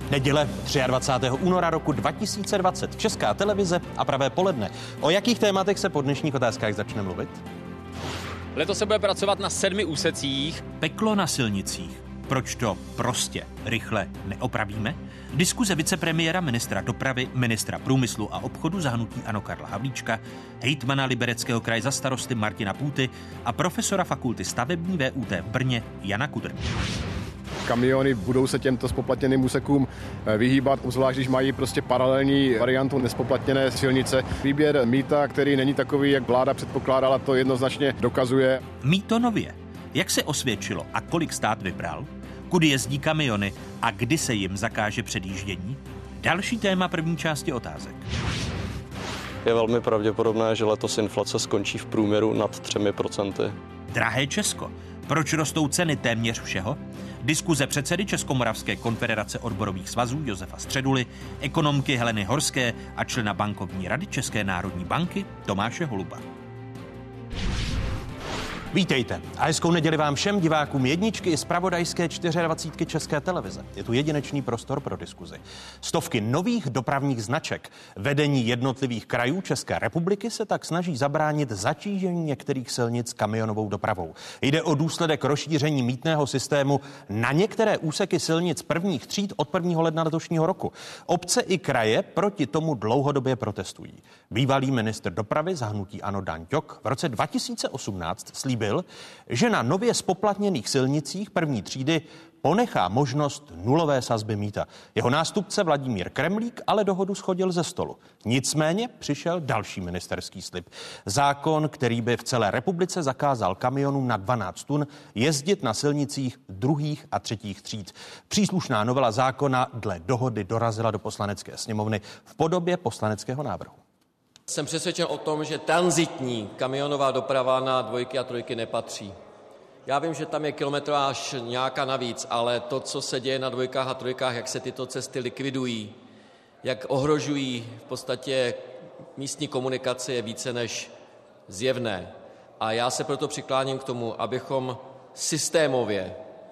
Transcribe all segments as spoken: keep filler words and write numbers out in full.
Neděle dvacátého třetího února roku dva tisíce dvacet. Česká televize a Pravé poledne. O jakých tématech se po dnešních otázkách začne mluvit? Letos se bude pracovat na sedmi úsecích. Peklo na silnicích. Proč to prostě rychle neopravíme? Diskuze vicepremiéra, ministra dopravy, ministra průmyslu a obchodu za hnutí ANO Karla Havlíčka, hejtmana Libereckého kraje za starosty Martina Půty a profesora fakulty stavební V U T v Brně Jana Kudrny. Kamiony budou se těmto spoplatněným úsekům vyhýbat, zvlášť když mají prostě paralelní variantu nespoplatněné silnice. Výběr mýta, který není takový, jak vláda předpokládala, to jednoznačně dokazuje. Mýto nově. Jak se osvědčilo a kolik stát vybral? Kudy jezdí kamiony a kdy se jim zakáže předjíždění? Další téma první části otázek. Je velmi pravděpodobné, že letos inflace skončí v průměru nad třemi procenty. Drahé Česko. Proč rostou ceny téměř všeho? Diskuze předsedy Českomoravské konfederace odborových svazů Josefa Středuly, ekonomky Heleny Horské a člena bankovní rady České národní banky Tomáše Holuba. Vítejte a hezkou neděli vám všem divákům jedničky i zpravodajské dvacítky čtyřky České televize. Je tu jedinečný prostor pro diskuzi. Stovky nových dopravních značek. Vedení jednotlivých krajů České republiky se tak snaží zabránit zatížení některých silnic kamionovou dopravou. Jde o důsledek rozšíření mýtného systému na některé úseky silnic prvních tříd od prvního ledna letošního roku. Obce i kraje proti tomu dlouhodobě protestují. Bývalý ministr dopravy za hnutí ANO Dan Ťok v roce dva tisíce osmnáct slíbil, že na nově spoplatněných silnicích první třídy ponechá možnost nulové sazby mýta. Jeho nástupce Vladimír Kremlík ale dohodu shodil ze stolu. Nicméně přišel další ministerský slib. Zákon, který by v celé republice zakázal kamionům na dvanáct tun jezdit na silnicích druhých a třetích tříd. Příslušná novela zákona dle dohody dorazila do Poslanecké sněmovny v podobě poslaneckého návrhu. Jsem přesvědčen o tom, že tranzitní kamionová doprava na dvojky a trojky nepatří. Já vím, že tam je kilometráž nějaká navíc, ale to, co se děje na dvojkách a trojkách, jak se tyto cesty likvidují, jak ohrožují v podstatě místní komunikaci, je více než zjevné. A já se proto přikláním k tomu, abychom systémově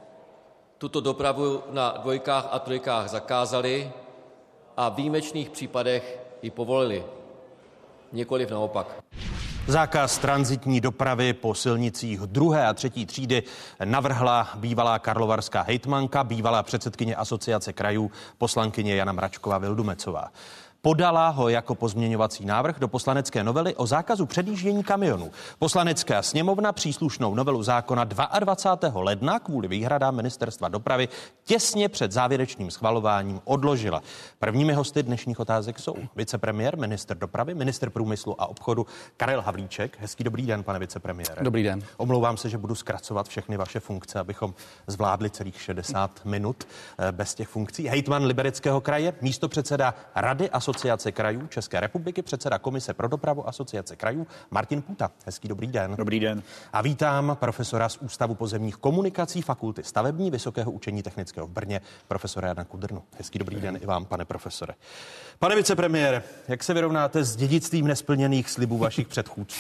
tuto dopravu na dvojkách a trojkách zakázali a v výjimečných případech ji povolili. Nikoliv naopak. Zákaz tranzitní dopravy po silnicích druhé a třetí třídy navrhla bývalá karlovarská hejtmanka, bývalá předsedkyně Asociace krajů, poslankyně Jana Mračková Vildumecová. Podala ho jako pozměňovací návrh do poslanecké novely o zákazu předjíždění kamionů. Poslanecká sněmovna příslušnou novelu zákona dvacátého druhého ledna kvůli výhradám ministerstva dopravy těsně před závěrečným schvalováním odložila. Prvními hosty dnešních otázek jsou vicepremiér, ministr dopravy, ministr průmyslu a obchodu Karel Havlíček. Hezký dobrý den, pane vicepremiére. Dobrý den. Omlouvám se, že budu zkracovat všechny vaše funkce, abychom zvládli celých šedesát minut bez těch funkcí. Hejtman Libereckého kraje, místopředseda Rady Asociace krajů České republiky, předseda Komise pro dopravu Asociace krajů Martin Půta. Hezký dobrý den. Dobrý den. A vítám profesora z Ústavu pozemních komunikací Fakulty stavební Vysokého učení technického v Brně, profesora Jana Kudrnu. Hezký dobrý den i vám, pane profesore. Pane vicepremiére, jak se vyrovnáte s dědictvím nesplněných slibů vašich předchůdců?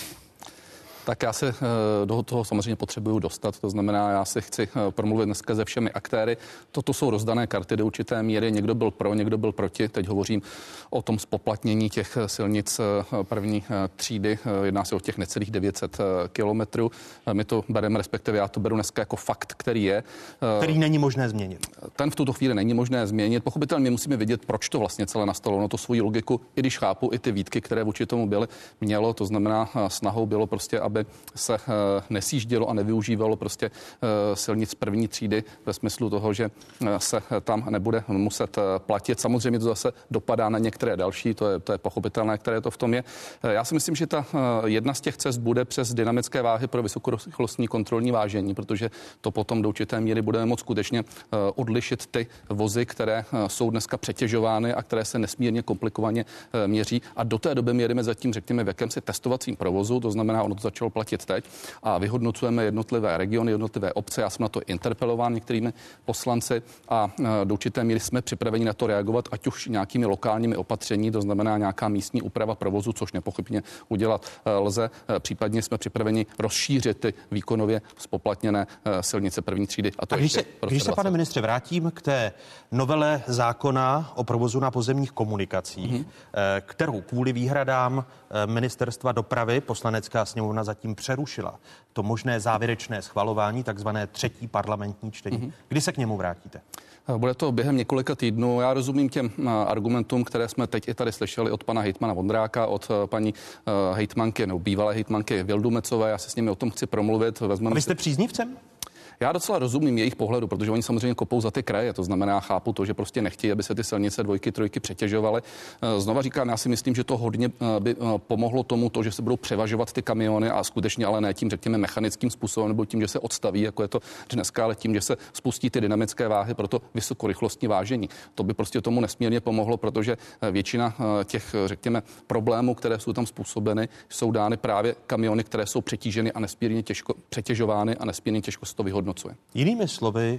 Tak já se do toho samozřejmě potřebuju dostat, to znamená, já si chci promluvit dneska se všemi aktéry. Toto jsou rozdané karty do určité míry, někdo byl pro, někdo byl proti. Teď hovořím o tom spoplatnění těch silnic první třídy, jedná se o těch necelých devět set kilometrů. My to bereme, respektive já to beru dneska jako fakt, který je. Který není možné změnit. Ten v tuto chvíli není možné změnit. Pochopitelně my musíme vědět, proč to vlastně celé nastalo. No to svoji logiku, i když chápu i ty výtky, které vůči tomu byly, mělo, to znamená, snahou bylo prostě, aby se nesjíždělo a nevyužívalo prostě silnic první třídy ve smyslu toho, že se tam nebude muset platit. Samozřejmě to zase dopadá na některé další, to je, to je pochopitelné, které to v tom je. Já si myslím, že ta jedna z těch cest bude přes dynamické váhy pro vysokorychlostní kontrolní vážení, protože to potom do určité míry budeme moct skutečně odlišit ty vozy, které jsou dneska přetěžovány a které se nesmírně komplikovaně měří. A do té doby my jedeme zatím, řekněme, v jakémsi testovacím provozu, to znamená, ono to začalo začalo platit teď a vyhodnocujeme jednotlivé regiony, jednotlivé obce. Já jsem na to interpelován některými poslanci a do určité míry jsme připraveni na to reagovat, ať už nějakými lokálními opatření, to znamená nějaká místní úprava provozu, což nepochybně udělat lze. Případně jsme připraveni rozšířit ty výkonově spoplatněné silnice první třídy. A, to a když se, když se, pane ministře, vrátím k té novele zákona o provozu na pozemních komunikacích, mm-hmm. kterou kvůli výhradám ministerstva dopravy poslanecká sněmovna zatím přerušila. To možné závěrečné schvalování, takzvané třetí parlamentní čtení. Mm-hmm. Kdy se k němu vrátíte? Bude to během několika týdnů. Já rozumím těm argumentům, které jsme teď i tady slyšeli od pana hejtmana Vondráka, od paní hejtmanky nebo bývalé hejtmanky Vildumecové. Já se s nimi o tom chci promluvit. Vezmeme. A vy jste příznivcem? Já docela rozumím jejich pohledu, protože oni samozřejmě kopou za ty kraje, to znamená, chápu to, že prostě nechtějí, aby se ty silnice dvojky, trojky přetěžovaly. Znova říkám, já si myslím, že to hodně by pomohlo tomu, to, že se budou převažovat ty kamiony a skutečně ale ne tím, řekněme, mechanickým způsobem nebo tím, že se odstaví, jako je to dneska, ale tím, že se spustí ty dynamické váhy pro to vysokorychlostní vážení. To by prostě tomu nesmírně pomohlo, protože většina těch, řekněme, problémů, které jsou tam způsobeny, jsou dány právě kamiony, které jsou přetíženy a nesmírně těžko přetěžovány a nesmírně těžko se to vyhodnocuje. Jinými slovy,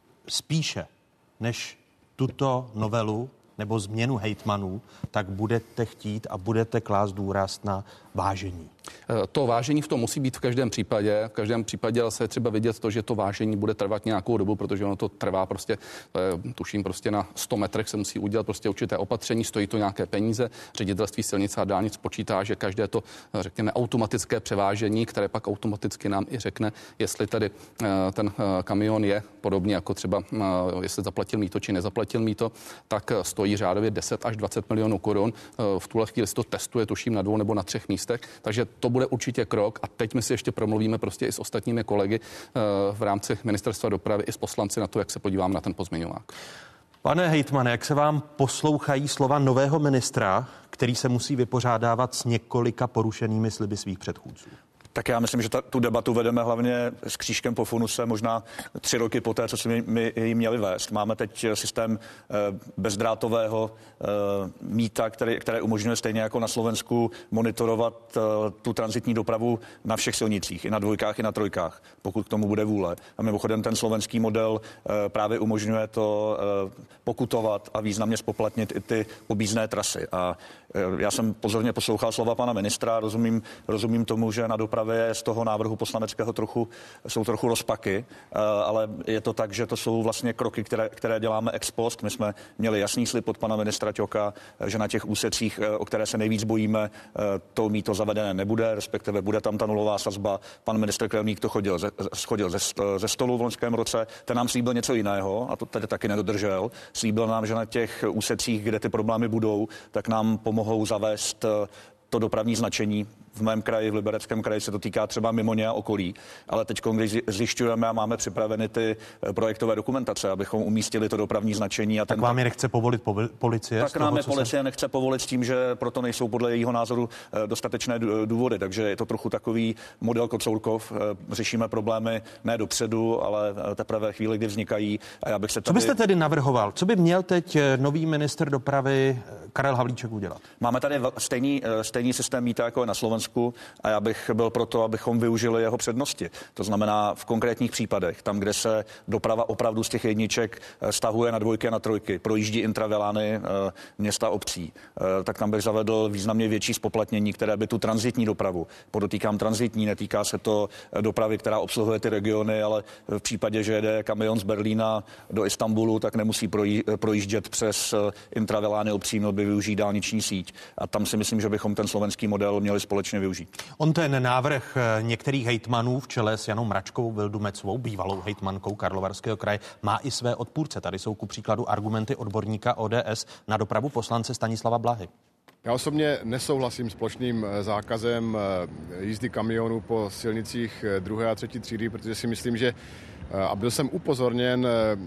spíše než tuto novelu nebo změnu hejtmanů, tak budete chtít a budete klást důraz na vážení. To vážení v tom musí být v každém případě. V každém případě se třeba vidět to, že to vážení bude trvat nějakou dobu, protože ono to trvá prostě, tuším, prostě na sto metrech se musí udělat prostě určité opatření, stojí to nějaké peníze. Ředitelství silnic a dálnic počítá, že každé to, řekněme, automatické převážení, které pak automaticky nám i řekne, jestli tady ten kamion je podobně jako třeba, jestli zaplatil mýto či nezaplatil mýto, tak stojí řádově deset až dvacet milionů korun. V tuhle chvíli se to testuje, tuším, na dvou nebo na třech místech, takže to bude určitě krok a teď my si ještě promluvíme prostě i s ostatními kolegy v rámci ministerstva dopravy i s poslanci na to, jak se podíváme na ten pozměňovák. Pane hejtmane, jak se vám poslouchají slova nového ministra, který se musí vypořádávat s několika porušenými sliby svých předchůdců? Tak já myslím, že ta, tu debatu vedeme hlavně s křížkem po funuse možná tři roky poté, co jsme my ji měli vést. Máme teď systém eh, bezdrátového eh, mýta, který, které umožňuje stejně jako na Slovensku monitorovat eh, tu tranzitní dopravu na všech silnicích, i na dvojkách, i na trojkách, pokud k tomu bude vůle. A mimochodem ten slovenský model eh, právě umožňuje to eh, pokutovat a významně spoplatnit i ty objízdné trasy. A eh, já jsem pozorně poslouchal slova pana ministra, rozumím, rozumím tomu, že na dopravě z toho návrhu poslaneckého trochu, jsou trochu rozpaky, ale je to tak, že to jsou vlastně kroky, které, které děláme ex post. My jsme měli jasný slib od pana ministra Ťoka, že na těch úsecích, o které se nejvíc bojíme, to mýto zavedené nebude, respektive bude tam ta nulová sazba. Pan ministr Kremlík to chodil ze, schodil ze, ze stolu v loňském roce. Ten nám slíbil něco jiného a to tady taky nedodržel. Slíbil nám, že na těch úsecích, kde ty problémy budou, tak nám pomohou zavést to dopravní značení. V mém kraji, v Libereckém kraji, se to týká třeba Mimoně a okolí, ale teď, když zjišťujeme a máme připraveny ty projektové dokumentace, abychom umístili to dopravní značení. A tak ten, vám je nechce povolit policie? Tak nám je policie se... nechce povolit s tím, že proto nejsou podle jejího názoru dostatečné důvody, takže je to trochu takový model Kocourkov. Řešíme problémy ne dopředu, ale teprve ve chvíli, kdy vznikají. A já bych se tady... Co byste tedy navrhoval? Co by měl teď nový ministr dopravy Karel Havlíček udělat? Máme tady stejný, stejný systém mýta, jako je na Slovensku, a já bych byl proto, abychom využili jeho přednosti. To znamená v konkrétních případech, tam, kde se doprava opravdu z těch jedniček stahuje na dvojky a na trojky, projíždí intravelány města obcí, tak tam bych zavedl významně větší spoplatnění, které by tu tranzitní dopravu, podotýkám tranzitní, netýká se to dopravy, která obsluhuje ty regiony, ale v případě, že jede kamion z Berlína do Istanbulu, tak nemusí projíždět přes intravelány obcí, měl by využít dálniční síť. A tam si myslím, že bychom ten slovenský model měli společně využít. On ten návrh některých hejtmanů v čele s Janou Mračkovou Vildumecovou, bývalou hejtmankou Karlovarského kraje, má i své odpůrce. Tady jsou ku příkladu argumenty odborníka O D S na dopravu poslance Stanislava Blahy. Já osobně nesouhlasím s plošným zákazem jízdy kamionů po silnicích druhé a třetí třídy, protože si myslím, že a byl jsem upozorněn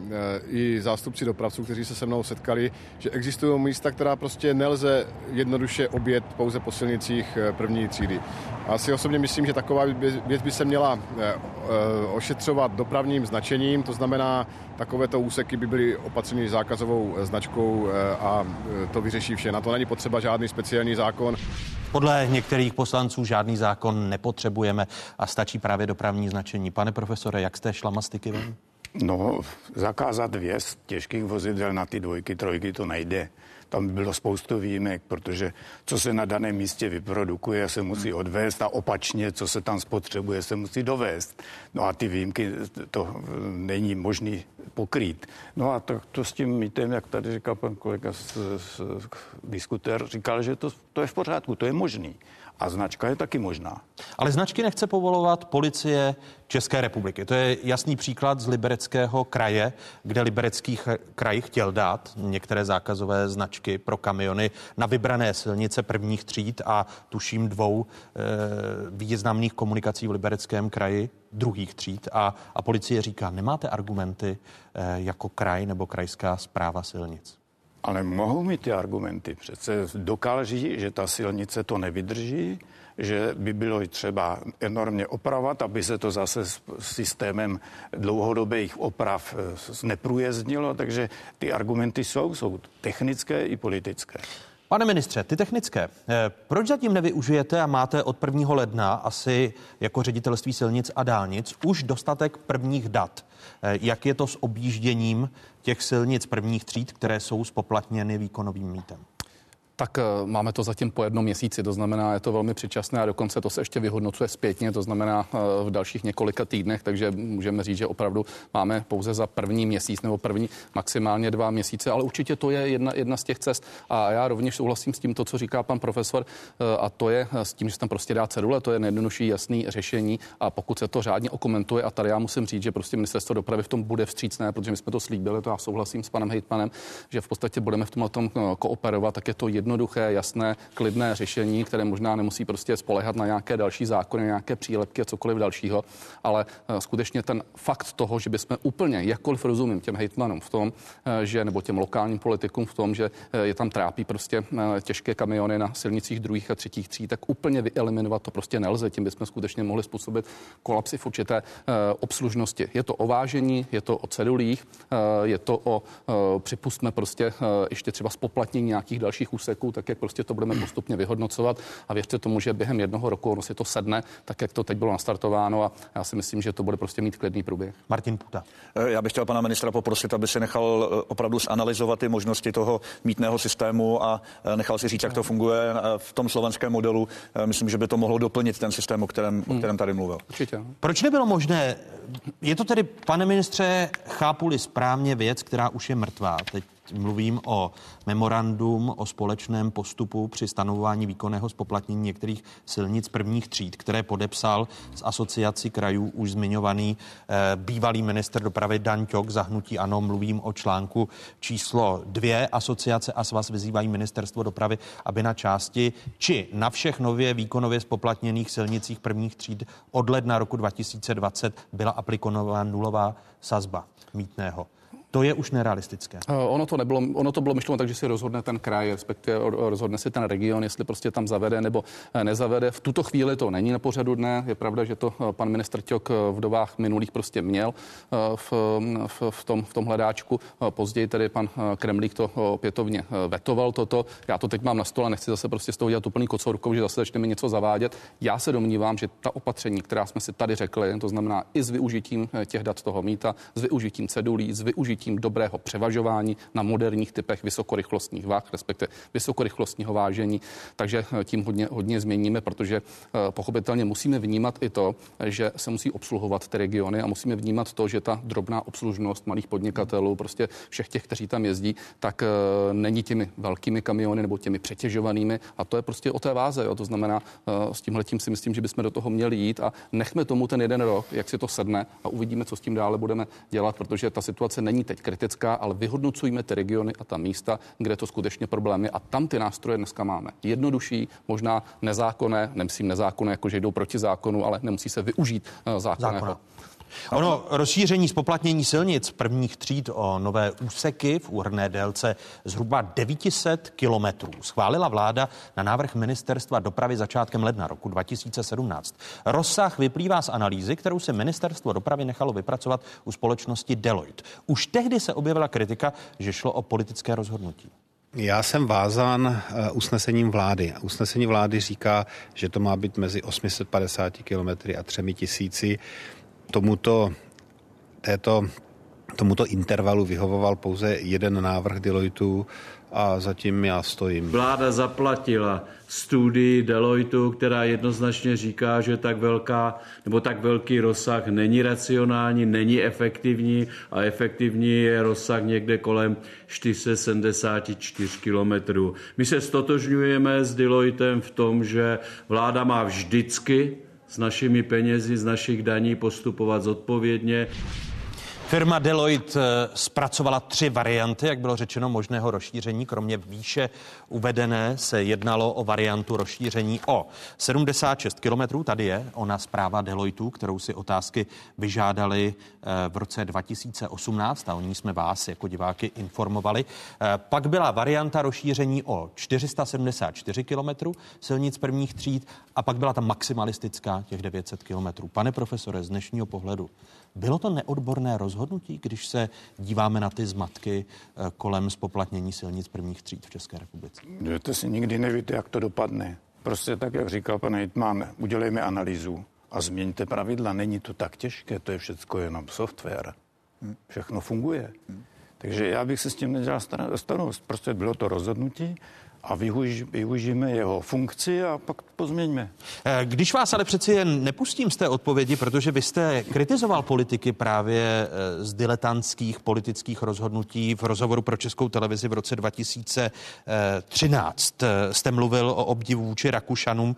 i zástupci dopravců, kteří se se mnou setkali, že existují místa, která prostě nelze jednoduše objet pouze po silnicích první třídy. Já si osobně myslím, že taková věc by se měla ošetřovat dopravním značením, to znamená, takovéto úseky by byly opatřeny zákazovou značkou a to vyřeší vše. Na to není potřeba žádný speciální zákon. Podle některých poslanců žádný zákon nepotřebujeme a stačí právě dopravní značení. Pane profesore, jak jste šlamastiky ven? No, zakázat vjezd těžkých vozidel na ty dvojky, trojky to nejde. Tam by bylo spoustu výjimek, protože co se na daném místě vyprodukuje, se musí odvést a opačně, co se tam spotřebuje, se musí dovést. No a ty výjimky to není možný pokrýt. No a to, to s tím mýtem, jak tady říkal pan kolega z, z, diskutér, říkal, že to, to je v pořádku, to je možný. A značka je taky možná. Ale značky nechce povolovat policie České republiky. To je jasný příklad z Libereckého kraje, kde Liberecký kraj chtěl dát některé zákazové značky pro kamiony na vybrané silnice prvních tříd a tuším dvou e, významných komunikací v Libereckém kraji druhých tříd. A, a policie říká, nemáte argumenty e, jako kraj nebo krajská správa silnic. Ale mohou mít ty argumenty. Přece dokáží, že ta silnice to nevydrží, že by bylo třeba enormně opravovat, aby se to zase s systémem dlouhodobých oprav zneprůjezdnilo. Takže ty argumenty jsou, jsou technické i politické. Pane ministře, ty technické, proč zatím nevyužijete a máte od prvního ledna asi jako ředitelství silnic a dálnic už dostatek prvních dat? Jak je to s objížděním těch silnic prvních tříd, které jsou spoplatněny výkonovým mýtem? Tak máme to zatím po jednom měsíci, to znamená, je to velmi předčasné a dokonce to se ještě vyhodnocuje zpětně, to znamená v dalších několika týdnech, takže můžeme říct, že opravdu máme pouze za první měsíc nebo první maximálně dva měsíce, ale určitě to je jedna, jedna z těch cest a já rovněž souhlasím s tím, to, co říká pan profesor, a to je s tím, že se tam prostě dá cedule, to je nejjednodušší jasný řešení a pokud se to řádně okomentuje a tady já musím říct, že prostě ministerstvo dopravy v tom bude vstřícné, protože my jsme to slíbili, to já souhlasím s panem hejtmanem, že v podstatě budeme v tom tom kooperovat, tak je to jednoduché, jasné, klidné řešení, které možná nemusí prostě spoléhat na nějaké další zákony, nějaké přílepky a cokoliv dalšího, ale skutečně ten fakt toho, že bychom úplně, jakkoliv rozumím těm hejtmanům v tom, že nebo těm lokálním politikům v tom, že je tam trápí prostě těžké kamiony na silnicích druhých a třetích tříd, tak úplně vyeliminovat to prostě nelze. Tím bychom skutečně mohli způsobit kolapsy v určité obslužnosti. Je to o vážení, je to o cedulích, je to o připustme prostě ještě třeba spoplatnění nějakých dalších úseků, tak jak prostě to budeme postupně vyhodnocovat a věřte tomu, že během jednoho roku ono si to sedne, tak jak to teď bylo nastartováno a já si myslím, že to bude prostě mít klidný průběh. Martin Půta. Já bych chtěl pana ministra poprosit, aby si nechal opravdu zanalyzovat ty možnosti toho mýtného systému a nechal si říct, jak to funguje v tom slovenském modelu. Myslím, že by to mohlo doplnit ten systém, o kterém, o kterém tady mluvil. Určitě. Proč nebylo možné? Je to tedy, pane ministře, chápu-li správně věc, která už je mrtvá. Teď mluvím o memorandum o společném postupu při stanovování výkonného spoplatnění některých silnic prvních tříd, které podepsal z asociací krajů už zmiňovaný eh, bývalý ministr dopravy Dan Ťok za hnutí ANO. Mluvím o článku číslo dvě. Asociace a svaz vyzývají ministerstvo dopravy, aby na části či na všech nově výkonově spoplatněných silnicích prvních tříd od ledna roku dva tisíce dvacet byla aplikována nulová sazba mýtného. To je už nerealistické. Ono to nebylo, ono to bylo myšleno tak, že si rozhodne ten kraj, respektive rozhodne si ten region, jestli prostě tam zavede nebo nezavede. V tuto chvíli to není na pořadu dne. Je pravda, že to pan ministr Ťok v dobách minulých prostě měl v, v, v, tom, v tom hledáčku. Později tedy pan Kremlík to opětovně vetoval toto. Já to teď mám na stole, nechci zase prostě z toho dělat úplný kocourkou, že zase začneme něco zavádět. Já se domnívám, že ta opatření, která jsme si tady řekli, to znamená i s využitím těch dat toho mýta, s využitím cedulí, s využitím tím dobrého převažování na moderních typech vysokorychlostních vah, respektive vysokorychlostního vážení. Takže tím hodně, hodně změníme, protože pochopitelně musíme vnímat i to, že se musí obsluhovat ty regiony a musíme vnímat to, že ta drobná obslužnost malých podnikatelů, prostě všech těch, kteří tam jezdí, tak není těmi velkými kamiony nebo těmi přetěžovanými a to je prostě o té váze. Jo. To znamená, s tímhletím si myslím, že bychom do toho měli jít a nechme tomu ten jeden rok, jak si to sedne a uvidíme, co s tím dále budeme dělat, protože ta situace není teď kritická, ale vyhodnocujme ty regiony a ta místa, kde to skutečně problém je a tam ty nástroje dneska máme. Jednodušší, možná nezákonné, nemyslím nezákonné, jakože jdou proti zákonu, ale nemusí se využít zákonného. Zákona. Ono rozšíření spoplatnění silnic prvních tříd o nové úseky v úhrnné délce zhruba devět set kilometrů schválila vláda na návrh ministerstva dopravy začátkem ledna roku dva tisíce sedmnáct. Rozsah vyplývá z analýzy, kterou se ministerstvo dopravy nechalo vypracovat u společnosti Deloitte. Už tehdy se objevila kritika, že šlo o politické rozhodnutí. Já jsem vázán usnesením vlády. Usnesení vlády říká, že to má být mezi osm set padesáti kilometry a třemi tisíci. Tomuto, této, tomuto intervalu vyhovoval pouze jeden návrh Deloitu a zatím já stojím. Vláda zaplatila studii Deloitu, která jednoznačně říká, že tak velká nebo tak velký rozsah není racionální, není efektivní a efektivní je rozsah někde kolem čtyři sta sedmdesát čtyři kilometrů. My se stotožňujeme s Deloitem v tom, že vláda má vždycky s našimi penězi, z našich daní postupovat zodpovědně. Firma Deloitte zpracovala tři varianty, jak bylo řečeno, možného rozšíření. Kromě výše uvedené se jednalo o variantu rozšíření o sedmdesát šest kilometrů. Tady je ona zpráva Deloittu, kterou si otázky vyžádali v roce dva tisíce osmnáct a o ní jsme vás jako diváky informovali. Pak byla varianta rozšíření o čtyři sta sedmdesát čtyři kilometrů silnic prvních tříd a pak byla ta maximalistická těch devět set kilometrů. Pane profesore, z dnešního pohledu, bylo to neodborné rozhodnutí, když se díváme na ty zmatky kolem zpoplatnění silnic prvních tříd v České republice? To si nikdy nevíte, jak to dopadne. Prostě tak, jak říkal pan hejtman, udělejme analýzu a změňte pravidla. Není to tak těžké, to je všecko jenom software. Všechno funguje. Takže já bych se s tím nedělal starost. Prostě bylo to rozhodnutí a využ, využijeme jeho funkci a pak pozměňme. Když vás ale přeci jen nepustím z té odpovědi, protože vy jste kritizoval politiky právě z diletantských politických rozhodnutí v rozhovoru pro Českou televizi v roce dva tisíce třináct. Jste mluvil o obdivu vůči Rakušanům,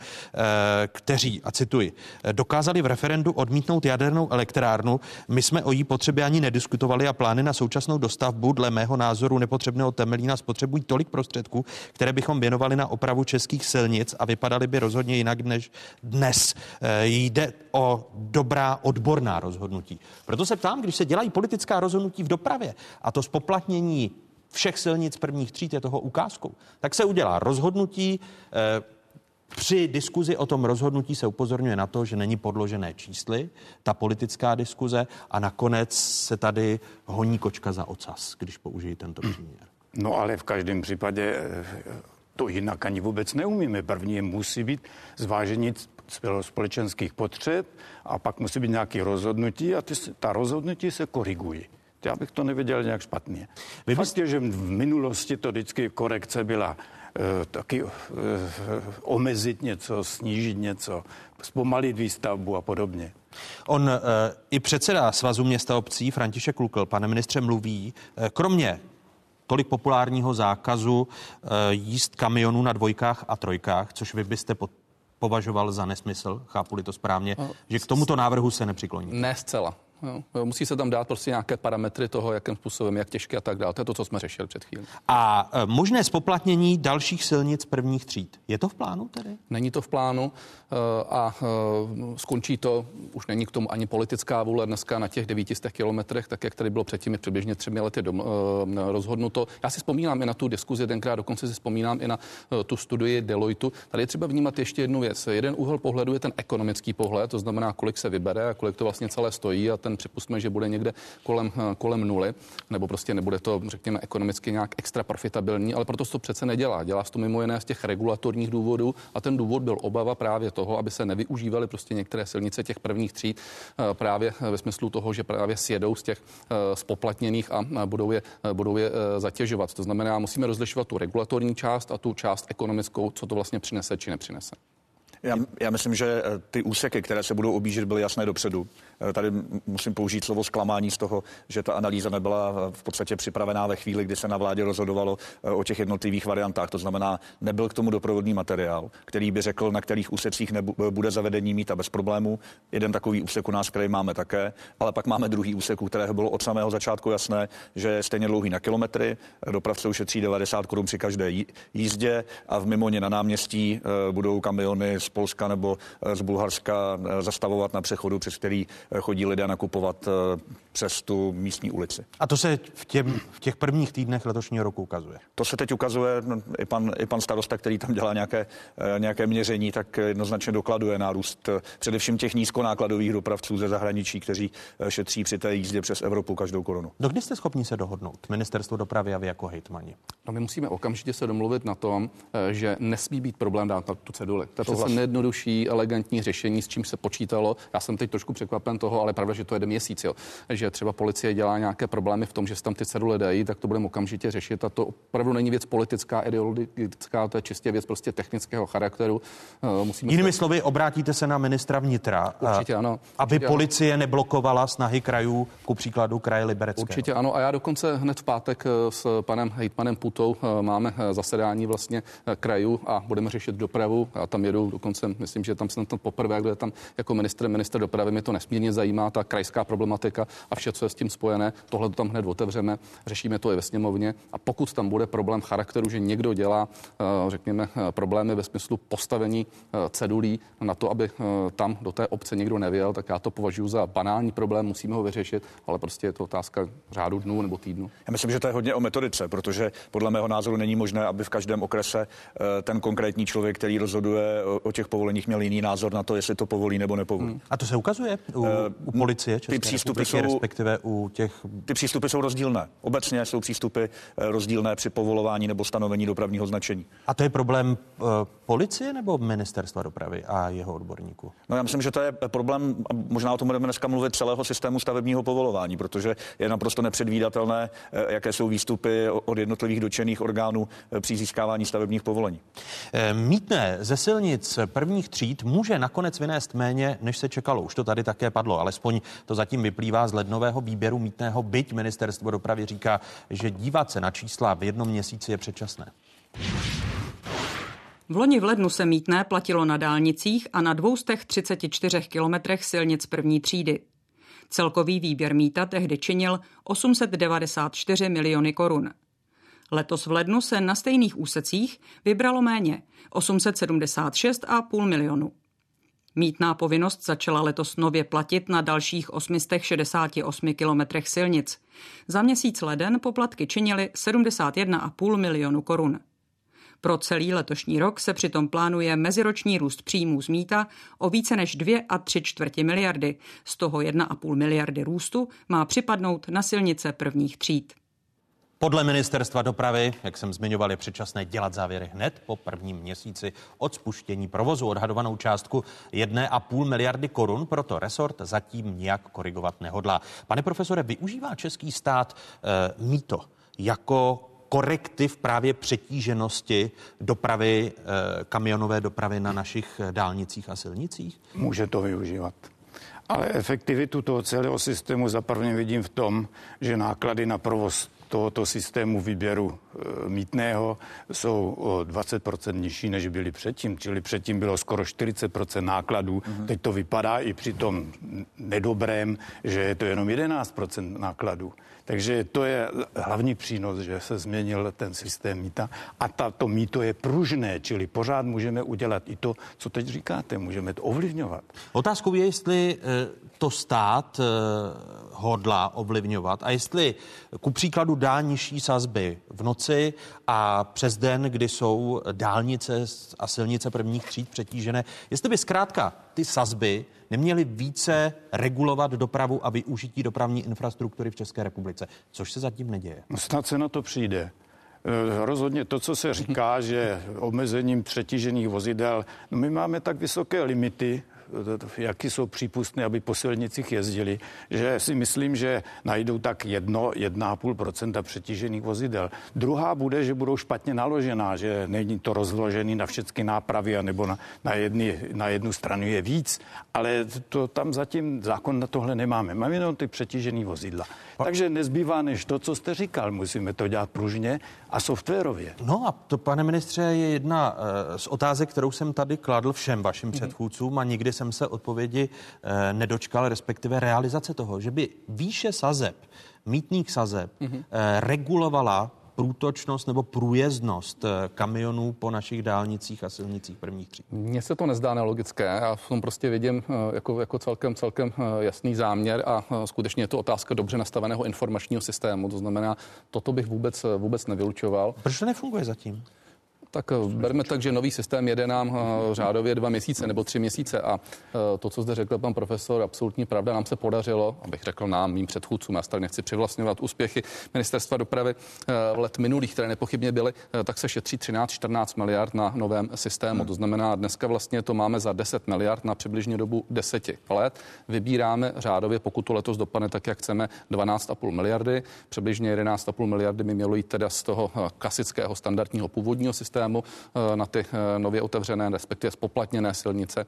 kteří, a cituji, dokázali v referendu odmítnout jadernou elektrárnu. My jsme o jí potřebě ani nediskutovali a plány na současnou dostavbu dle mého názoru nepotřebného Temelína spotřebují tolik prostředků, které bychom věnovali na opravu českých silnic a vypadaly by rozhodně jinak než dnes. Jde o dobrá odborná rozhodnutí. Proto se ptám, když se dělají politická rozhodnutí v dopravě a to zpoplatnění všech silnic prvních tříd je toho ukázkou, tak se udělá rozhodnutí. Při diskuzi o tom rozhodnutí se upozorňuje na to, že není podložené čísly, ta politická diskuze a nakonec se tady honí kočka za ocas, když použijí tento příměr. No ale v každém případě to jinak ani vůbec neumíme. První musí být zvážení společenských potřeb a pak musí být nějaké rozhodnutí a ty, ta rozhodnutí se korigují. Já bych to neviděl nějak špatně. Vy Fakt je, že v minulosti to vždycky korekce byla e, taky e, omezit něco, snížit něco, zpomalit výstavbu a podobně. On e, i předseda Svazu měst a obcí František Lukl, pane ministře, mluví, e, kromě tolik populárního zákazu e, jízd kamionů na dvojkách a trojkách, což vy byste pod, považoval za nesmysl, chápu-li to správně, no, že k tomuto návrhu se nepřikloní. Ne zcela. Jo, musí se tam dát prostě nějaké parametry toho, jakým způsobem, jak těžké a tak dále. To je to, co jsme řešili před chvílí. A e, možné zpoplatnění dalších silnic prvních tříd. Je to v plánu tedy? Není to v plánu e, a e, skončí to, už není k tomu ani politická vůle dneska na těch devět set kilometrech, tak jak tady bylo předtím přibližně třemi lety dom, e, rozhodnuto. Já si vzpomínám i na tu diskuzi, tenkrát dokonce si vzpomínám i na e, tu studii Deloittu. Tady je třeba vnímat ještě jednu věc. Jeden úhel pohledu je ten ekonomický pohled, to znamená, kolik se vybere a kolik to vlastně celé stojí a ten připustíme, že bude někde kolem, kolem nuly, nebo prostě nebude to, řekněme, ekonomicky nějak extra profitabilní, ale proto se to přece nedělá. Dělá se to mimo jiné z těch regulatorních důvodů a ten důvod byl obava právě toho, aby se nevyužívaly prostě některé silnice těch prvních tříd právě ve smyslu toho, že právě sjedou z těch spoplatněných a budou je, budou je zatěžovat. To znamená, musíme rozlišovat tu regulatorní část a tu část ekonomickou, co to vlastně přinese či nepřinese. Já, já myslím, že ty úseky, které se budou objíždět, byly jasné dopředu. Tady musím použít slovo zklamání z toho, že ta analýza nebyla v podstatě připravená ve chvíli, kdy se na vládě rozhodovalo o těch jednotlivých variantách. To znamená, nebyl k tomu doprovodný materiál, který by řekl, na kterých úsecích bude zavedení mýta bez problémů. Jeden takový úsek u nás, který máme také, ale pak máme druhý úsek, u kterého bylo od samého začátku jasné, že je stejně dlouhý na kilometry, dopravce ušetří devadesát korun při každé jízdě a v Mimoně na náměstí budou kamiony s Polska nebo z Bulharska zastavovat na přechodu, přes který chodí lidé nakupovat přes tu místní ulici. A to se v, těm, v těch prvních týdnech letošního roku ukazuje? To se teď ukazuje, no, i, pan, i pan starosta, který tam dělá nějaké, nějaké měření, tak jednoznačně dokladuje nárůst především těch nízkonákladových dopravců ze zahraničí, kteří šetří při té jízdě přes Evropu každou korunu. Dokdy jste schopni se dohodnout, ministerstvo dopravy a vy jako hejtmani? No, my musíme okamžitě se domluvit na tom, že nesmí být problém dát na tu ceduli. To je přece nejjednodušší, elegantní řešení, s čím se počítalo. Já jsem teď trošku překvapen toho, ale pravda, že to je jeden měsíc, jo. Že třeba policie dělá nějaké problémy v tom, že se tam ty cedule dají, tak to budeme okamžitě řešit. A to opravdu není věc politická, ideologická, to je čistě věc prostě technického charakteru. Musíme Jinými se... slovy, obrátíte se na ministra vnitra, určitě ano. Aby určitě policie ano. neblokovala snahy krajů, ku příkladu kraje Libereckého. Určitě ano. A já dokonce hned v pátek s panem hejtmanem Putou máme zasedání vlastně krajů a budeme řešit dopravu. Já tam jedu dokonce, myslím, že tam jsem tam poprvé, kdo je tam jako ministr, ministr dopravy. Mě to nesmírně zajímá, ta krajská problematika a vše, co je s tím spojené. Tohle to tam hned otevřeme, řešíme to i ve sněmovně. A pokud tam bude problém charakteru, že někdo dělá, řekněme, problémy ve smyslu postavení cedulí na to, aby tam do té obce někdo nevěl, tak já to považuji za banální problém, musíme ho vyřešit, ale prostě je to otázka řádu dnů nebo týdnu. Já myslím, že to je hodně o metodice, protože podle mého názoru není možné, aby v každém okrese ten konkrétní člověk, který rozhoduje o těch povoleních, měl jiný názor na to, jestli to povolí nebo nepovolí. Hmm. A to se ukazuje u, u policie České ty přístupy republiky, jsou, respektive u těch... Ty přístupy jsou rozdílné. Obecně jsou přístupy rozdílné při povolování nebo stanovení dopravního značení. A to je problém uh, policie nebo ministerstva dopravy a jeho odborníků? No já myslím, že to je problém, možná o tom budeme dneska mluvit, celého systému stavebního povolování, protože je naprosto nepředvídatelné, jaké jsou výstupy od jednotlivých dotčených orgánů při získávání stavebních povolení. Mýtné ze silnic prvních tříd může nakonec vynést méně, než se čekalo. Už to tady také padlo, alespoň to zatím vyplývá z lednového výběru mýtného, byť ministerstvo dopravy říká, že dívat se na čísla v jednom měsíci je předčasné. V loni v lednu se mýtné platilo na dálnicích a na dvě stě třicet čtyři kilometrech silnic první třídy. Celkový výběr mýta tehdy činil osm set devadesát čtyři miliony korun. Letos v lednu se na stejných úsecích vybralo méně, osm set sedmdesát šest celá pět milionu. Mýtná povinnost začala letos nově platit na dalších osm set šedesát osm kilometrech silnic. Za měsíc leden poplatky činily sedmdesát jedna celá pět milionu korun. Pro celý letošní rok se přitom plánuje meziroční růst příjmů z mýta o více než dvě a tři čtvrtě miliardy. Z toho jedna a půl miliardy růstu má připadnout na silnice prvních tříd. Podle ministerstva dopravy, jak jsem zmiňoval, je předčasné dělat závěry hned po prvním měsíci od spuštění provozu. Odhadovanou částku jedné a půl miliardy korun, proto resort zatím nijak korigovat nehodlá. Pane profesore, využívá český stát e, mýto jako korektiv právě přetíženosti dopravy, e, kamionové dopravy na našich dálnicích a silnicích? Může to využívat. Ale efektivitu toho celého systému zaprvé vidím v tom, že náklady na provoz tohoto systému výběru e, mýtného jsou o dvacet procent nižší, než byly předtím. Čili předtím bylo skoro čtyřicet procent nákladů. Mm-hmm. Teď to vypadá i při tom nedobrém, že je to jenom jedenáct procent nákladů. Takže to je hlavní přínos, že se změnil ten systém mýta. A ta, to mýto je pružné, čili pořád můžeme udělat i to, co teď říkáte, můžeme to ovlivňovat. Otázkou je, jestli to stát hodlá ovlivňovat a jestli ku příkladu dá nižší sazby v noci a přes den, kdy jsou dálnice a silnice prvních tříd přetížené, jestli by zkrátka ty sazby neměly více regulovat dopravu a využití dopravní infrastruktury v České republice, což se zatím neděje. No, snad se na to přijde. Rozhodně to, co se říká, že omezením přetížených vozidel, no my máme tak vysoké limity, jaký jsou přípustné, aby po silnicích jezdili, že si myslím, že najdou tak jedno, jedna a půl procenta přetížených vozidel. Druhá bude, že budou špatně naložená, že není to rozložený na všechny nápravy, nebo na, na, jedny, na jednu stranu je víc, ale to tam zatím zákon na tohle nemáme. Máme jenom ty přetížený vozidla. Takže nezbývá než to, co jste říkal. Musíme to dělat pružně a softwarově. No a to, pane ministře, je jedna uh, z otázek, kterou jsem tady kladl všem vašim mm-hmm. předchůdcům a nikdy jsem se odpovědi uh, nedočkal, respektive realizace toho, že by výše sazeb, mýtných sazeb, mm-hmm. uh, regulovala průtočnost nebo průjezdnost kamionů po našich dálnicích a silnicích prvních tříd? Mně se to nezdá nelogické. Já v tom prostě vidím jako, jako celkem, celkem jasný záměr a skutečně je to otázka dobře nastaveného informačního systému. To znamená, toto bych vůbec, vůbec nevylučoval. Proč to nefunguje zatím? Tak berme tak, že nový systém jede nám řádově dva měsíce nebo tři měsíce a to, co zde řekl pan profesor, absolutní pravda, nám se podařilo, abych řekl nám, mým předchůdcům, já tady nechci přivlastňovat úspěchy ministerstva dopravy v let minulých, které nepochybně byly, tak se šetří třináct čtrnáct miliard na novém systému. Hmm. To znamená, dneska vlastně to máme za deset miliard na přibližně dobu deseti let. Vybíráme řádově, pokud to letos dopadne tak, jak chceme, dvanáct a půl miliardy. Přibližně jedenáct a půl miliardy by mělo jít teda z toho klasického standardního původního systému na ty nově otevřené, respektive spoplatněné silnice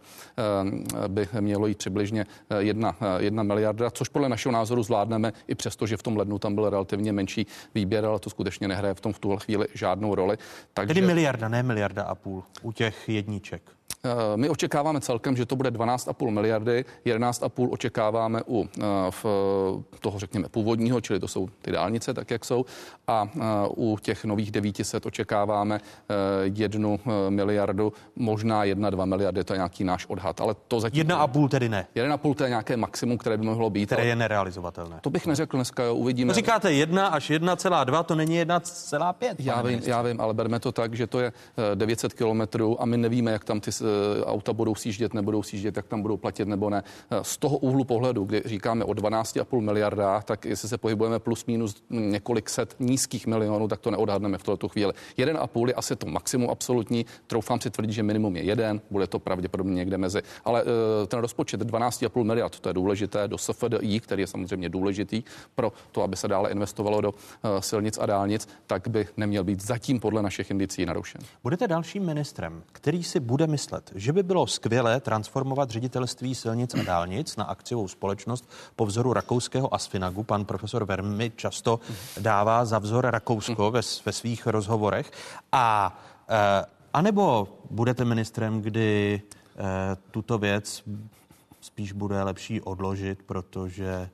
by mělo jít přibližně jedna, jedna miliarda, což podle našeho názoru zvládneme, i přesto, že v tom lednu tam byl relativně menší výběr, ale to skutečně nehraje v tom v tuhle chvíli žádnou roli. Takže... Tedy miliarda, ne miliarda a půl u těch jedniček. My očekáváme celkem, že to bude dvanáct a půl miliardy, jedenáct a půl očekáváme u v toho, řekněme, původního, čili to jsou ty dálnice, tak jak jsou, a u těch nových devět set očekáváme jednu miliardu, možná jedna, dva miliardy, to je nějaký náš odhad, ale to zatím... Jedna a půl tedy ne. Jedna a půl to je nějaké maximum, které by mohlo být. Které je nerealizovatelné. To bych neřekl dneska, jo, uvidíme. No říkáte jedna až jedna celá dva, to není jedna celá pět. Já vím, já vím, ale berme to tak, že to je devět set kilometrů a my nevíme, jak tam ty auta budou sjíždět, nebudou sjíždět, jak tam budou platit nebo ne. Z toho úhlu pohledu, kdy říkáme o dvanáct a půl miliardách, tak jestli se pohybujeme plus minus několik set nízkých milionů, tak to neodhadneme v tuto chvíli. Jeden a půl je asi to maximum absolutní. Troufám si tvrdit, že minimum je jeden, bude to pravděpodobně někde mezi. Ale ten rozpočet dvanáct a půl miliard, to je důležité do S F D I, který je samozřejmě důležitý pro to, aby se dále investovalo do silnic a dálnic, tak by neměl být zatím podle našich indicí narušen. Budete dalším ministrem, který si bude myslet, že by bylo skvělé transformovat ředitelství silnic a dálnic na akciovou společnost po vzoru rakouského Asfinagu. Pan profesor Vermi často dává za vzor Rakousko ve, ve svých rozhovorech. A, e, anebo budete ministrem, kdy e, tuto věc spíš bude lepší odložit, protože e,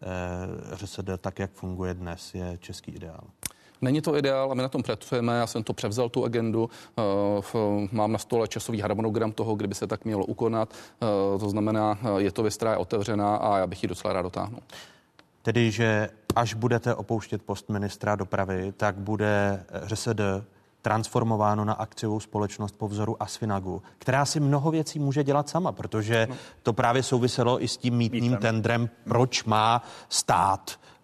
ŘSD tak, jak funguje dnes, je český ideál. Není to ideál a my na tom pracujeme. Já jsem to převzal, tu agendu. Mám na stole časový harmonogram toho, kdyby se tak mělo ukonat. To znamená, je to věc, která je otevřená a já bych ji docela rád dotáhnul. Tedy, že až budete opouštět post ministra dopravy, tak bude ŘSD transformováno na akciovou společnost po vzoru Asfinagu, která si mnoho věcí může dělat sama, protože no. to právě souviselo i s tím mýtným tendrem, proč má stát eh,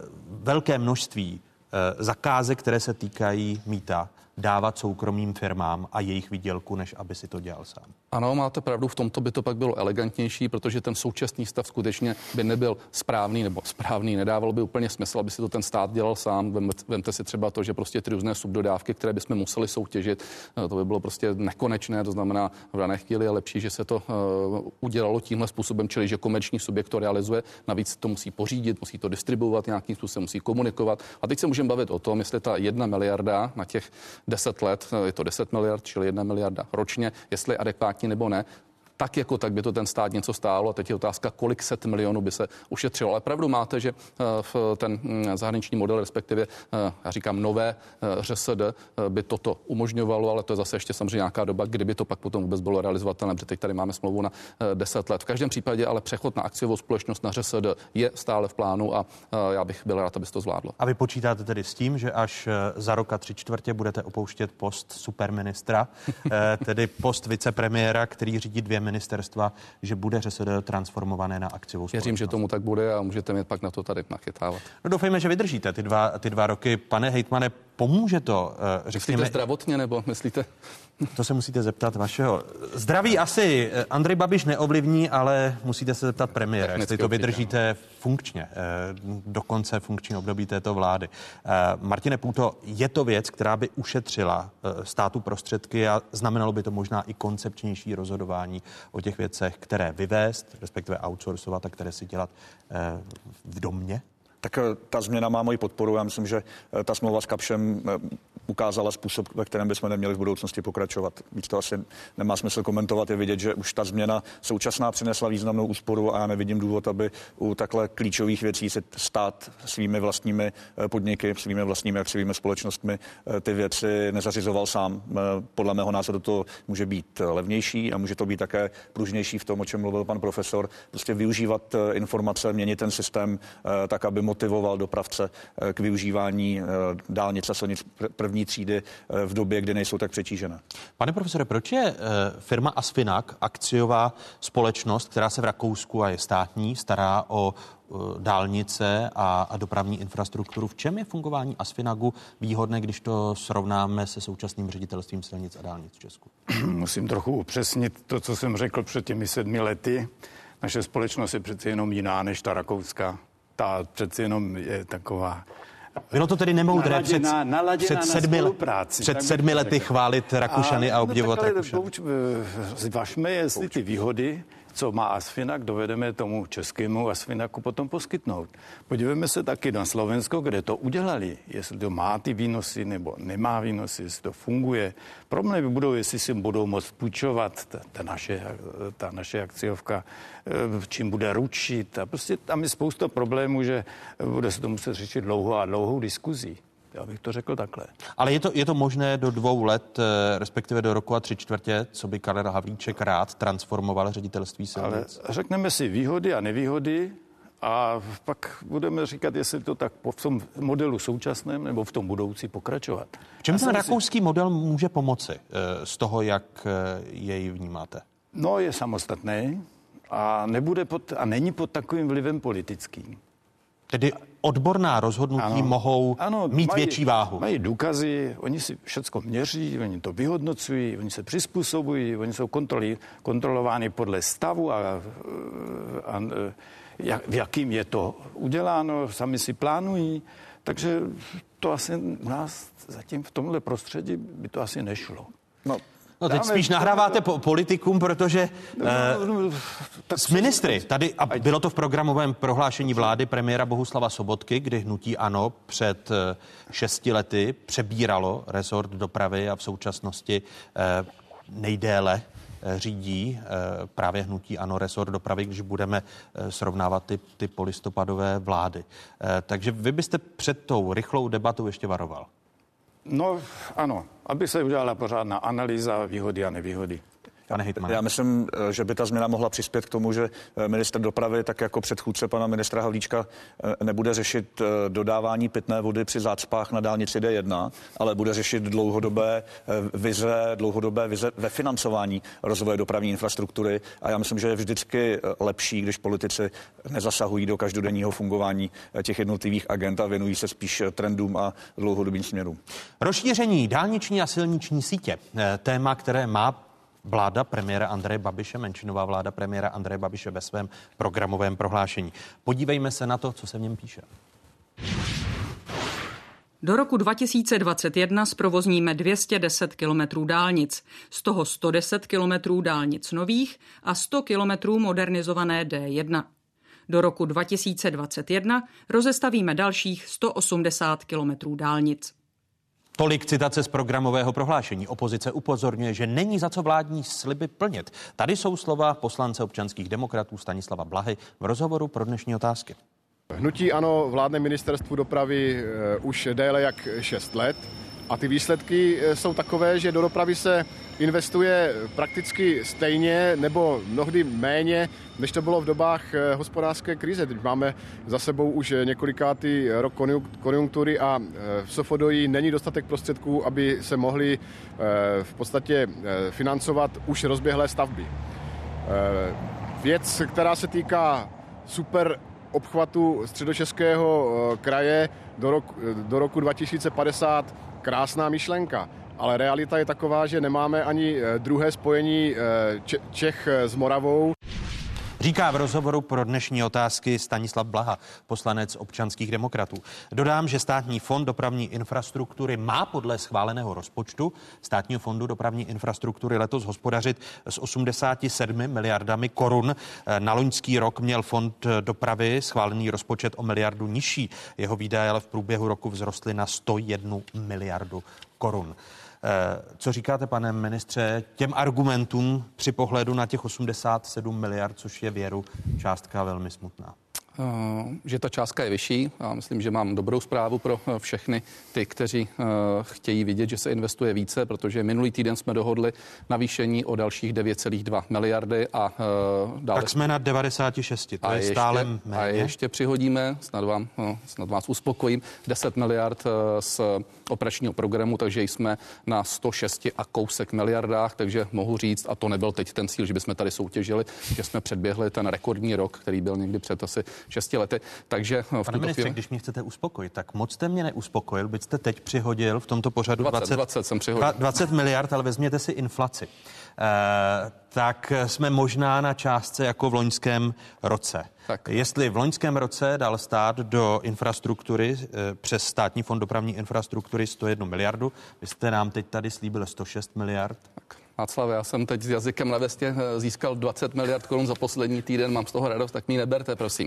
velké množství zakázek, které se týkají mýta, dávat soukromým firmám a jejich výdělku, než aby si to dělal sám. Ano, máte pravdu, v tomto by to pak bylo elegantnější, protože ten současný stav skutečně by nebyl správný nebo správný, nedávalo by úplně smysl, aby si to ten stát dělal sám. Vemte si třeba to, že prostě ty různé subdodávky, které bychom museli soutěžit, to by bylo prostě nekonečné, to znamená, v dané chvíli je lepší, že se to uh, udělalo tímhle způsobem, čili že komerční subjekt to realizuje, navíc to musí pořídit, musí to distribuovat nějakým způsobem, musí komunikovat. A teď se můžeme bavit o tom, jestli ta jedna miliarda na těch deset let, je to deset miliard, čili jedna miliarda ročně, jestli adekvátní nebo ne. Tak jako tak by to ten stát něco stálo a teď je otázka, kolik set milionů by se ušetřilo. Ale pravdu máte, že v ten zahraniční model, respektive, já říkám, nové ŘSD by toto umožňovalo, ale to je zase ještě samozřejmě nějaká doba, kdyby to pak potom vůbec bylo realizovatelné, protože teď tady máme smlouvu na deset let. V každém případě ale přechod na akciovou společnost na ŘSD je stále v plánu a já bych byl rád, aby se to zvládlo. A vy počítáte tedy s tím, že až za rok a tři čtvrtě budete opouštět post superministra, tedy post vicepremiéra, který řídí dvě ministerstva, že bude ŘSD transformované na akciovou společnost. Věřím, že tomu tak bude a můžete mě pak na to tady nachytávat. No doufejme, že vydržíte ty dva, ty dva roky. Pane hejtmane, pomůže to, řekněme... Myslíte zdravotně, nebo myslíte... To se musíte zeptat vašeho. Zdraví asi Andrej Babiš neovlivní, ale musíte se zeptat premiéra, jestli to vydržíte funkčně, do konce funkční období této vlády. Martine Půto, je to věc, která by ušetřila státu prostředky a znamenalo by to možná i koncepčnější rozhodování o těch věcech, které vyvést, respektive outsourcovat a které si dělat v domě? Tak ta změna má moji podporu. Já myslím, že ta smlouva s Kapschem ukázala způsob, ve kterém bychom neměli v budoucnosti pokračovat. Víc to asi nemá smysl komentovat, je vidět, že už ta změna současná přinesla významnou úsporu a já nevidím důvod, aby u takhle klíčových věcí se stát svými vlastními podniky, svými vlastními akciovými společnostmi ty věci nezařizoval sám. Podle mého názoru to může být levnější a může to být také pružnější v tom, o čem mluvil pan profesor. Prostě využívat informace, měnit ten systém tak, aby motivoval dopravce k využívání dálnic a silnic první třídy v době, kdy nejsou tak přetížené. Pane profesore, proč je firma Asfinag, akciová společnost, která se v Rakousku a je státní, stará o dálnice a, a dopravní infrastrukturu. V čem je fungování Asfinagu výhodné, když to srovnáme se současným ředitelstvím silnic a dálnic v Česku? Musím trochu upřesnit to, co jsem řekl před těmi sedmi lety. Naše společnost je přeci jenom jiná než ta rakouská. Ta přeci jenom je taková... Bylo to tedy nemoudré naladěná, před, před sedmi, před sedmi lety chválit Rakušany a, a obdivovat no, Rakušany? Zvažme, jestli ty výhody, co má Asfinag, dovedeme tomu českému Asfinagu potom poskytnout. Podívejme se taky na Slovensko, kde to udělali. Jestli to má ty výnosy nebo nemá výnosy, jestli to funguje. Problémy budou, jestli si budou moct půjčovat ta, ta, naše, ta naše akciovka, čím bude ručit. A prostě tam je spousta problémů, že bude se to muset řešit dlouho a dlouhou diskuzí. Já bych to řekl takhle. Ale je to, je to možné do dvou let, respektive do roku a tři čtvrtě, co by Karel Havlíček rád transformoval ředitelství silnic? Ale řekneme si výhody a nevýhody a pak budeme říkat, jestli to tak v tom modelu současném nebo v tom budoucí pokračovat. V čem ten si... rakouský model může pomoci z toho, jak jej vnímáte? No, je samostatný a, nebude pod, a není pod takovým vlivem politickým. Tedy odborná rozhodnutí ano, mohou ano, mít mají, větší váhu. Mají důkazy, oni si všecko měří, oni to vyhodnocují, oni se přizpůsobují, oni jsou kontroli, kontrolováni podle stavu a, a, a jak, v jakým je to uděláno, sami si plánují. Takže to asi u nás zatím v tomhle prostředí by to asi nešlo. No. No teď spíš nahráváte po politikům, protože uh, s ministry, tady, a bylo to v programovém prohlášení vlády premiéra Bohuslava Sobotky, kdy hnutí ANO před uh, šesti lety přebíralo rezort dopravy a v současnosti uh, nejdéle uh, řídí uh, právě hnutí ANO rezort dopravy, když budeme uh, srovnávat ty, ty polistopadové vlády. Uh, takže vy byste před tou rychlou debatou ještě varoval. No ano, aby se udělala pořádná analýza výhody a nevýhody. Já myslím, že by ta změna mohla přispět k tomu, že ministr dopravy, tak jako předchůdce pana ministra Havlíčka, nebude řešit dodávání pitné vody při zácpách na dálnici D jedna, ale bude řešit dlouhodobé vize, dlouhodobé vize ve financování rozvoje dopravní infrastruktury. A já myslím, že je vždycky lepší, když politici nezasahují do každodenního fungování těch jednotlivých agent a věnují se spíš trendům a dlouhodobým směrům. Rozšíření dálniční a silniční sítě, téma, které má vláda premiéra Andreje Babiše, menšinová vláda premiéra Andreje Babiše ve svém programovém prohlášení. Podívejme se na to, co se v něm píše. Do roku dva tisíce dvacet jedna zprovozníme dvě stě deset kilometrů dálnic, z toho sto deset kilometrů dálnic nových a sto kilometrů modernizované D jedna. Do roku dva tisíce dvacet jedna rozestavíme dalších sto osmdesát kilometrů dálnic. Tolik citace z programového prohlášení. Opozice upozorňuje, že není za co vládní sliby plnit. Tady jsou slova poslance občanských demokratů Stanislava Blahy v rozhovoru pro dnešní otázky. Hnutí ANO vládne ministerstvu dopravy už déle jak šest let a ty výsledky jsou takové, že do dopravy se investuje prakticky stejně nebo mnohdy méně, než to bylo v dobách hospodářské krize. Teď máme za sebou už několikátý rok konjunktury a v SFDI není dostatek prostředků, aby se mohly v podstatě financovat už rozběhlé stavby. Věc, která se týká super obchvatu Středočeského kraje do roku, do roku dva tisíce padesát, krásná myšlenka. Ale realita je taková, že nemáme ani druhé spojení Čech s Moravou. Říká v rozhovoru pro dnešní otázky Stanislav Blaha, poslanec občanských demokratů. Dodám, že Státní fond dopravní infrastruktury má podle schváleného rozpočtu Státního fondu dopravní infrastruktury letos hospodařit s osmdesáti sedmi miliardami korun. Na loňský rok měl fond dopravy schválený rozpočet o miliardu nižší. Jeho výdaje ale v průběhu roku vzrostly na sto jednu miliardu korun. Co říkáte, pane ministře, těm argumentům při pohledu na těch osmdesát sedm miliard, což je věru částka velmi smutná? Že ta částka je vyšší a myslím, že mám dobrou zprávu pro všechny ty, kteří chtějí vidět, že se investuje více, protože minulý týden jsme dohodli navýšení o dalších devět celá dva miliardy a dále... Tak jsme na devadesát šest, to a je ještě, stále méně. A ještě přihodíme, snad, vám, snad vás uspokojím, deset miliard z operačního programu, takže jsme na sto šest a kousek miliardách, takže mohu říct, a to nebyl teď ten cíl, že bychom tady soutěžili, že jsme předběhli ten rekordní rok, který byl někdy před asi šesti lety. Takže v Pane ministře, chvíli... když mě chcete uspokojit, tak moc jste mě neuspokojil, byť jste teď přihodil v tomto pořadu dvacet, dvacet, dvacet jsem přihodil. dvacet miliard, ale vezměte si inflaci. E, tak jsme možná na částce jako v loňském roce. Tak. Jestli v loňském roce dal stát do infrastruktury e, přes Státní fond dopravní infrastruktury sto jednu miliardu, vy jste nám teď tady slíbil sto šest miliard. Tak. Václav, já jsem teď s jazykem na vestě získal dvacet miliard korun za poslední týden, mám z toho radost, tak mi neberte, prosím.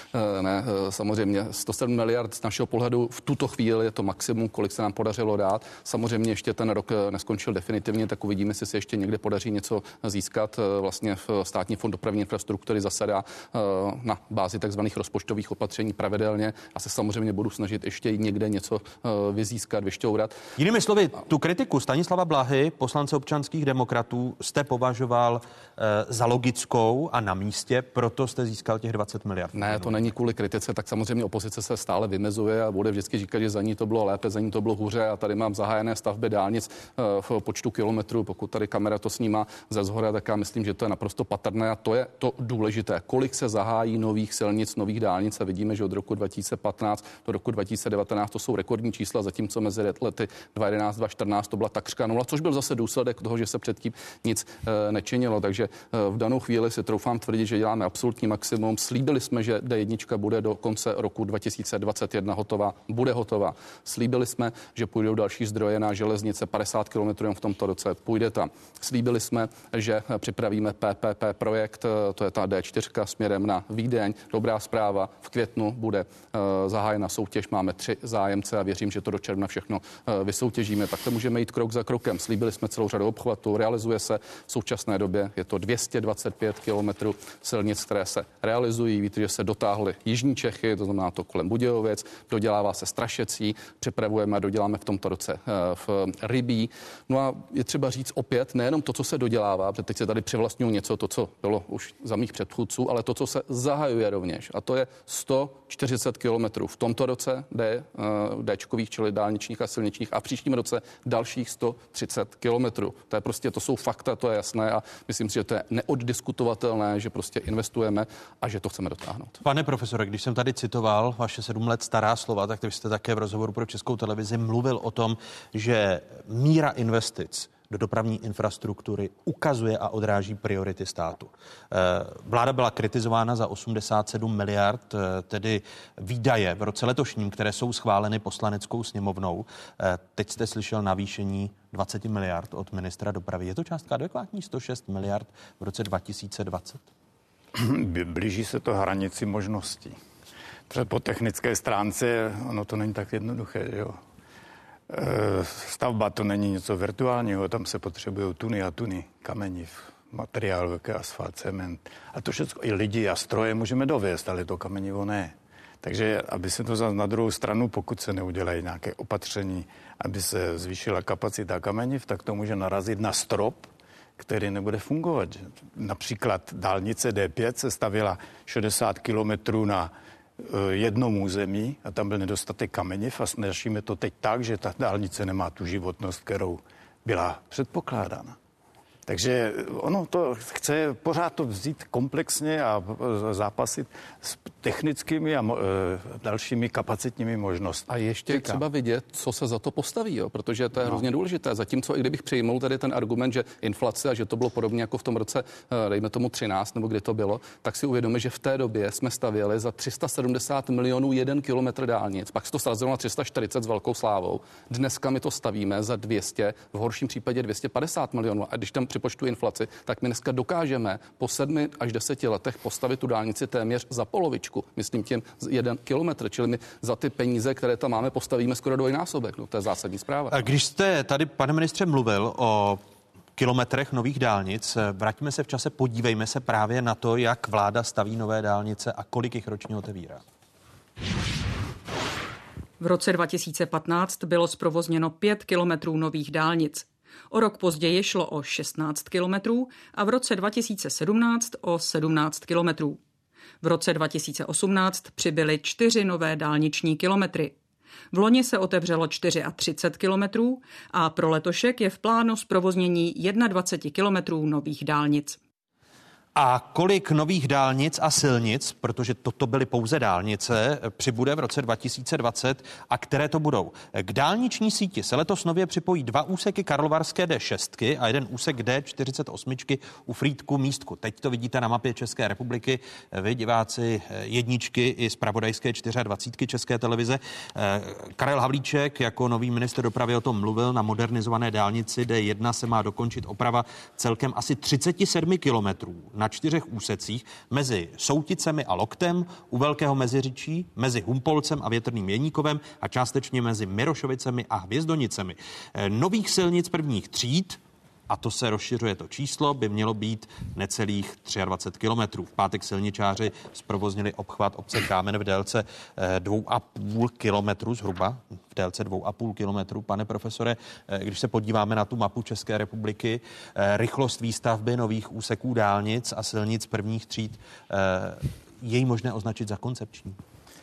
Ne, samozřejmě sto sedm miliard z našeho pohledu v tuto chvíli je to maximum, kolik se nám podařilo dát. Samozřejmě ještě ten rok neskončil definitivně, tak uvidíme, jestli se ještě někde podaří něco získat. Vlastně v Státní fond dopravní infrastruktury zasedá na bázi takzvaných rozpočtových opatření pravidelně a se samozřejmě budu snažit ještě někde něco vyzískat, vyšťourat. Jinými slovy, tu kritiku Stanislava Blahy, poslance občanských demokratů, jste považoval e, za logickou a na místě, proto jste získal těch dvacet miliard. Ne, to není kvůli kritice, tak samozřejmě opozice se stále vymezuje a bude vždycky říkat, že za ní to bylo lépe, za ní to bylo hůře a tady mám zahájené stavby dálnic e, v počtu kilometrů, pokud tady kamera to snímá ze zhora, tak já myslím, že to je naprosto patrné a to je to důležité. Kolik se zahájí nových silnic, nových dálnic a vidíme, že od roku dva tisíce patnáct do roku dva tisíce devatenáct to jsou rekordní čísla, zatímco mezi lety dva tisíce jedenáct dva tisíce čtrnáct to byla takřka nula, což byl zase důsledek toho, že se předtím nic e, nečinilo. Takže e, v danou chvíli si troufám tvrdit, že děláme absolutní maximum. Slíbili jsme, že D jedna bude do konce roku dva tisíce dvacet jedna hotová, bude hotová. Slíbili jsme, že půjdou další zdroje na železnice padesát kilometrů v tomto roce. Půjde tam. Slíbili jsme, že připravíme P P P projekt, to je ta D čtyři směrem na Vídeň. Dobrá zpráva, v květnu bude e, zahájena soutěž. Máme tři zájemce a věřím, že to do června všechno e, vysoutěžíme. Tak to můžeme jít krok za krokem. Slíbili jsme celou řadu obchvatů, realizuje se v současné době. Je to dvě stě dvacet pět kilometrů silnic, které se realizují. Víte, že se dotáhly jižní Čechy, to znamená to kolem Budějovic, dodělává se Strašecí, připravujeme a doděláme v tomto roce v Rybí. No a je třeba říct opět, nejenom to, co se dodělává, protože teď se tady přivlastňují něco, to, co bylo už za mých předchůdců, ale to, co se zahajuje rovněž. A to je sto čtyřicet kilometrů v tomto roce D, Dčkových, čili dálničních a silničních a v příštím roce dalších sto třicet kilometrů. To je prostě, to jsou fakta, to je jasné a myslím si, že to je neoddiskutovatelné, že prostě investujeme a že to chceme dotáhnout. Pane profesore, když jsem tady citoval vaše sedm let stará slova, tak vy jste také v rozhovoru pro Českou televizi mluvil o tom, že míra investic do dopravní infrastruktury ukazuje a odráží priority státu. Vláda byla kritizována za osmdesát sedm miliard, tedy výdaje v roce letošním, které jsou schváleny poslaneckou sněmovnou. Teď jste slyšel navýšení dvacet miliard od ministra dopravy. Je to částka adekvátní sto šest miliard v roce dva tisíce dvacet? Blíží se to hranici možností. Třeba po technické stránce, ono to není tak jednoduché, jo. Stavba to není něco virtuálního, tam se potřebují tuny a tuny kamení, materiál, velký asfalt, cement. A to všechno i lidi a stroje můžeme dovézt, ale to kamenivo ne. Takže aby se to zase na druhou stranu, pokud se neudělají nějaké opatření, aby se zvýšila kapacita kameniv, tak to může narazit na strop, který nebude fungovat. Například dálnice D pět se stavila šedesát kilometrů na jednom území a tam byl nedostatek kameniv a snažíme to teď tak, že ta dálnice nemá tu životnost, kterou byla předpokládána. Takže ono to chce pořád to vzít komplexně a zápasit s technickými a dalšími kapacitními možnostmi. A ještě Říkám. třeba vidět, co se za to postaví, jo? Protože to je no. hrozně důležité. Zatímco i kdybych přijmul tady ten argument, že inflace a že to bylo podobně jako v tom roce, dejme tomu třináct nebo kdy to bylo, tak si uvědomíme, že v té době jsme stavěli za tři sta sedmdesát milionů jeden kilometr dálnic, pak se to srazilo na tři sta čtyřicet s velkou slávou. Dneska my to stavíme za dvě stě, v horším případě dvě stě padesát milionů. A když tam připočtu inflaci, tak my dneska dokážeme po sedmi až deseti letech postavit tu dálnici téměř za polovičku. Myslím tím jeden kilometr, čili my za ty peníze, které tam máme, postavíme skoro dvojnásobek. No, to je zásadní zpráva. A když jste tady, pane ministře, mluvil o kilometrech nových dálnic, vraťme se v čase, podívejme se právě na to, jak vláda staví nové dálnice a kolik jich ročně otevírá. V roce dva tisíce patnáct bylo zprovozněno pět kilometrů nových dálnic. O rok později šlo o šestnáct kilometrů a v roce dva tisíce sedmnáct o sedmnáct kilometrů. V roce dva tisíce osmnáct přibyly čtyři nové dálniční kilometry. V loni se otevřelo třicet čtyři kilometrů a pro letošek je v plánu zprovoznění dvacet jedna kilometrů nových dálnic. A kolik nových dálnic a silnic, protože toto byly pouze dálnice, přibude v roce dva tisíce dvacet a které to budou? K dálniční síti se letos nově připojí dva úseky karlovarské dé šest a jeden úsek dé čtyřicet osm u Frýdku Místku. Teď to vidíte na mapě České republiky, vy diváci jedničky i zpravodajské dvacet čtyři České televize. Karel Havlíček jako nový ministr dopravy o tom mluvil. Na modernizované dálnici dé jedna se má dokončit oprava celkem asi třicet sedm kilometrů na čtyřech úsecích mezi Souticemi a Loktem, u Velkého Meziříčí, mezi Humpolcem a Větrným Jeníkovem a částečně mezi Mirošovicemi a Hvězdonicemi. Nových silnic prvních tříd, a to se rozšiřuje to číslo, by mělo být necelých dvacet tři kilometrů. V pátek silničáři zprovoznili obchvat obce Kámen v délce dvou a půl kilometru zhruba, v délce dvou a půl kilometru. Pane profesore, když se podíváme na tu mapu České republiky, rychlost výstavby nových úseků dálnic a silnic prvních tříd, je ji možné označit za koncepční?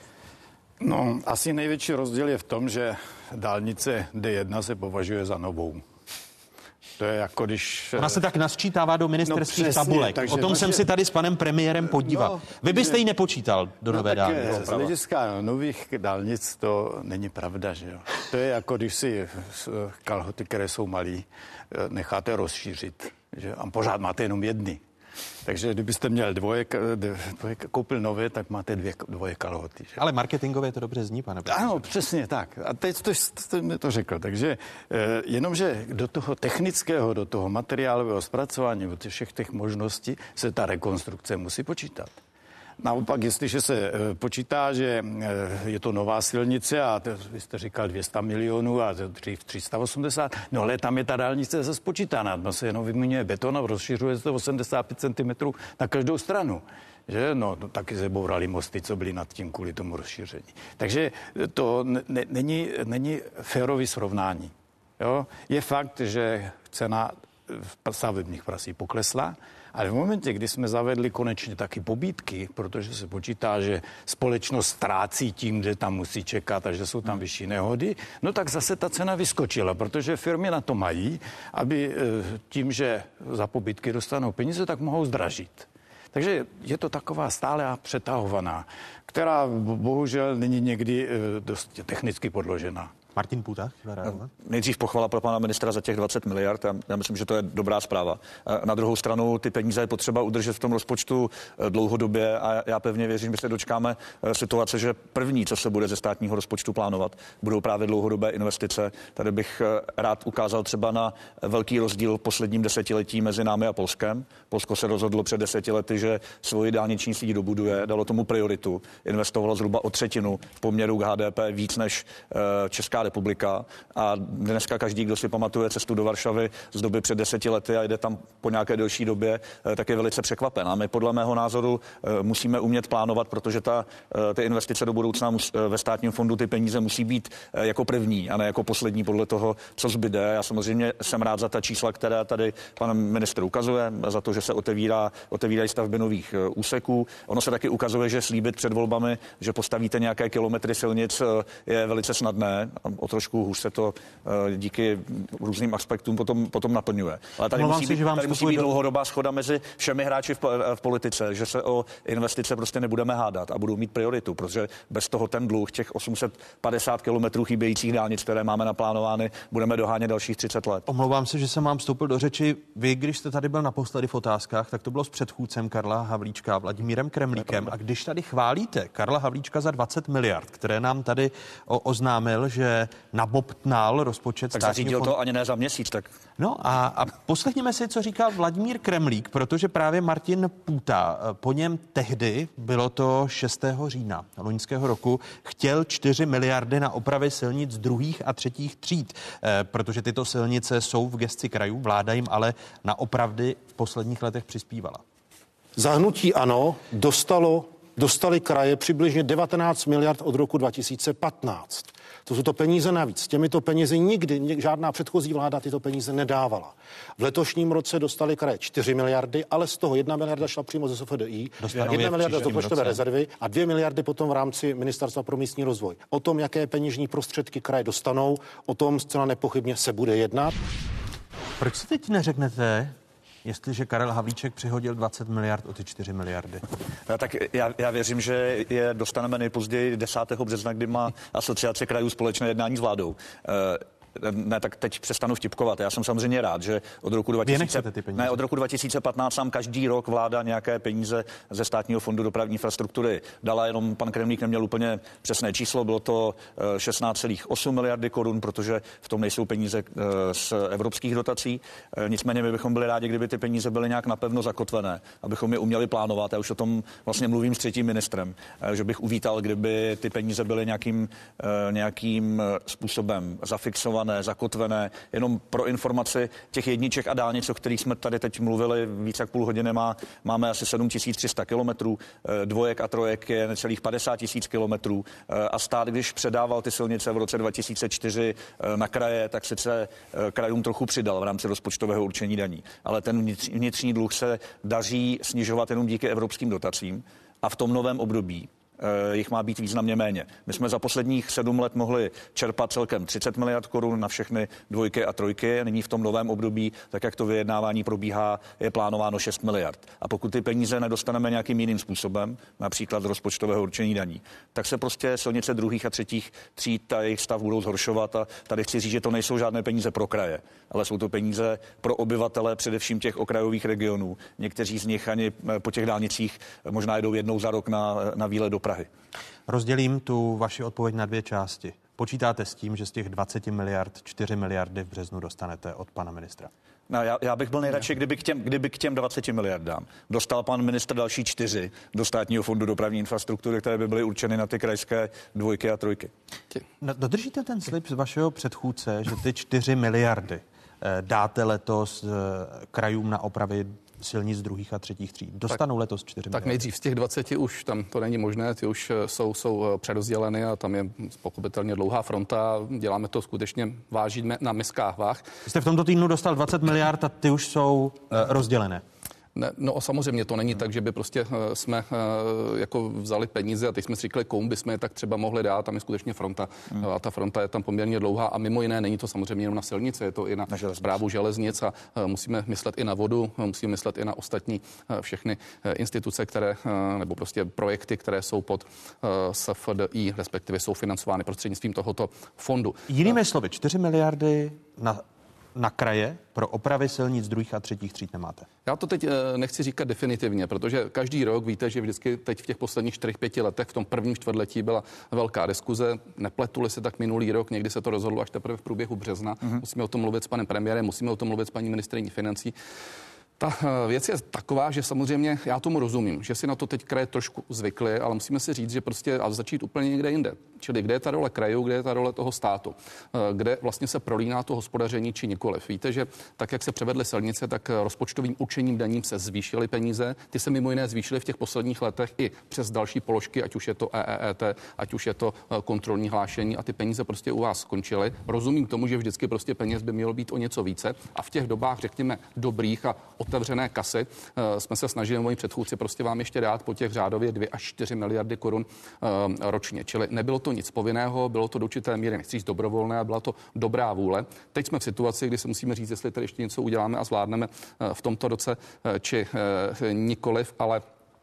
No, asi největší rozdíl je v tom, že dálnice dé jedna se považuje za novou. To je jako když... Ona se tak nasčítává do ministerských no, tabulek. Takže, o tom takže, jsem si tady s panem premiérem podíval. No, Vy byste ji nepočítal do no, nové dálnice. Z hlediska nových dálnic to není pravda, že jo. To je jako když si kalhoty, které jsou malý, necháte rozšířit. Že? A pořád máte jenom jedny. Takže kdybyste měl dvoje, dvoje koupil nové, tak máte dvě, dvoje kalhoty. Že? Ale marketingově to dobře zní, pane profesor. Ano, přesně tak. A teď to, jste mi to řekl. Takže eh, jenomže do toho technického, do toho materiálového zpracování, do těch všech těch možností se ta rekonstrukce musí počítat. Naopak, jestliže se e, počítá, že e, je to nová silnice a to, vy jste říkal dvě stě milionů a dřív tři sta osmdesát, no ale tam je ta dálnice zase spočítána. No se jenom vyměňuje beton a rozšiřuje se to osmdesát pět centimetrů na každou stranu. Že? No, no taky se bourali mosty, co byly nad tím kvůli tomu rozšíření. Takže to ne, není, není férový srovnání. Jo? Je fakt, že cena stavebních prací poklesla, ale v momentě, kdy jsme zavedli konečně taky pobídky, protože se počítá, že společnost ztrácí tím, že tam musí čekat a že jsou tam vyšší nehody, no tak zase ta cena vyskočila, protože firmy na to mají, aby tím, že za pobídky dostanou peníze, tak mohou zdražit. Takže je to taková stále a přetahovaná, která bohužel není někdy dost technicky podložená. Martin Půta. Nejdřív pochvala pro pana ministra za těch dvacet miliard. Já, já myslím, že to je dobrá zpráva. Na druhou stranu ty peníze je potřeba udržet v tom rozpočtu dlouhodobě a já pevně věřím, že se dočkáme situace, že první, co se bude ze státního rozpočtu plánovat, budou právě dlouhodobé investice. Tady bych rád ukázal třeba na velký rozdíl v posledním desetiletí mezi námi a Polskem. Polsko se rozhodlo před deseti lety, že svoji dálniční síť dobuduje, dalo tomu prioritu, investovalo zhruba o třetinu v poměru k há dé pé víc než Česká republika a dneska každý, kdo si pamatuje cestu do Varšavy z doby před deseti lety a jde tam po nějaké delší době, tak je velice překvapen. A my podle mého názoru musíme umět plánovat, protože ta, ty investice do budoucna ve státním fondu ty peníze musí být jako první a ne jako poslední podle toho, co zbyde. Já samozřejmě jsem rád za ta čísla, která tady pan ministr ukazuje, za to, že se otevírá, otevírají stavby nových úseků. Ono se taky ukazuje, že slíbit před volbami, že postavíte nějaké kilometry silnic, je velice snadné. o trošku hůř se to díky různým aspektům potom, potom naplňuje. Ale tady Mluvám musí si, být, že vám tady musí být do... dlouhodobá shoda mezi všemi hráči v, v politice, že se o investice prostě nebudeme hádat a budou mít prioritu, protože bez toho ten dluh, těch osm set padesát kilometrů chybějících dálnic, které máme naplánovány, budeme dohánět dalších třicet let. Omlouvám se, že jsem vám vstoupil do řeči. Vy, když jste tady byl naposledy v Otázkách, tak to bylo s předchůdcem Karla Havlíčka, Vladimírem Kremlíkem. A když tady chválíte Karla Havlíčka za dvacet miliard, které nám tady o, oznámil, že nabobtnal rozpočet tak státního zařídil fondu. to ani ne za měsíc, tak... No a, a poslechněme si, co říká Vladimír Kremlík, protože právě Martin Půta, po něm tehdy, bylo to šestého října loňského roku, chtěl čtyři miliardy na opravy silnic druhých a třetích tříd, eh, protože tyto silnice jsou v gesci krajů, vláda jim ale na opravdy v posledních letech přispívala. Za hnutí ANO dostalo, dostali kraje přibližně devatenáct miliard od roku dva tisíce patnáct. To jsou to peníze navíc. Těmito penězi nikdy žádná předchozí vláda tyto peníze nedávala. V letošním roce dostali kraje čtyři miliardy, ale z toho jedna miliarda šla přímo ze S F D I, jedna miliarda z rozpočtové rezervy a dvě miliardy potom v rámci Ministerstva pro místní rozvoj. O tom, jaké peněžní prostředky kraje dostanou, o tom zcela nepochybně se bude jednat. Proč si teď neřeknete, jestliže Karel Havlíček přihodil dvacet miliard o ty čtyři miliardy? No, tak já, já věřím, že je dostaneme nejpozději desátého března, kdy má asociace krajů společné jednání s vládou. E- Ne, tak teď přestanu vtipkovat. Já jsem samozřejmě rád, že od roku, dva tisíce, ne, od roku dva tisíce patnáct sám každý rok vláda nějaké peníze ze státního fondu dopravní infrastruktury dala, jenom pan Kremlík neměl úplně přesné číslo, bylo to šestnáct celá osm miliardy korun, protože v tom nejsou peníze z evropských dotací. Nicméně my bychom byli rádi, kdyby ty peníze byly nějak napevno zakotvené, abychom je uměli plánovat. Já už o tom vlastně mluvím s třetím ministrem, že bych uvítal, kdyby ty peníze byly nějakým, nějakým způsobem zafixované, zakotvené. Jenom pro informaci těch jedniček a dálnic, o kterých jsme tady teď mluvili více jak půl hodiny, má, máme asi sedm tisíc tři sta kilometrů, dvojek a trojek je necelých padesát tisíc kilometrů a stát, když předával ty silnice v roce dva tisíce čtyři na kraje, tak sice krajům trochu přidal v rámci rozpočtového určení daní, ale ten vnitřní dluh se daří snižovat jenom díky evropským dotacím a v tom novém období jich má být významně méně. My jsme za posledních sedm let mohli čerpat celkem třicet miliard korun na všechny dvojky a trojky. Nyní v tom novém období, tak jak to vyjednávání probíhá, je plánováno šest miliard. A pokud ty peníze nedostaneme nějakým jiným způsobem, například z rozpočtového určení daní, tak se prostě silnice druhých a třetích tříd a jejich stav budou zhoršovat. A tady chci říct, že to nejsou žádné peníze pro kraje, ale jsou to peníze pro obyvatele, především těch okrajových regionů. Někteří z nich ani po těch dálnicích možná jedou jednou za rok na, na výlet do Prahy. Rozdělím tu vaši odpověď na dvě části. Počítáte s tím, že z těch dvacet miliard čtyři miliardy v březnu dostanete od pana ministra? No, já, já bych byl nejradši, kdyby k, těm, kdyby k těm dvaceti miliardám dostal pan ministr další čtyři do státního fondu dopravní infrastruktury, které by byly určeny na ty krajské dvojky a trojky. Dodržíte ten slib z vašeho předchůdce, že ty čtyři miliardy dáte letos krajům na opravy silnic druhých a třetích tříd? Dostanou tak, letos čtyři miliardy. Tak nejdřív z těch dvaceti už tam to není možné, ty už jsou, jsou přerozděleny a tam je pochopitelně dlouhá fronta. Děláme to skutečně, vážíme na miskách váh. Jste v tomto týdnu dostal dvacet miliard a ty už jsou uh, rozdělené. Ne, no samozřejmě to není hmm. tak, že by prostě uh, jsme uh, jako vzali peníze a teď jsme si říkali, komu bychom je tak třeba mohli dát, tam je skutečně fronta hmm. a ta fronta je tam poměrně dlouhá a mimo jiné není to samozřejmě jenom na silnici, je to i na, na správu železnic a uh, musíme myslet i na vodu, musíme myslet i na ostatní uh, všechny uh, instituce, které, uh, nebo prostě projekty, které jsou pod uh, S F D I, respektive jsou financovány prostřednictvím tohoto fondu. Jinými uh, slovy, čtyři miliardy na na kraje pro opravy silnic druhých a třetích tříd nemáte? Já to teď nechci říkat definitivně, protože každý rok víte, že vždycky teď v těch posledních čtyřech, pěti letech v tom prvním čtvrtletí byla velká diskuze. Nepletuli se tak minulý rok, někdy se to rozhodlo až teprve v průběhu března. Uh-huh. Musíme o tom mluvit s panem premiérem, musíme o tom mluvit s paní ministryní financí. Ta věc je taková, že samozřejmě já tomu rozumím, že si na to teď kraje trošku zvykly, ale musíme si říct, že prostě a začít úplně někde jinde. Čili kde je ta role krajů, kde je ta role toho státu, kde vlastně se prolíná to hospodaření či nikoliv. Víte, že tak, jak se převedly silnice, tak rozpočtovým určením daním se zvýšily peníze. Ty se mimo jiné zvýšily v těch posledních letech i přes další položky, ať už je to E E E T, ať už je to kontrolní hlášení a ty peníze prostě u vás skončily. Rozumím tomu, že vždycky prostě peněz by mělo být o něco více a v těch dobách, řekněme, dobrých a otevřené kasy jsme se snažili, moji předchůdci, prostě vám ještě dát po těch řádově dvě až čtyři miliardy korun ročně. Čili nebylo to nic povinného, bylo to do určité míry, nechci říct dobrovolné, a byla to dobrá vůle. Teď jsme v situaci, kdy se musíme říct, jestli tady ještě něco uděláme a zvládneme v tomto roce, či nikoliv, ale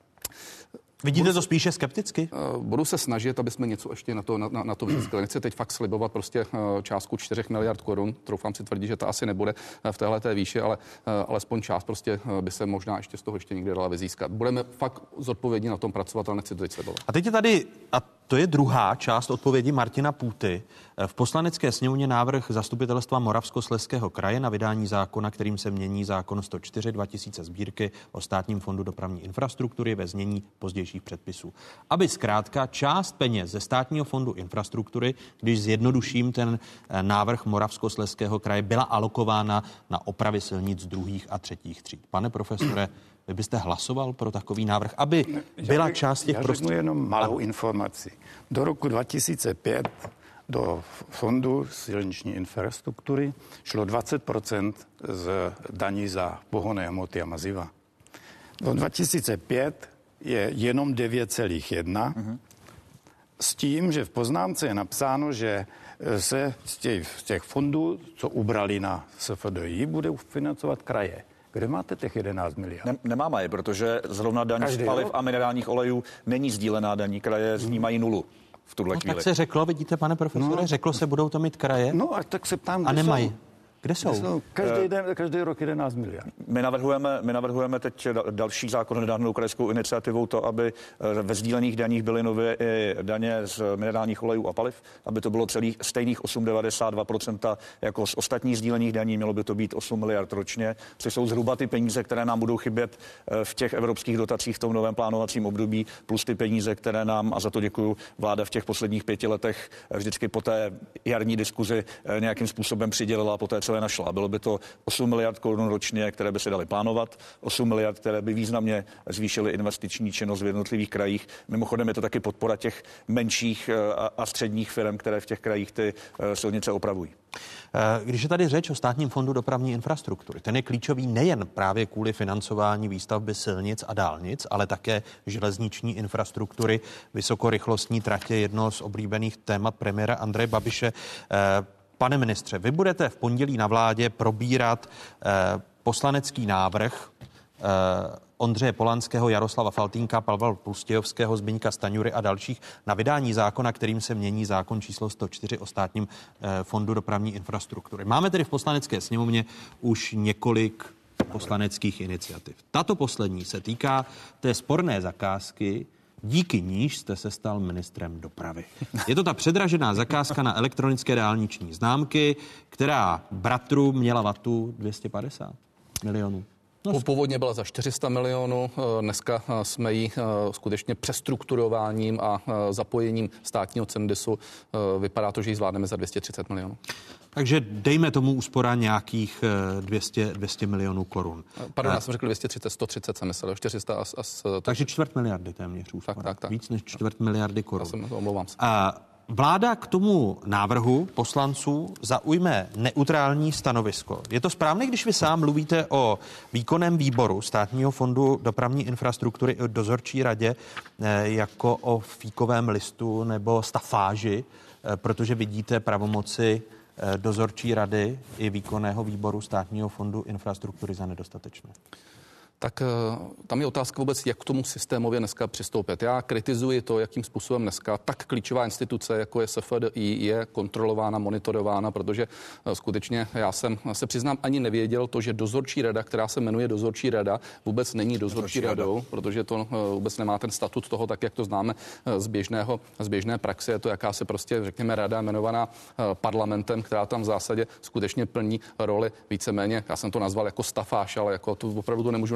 vidíte to spíše skepticky? Budu se snažit, aby jsme něco ještě na to, na, na to získali. Nechci teď fakt slibovat prostě částku čtyři miliard korun. Troufám si tvrdit, že to asi nebude v téhleté výši, ale alespoň část prostě by se možná ještě z toho ještě někde dala vyzískat. Budeme fakt zodpovědní na tom pracovat, ale nechci to teď slibovat. A teď je tady, a to je druhá část odpovědi Martina Půty. V Poslanecké sněmovně návrh Zastupitelstva Moravskoslezského kraje na vydání zákona, kterým se mění zákon sto čtyři dva tisíce sbírky o Státním fondu dopravní infrastruktury ve znění pozdějších předpisů. Aby zkrátka část peněz ze Státního fondu infrastruktury, když zjednoduším ten návrh Moravskoslezského kraje, byla alokována na opravy silnic druhých a třetích tříd. Pane profesore, vy byste hlasoval pro takový návrh, aby byla část těch prostředků? Já řeknu jenom malou informaci. Do roku dva tisíce pět do fondu silniční infrastruktury šlo dvacet procent z daní za pohonné hmoty a maziva. Do dva tisíce pět je jenom devět celá jedna uh-huh. s tím, že v poznámce je napsáno, že se z těch, z těch fondů, co ubrali na S F D I, bude financovat kraje. Kde máte těch jedenáct miliard? Ne, nemáme je, protože zrovna daň z paliv a minerálních olejů není sdílená daní. Kraje z ní mají nulu v tuhle no, chvíli. Tak se řeklo, vidíte, pane profesore, no, řeklo se, budou to mít kraje. No a tak se ptám, a nemají. Jsou? Kde jsou? Kde jsou? Každý, den, každý rok jedenáct miliard. My navrhujeme, my navrhujeme teď další zákon nedávnou krajskou iniciativou to, aby ve sdílených daních byly nově i daně z minerálních olejů a paliv, aby to bylo celých stejných osm celá devadesát dva procenta jako z ostatních sdílených daní, mělo by to být osm miliard ročně, což jsou zhruba ty peníze, které nám budou chybět v těch evropských dotacích v tom novém plánovacím období, plus ty peníze, které nám, a za to děkuju, vláda v těch posledních pěti letech vždycky po té jarní diskuzi nějakým způsobem přidělila a poté, co je našla. Bylo by to osm miliard korun ročně, které by se daly plánovat, osm miliard, které by významně zvýšily investiční činnost v jednotlivých krajích. Mimochodem je to taky podpora těch menších a středních firm, které v těch krajích ty silnice opravují. Když je tady řeč o Státním fondu dopravní infrastruktury, ten je klíčový nejen právě kvůli financování výstavby silnic a dálnic, ale také železniční infrastruktury, vysokorychlostní tratě, jedno z oblíbených témat premiéra Andreje Babiše. Pane ministře, vy budete v pondělí na vládě probírat eh, poslanecký návrh eh, Ondřeje Polanského, Jaroslava Faltýnka, Pavla Pustějovského, Zbyňka Stanjury a dalších na vydání zákona, kterým se mění zákon číslo sto čtyři o Státním eh, fondu dopravní infrastruktury. Máme tedy v Poslanecké sněmovně už několik poslaneckých iniciativ. Tato poslední se týká té sporné zakázky, díky níž jste se stal ministrem dopravy. Je to ta předražená zakázka na elektronické dálniční známky, která bratru měla vatu dvě stě padesát milionů. No, původně byla za čtyři sta milionů, dneska jsme ji skutečně přestrukturováním a zapojením státního Cendisu. Vypadá to, že ji zvládneme za dvě stě třicet milionů. Takže dejme tomu úspora nějakých dvě stě, dvě stě milionů korun. Pardon, já jsem řekl dvě stě třicet, sto třicet jsem myslel, čtyři sta as, as, Takže čtvrt miliardy téměř úspora. Tak, tak, tak. Víc než čtvrt miliardy korun. Já jsem, omlouvám se. A vláda k tomu návrhu poslanců zaujme neutrální stanovisko. Je to správné, když vy sám mluvíte o výkonném výboru Státního fondu dopravní infrastruktury i o dozorčí radě jako o fíkovém listu nebo stafáži, protože vidíte pravomoci dozorčí rady i výkonného výboru Státního fondu infrastruktury za nedostatečné? Tak tam je otázka vůbec, jak k tomu systémově dneska přistoupit. Já kritizuji to, jakým způsobem dneska tak klíčová instituce, jako je S F D I, je kontrolována, monitorována, protože skutečně já jsem se přiznám ani nevěděl to, že dozorčí rada, která se jmenuje dozorčí rada, vůbec není dozorčí radou, protože to vůbec nemá ten statut toho, tak jak to známe z běžného, z běžné praxe. Je to jakási prostě, řekněme, rada jmenovaná parlamentem, která tam v zásadě skutečně plní roli víceméně, já jsem to nazval jako stafáž, ale jako to opravdu to nemůžu nazvat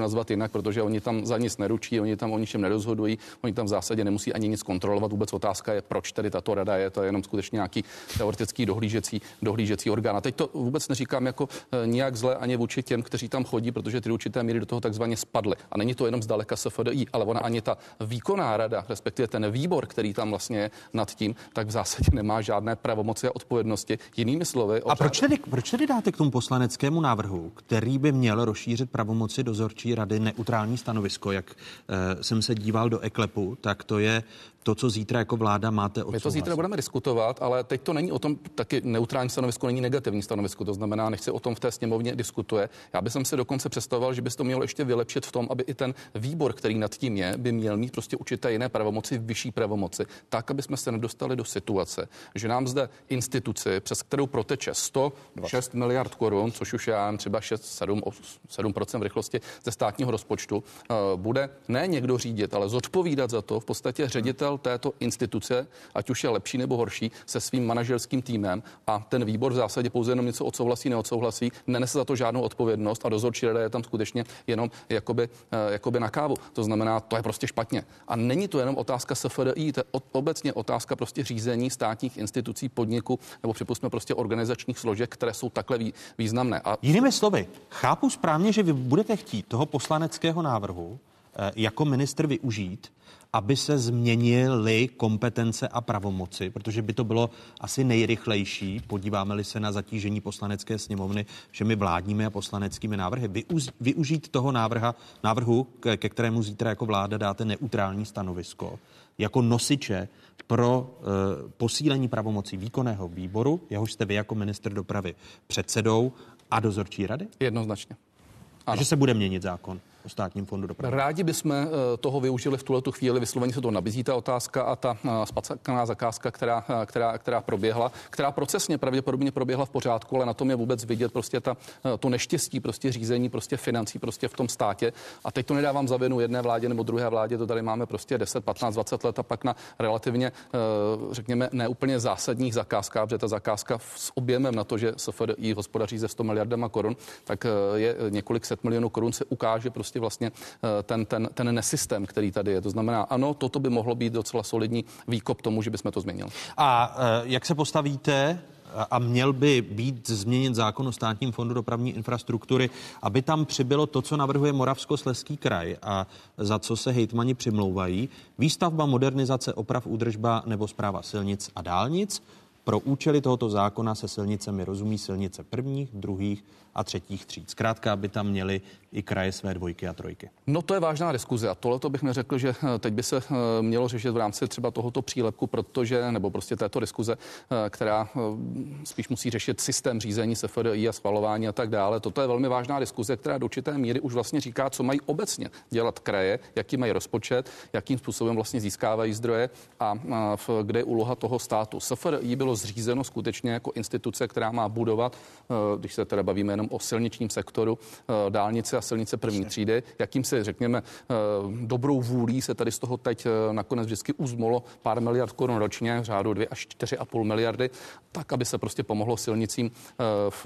nazvat jinak, protože oni tam za nic neručí, oni tam o ničem nerozhodují, oni tam v zásadě nemusí ani nic kontrolovat. Vůbec otázka je, proč tedy tato rada je, to je jenom skutečně nějaký teoretický dohlížecí, dohlížecí orgán. A teď to vůbec neříkám jako nijak zle ani vůči těm, kteří tam chodí, protože ty do určité míry do toho takzvaně spadly. A není to jenom zdaleka S F D I, ale ona ani ta výkonná rada, respektive ten výbor, který tam vlastně je nad tím, tak v zásadě nemá žádné pravomoci a odpovědnosti. Jinými slovy. A proč tedy, proč tedy dáte k tomu poslaneckému návrhu, který by měl rozšířit pravomoci dozorčí rady neutrální stanovisko, jak e, jsem se díval do eKLEPu, tak to je to, co zítra jako vláda máte odsouhlasit. My to zítra budeme diskutovat, ale teď to není o tom, taky neutrální stanovisko není negativní stanovisko, to znamená, nechci o tom v té sněmovně diskutuje. Já bych si dokonce představoval, že by to mělo ještě vylepšit v tom, aby i ten výbor, který nad tím je, by měl mít prostě určité jiné pravomoci, vyšší pravomoci, tak, aby jsme se nedostali do situace, že nám zde instituci, přes kterou proteče sto šest miliard korun, což už je třeba šest sedm procent v rychlosti ze státního rozpočtu, bude ne někdo řídit, ale zodpovídat za to v podstatě ředitel této instituce, ať už je lepší nebo horší, se svým manažerským týmem a ten výbor v zásadě pouze jenom něco odsouhlasí, neodsouhlasí, nenese za to žádnou odpovědnost a dozorčí rada je tam skutečně jenom jakoby, jakoby na kávu. To znamená, to je prostě špatně. A není to jenom otázka S F D I, to je obecně otázka prostě řízení státních institucí, podniků nebo připustíme prostě organizačních složek, které jsou takhle významné. A jinými slovy, chápu správně, že vy budete chtít toho poslaneckého návrhu jako ministr využít, aby se změnily kompetence a pravomoci, protože by to bylo asi nejrychlejší, podíváme-li se na zatížení poslanecké sněmovny všemi vládními a poslaneckými návrhy, Využ, využít toho návrha, návrhu, ke, ke kterému zítra jako vláda dáte neutrální stanovisko, jako nosiče pro e, posílení pravomocí výkonného výboru, jehož jste vy jako ministr dopravy předsedou a dozorčí rady? Jednoznačně. Ano. Že se bude měnit zákon o státním fondu dopravy. Rádi bychom toho využili v tuhletu chvíli, vysloveně se to nabízí ta otázka a ta spackaná zakázka, která, která, která proběhla, která procesně pravděpodobně proběhla v pořádku, ale na tom je vůbec vidět prostě ta, to neštěstí prostě řízení prostě financí prostě v tom státě. A teď to nedávám za vinu jedné vládě nebo druhé vládě, to tady máme prostě deset, patnáct, dvacet let a pak na relativně, řekněme, neúplně zásadních zakázkách, protože ta zakázka s objemem na to, že S F D I hospodaří ze sto miliardama korun, tak je několik set milionů korun se ukáže prostě vlastně ten, ten, ten nesystém, který tady je. To znamená, ano, toto by mohlo být docela solidní výkop tomu, že bychom to změnili. A jak se postavíte a měl by být změnit zákon o státním fondu dopravní infrastruktury, aby tam přibylo to, co navrhuje Moravskoslezský kraj a za co se hejtmani přimlouvají, výstavba, modernizace, oprav, údržba nebo správa silnic a dálnic. Pro účely tohoto zákona se silnicemi rozumí silnice prvních, druhých a třetích tříd. Zkrátka, aby tam měli i kraje své dvojky a trojky. No to je vážná diskuze a tohleto bych neřekl, že teď by se mělo řešit v rámci třeba tohoto přílepku, protože, nebo prostě této diskuze, která spíš musí řešit systém řízení S F D I a schvalování a tak dále. Toto je velmi vážná diskuze, která do určité míry už vlastně říká, co mají obecně dělat kraje, jaký mají rozpočet, jakým způsobem vlastně získávají zdroje a kde je úloha toho státu. S F D I bylo zřízeno skutečně jako instituce, která má budovat, když se teda bavíme jenom o silničním sektoru, dálnice a silnice první třídy, jakým se, řekněme, dobrou vůlí se tady z toho teď nakonec vždycky uzmolo pár miliard korun ročně, v řádu dvě až čtyři a půl miliardy, tak, aby se prostě pomohlo silnicím v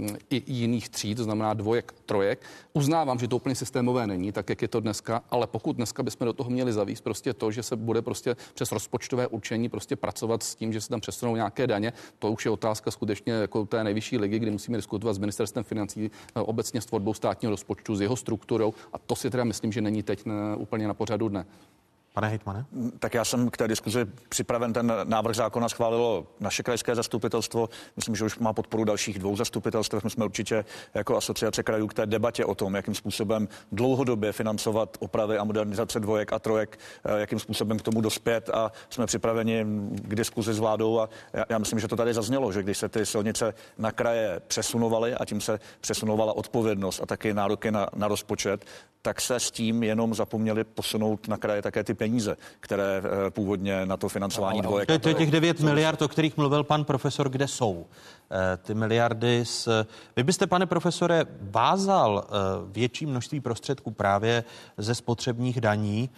i jiných tříd, to znamená dvojek, trojek. Uznávám, že to úplně systémové není, tak jak je to dneska, ale pokud dneska bychom do toho měli zavíst prostě to, že se bude prostě přes rozpočtové určení prostě pracovat s tím, že se tam přesunou nějaké daně, to už je otázka skutečně jako té nejvyšší ligy, kdy musíme diskutovat s ministerstvem financí, obecně s tvorbou státního rozpočtu, s jeho strukturou a to si teda myslím, že není teď ne, úplně na pořadu dne. Pane hejtmane? Tak já jsem k té diskuzi připraven, ten návrh zákona schválilo naše krajské zastupitelstvo. Myslím, že už má podporu dalších dvou zastupitelstv. My jsme určitě jako asociace krajů k té debatě o tom, jakým způsobem dlouhodobě financovat opravy a modernizace dvojek a trojek, jakým způsobem k tomu dospět a jsme připraveni k diskuzi s vládou a já, já myslím, že to tady zaznělo, že když se ty silnice na kraje přesunovaly a tím se přesunovala odpovědnost a taky nároky na, na rozpočet, tak se s tím jenom zapomněli posunout na kraje také ty peníze, které původně na to financování dvojek. To je těch devět miliard, o kterých mluvil pan profesor, kde jsou ty miliardy. S... Vy byste, pane profesore, vázal větší množství prostředků právě ze spotřebních daní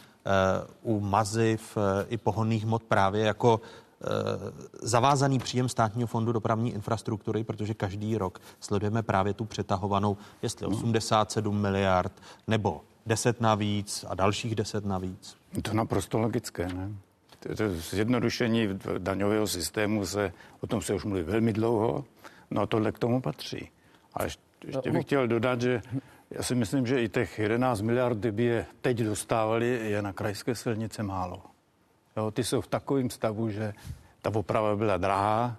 u maziv i pohonných hmot právě jako zavázaný příjem státního fondu dopravní infrastruktury, protože každý rok sledujeme právě tu přetahovanou, jestli osmdesát sedm miliard nebo deset navíc a dalších deset navíc? To naprosto logické, ne? To zjednodušení daňového systému se, o tom se už mluví velmi dlouho, no a tohle k tomu patří. A ještě, ještě bych chtěl dodat, že já si myslím, že i těch jedenáct miliard, kdyby je teď dostávali, je na krajské silnice málo. Jo, ty jsou v takovém stavu, že ta oprava byla drahá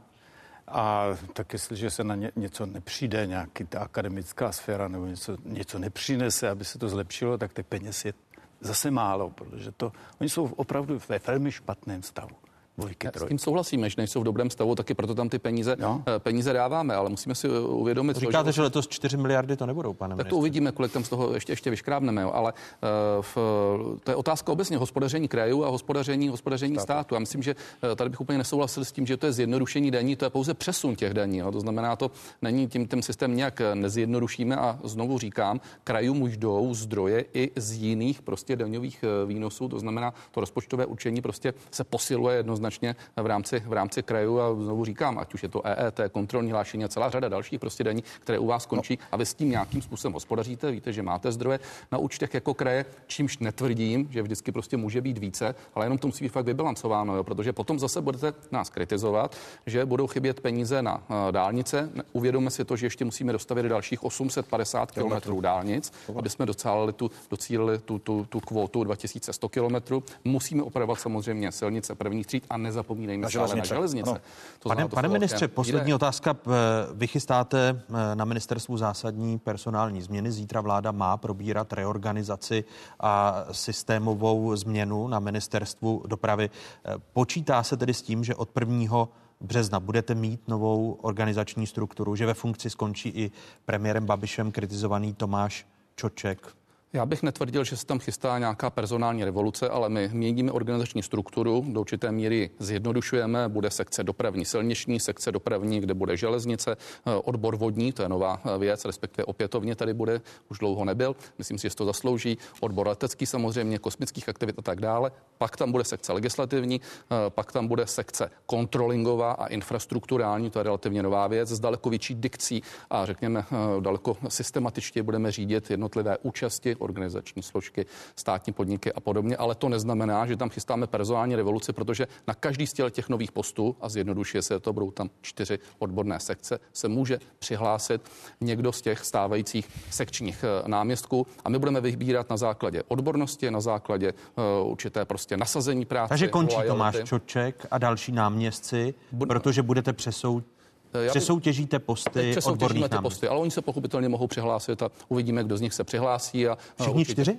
a tak jestliže se na ně, něco nepřijde, nějaký ta akademická sféra nebo něco, něco nepřinese, aby se to zlepšilo, tak těch peněz je zase málo, protože to, oni jsou opravdu ve velmi špatném stavu. Dvojky, S tím souhlasíme, že nejsou v dobrém stavu, taky proto tam ty peníze, no. peníze dáváme, ale musíme si uvědomit... Říkáte, to, že letos čtyři miliardy to nebudou, pane Tak ministře. to uvidíme, kolik tam z toho ještě, ještě vyškrábneme, jo. Ale uh, v, to je otázka obecně hospodaření krajů a hospodaření, hospodaření státu. státu. Já myslím, že uh, tady bych úplně nesouhlasil s tím, že to je zjednodušení daní, to je pouze přesun těch daní. Jo. To znamená, to není tím, ten systém nějak nezjednodušíme a znovu říkám, krajům už jdou zdroje i z jiných prostě daňových výnosů, to znamená, to rozpočtové určení prostě se posiluje jednoznačně v rámci v rámci krajů a znovu říkám, ať už je to E E T, kontrolní hlášení a celá řada dalších prostě daní, které u vás končí no. a vy s tím nějakým způsobem hospodaříte, víte, že máte zdroje na účtech jako kraje, čímž netvrdím, že vždycky prostě může být více, ale jenom to musí být fakt vybilancováno, jo, protože potom zase budete nás kritizovat, že budou chybět peníze na uh, dálnice. Uvědomme si to, že ještě musíme dostavit dalších osm set padesát kilometrů dálnic, aby jsme docílili tu, docílili tu, tu, tu kvotu dva tisíce sto kilometrů. Musíme opravovat samozřejmě silnice prvních tříd a nezapomínejme na železnice. Na železnice. To pane pane ministře, poslední jde. otázka. Vy chystáte na ministerstvu zásadní personální změny. Zítra vláda má probírat reorganizaci a systémovou změnu na ministerstvu dopravy. Počítá se tedy s tím, že od prvního března budete mít novou organizační strukturu, že ve funkci skončí i premiérem Babišem kritizovaný Tomáš Čoček? Já bych netvrdil, že se tam chystá nějaká personální revoluce, ale my měníme organizační strukturu, do určité míry zjednodušujeme, bude sekce dopravní silniční, sekce dopravní, kde bude železnice, odbor vodní, to je nová věc, respektive opětovně tady bude, už dlouho nebyl, myslím si, že to zaslouží, odbor letecký samozřejmě, kosmických aktivit a tak dále, pak tam bude sekce legislativní, pak tam bude sekce kontrolingová a infrastrukturální, to je relativně nová věc, s daleko větší dikcí a řekněme daleko systematičtě budeme řídit jednotlivé účasti, organizační složky, státní podniky a podobně, ale to neznamená, že tam chystáme personální revoluci, protože na každý z těch nových postů, a zjednodušuje se to, budou tam čtyři odborné sekce, se může přihlásit někdo z těch stávajících sekčních náměstků a my budeme vybírat na základě odbornosti, na základě uh, určité prostě nasazení práce. Takže končí Tomáš Čoček a další náměstci, Bud- protože budete přesou Přesoutěžíte posty odborných náměstků. Posty, ale oni se pochopitelně mohou přihlásit a uvidíme, kdo z nich se přihlásí. A, Všichni určitě, čtyři?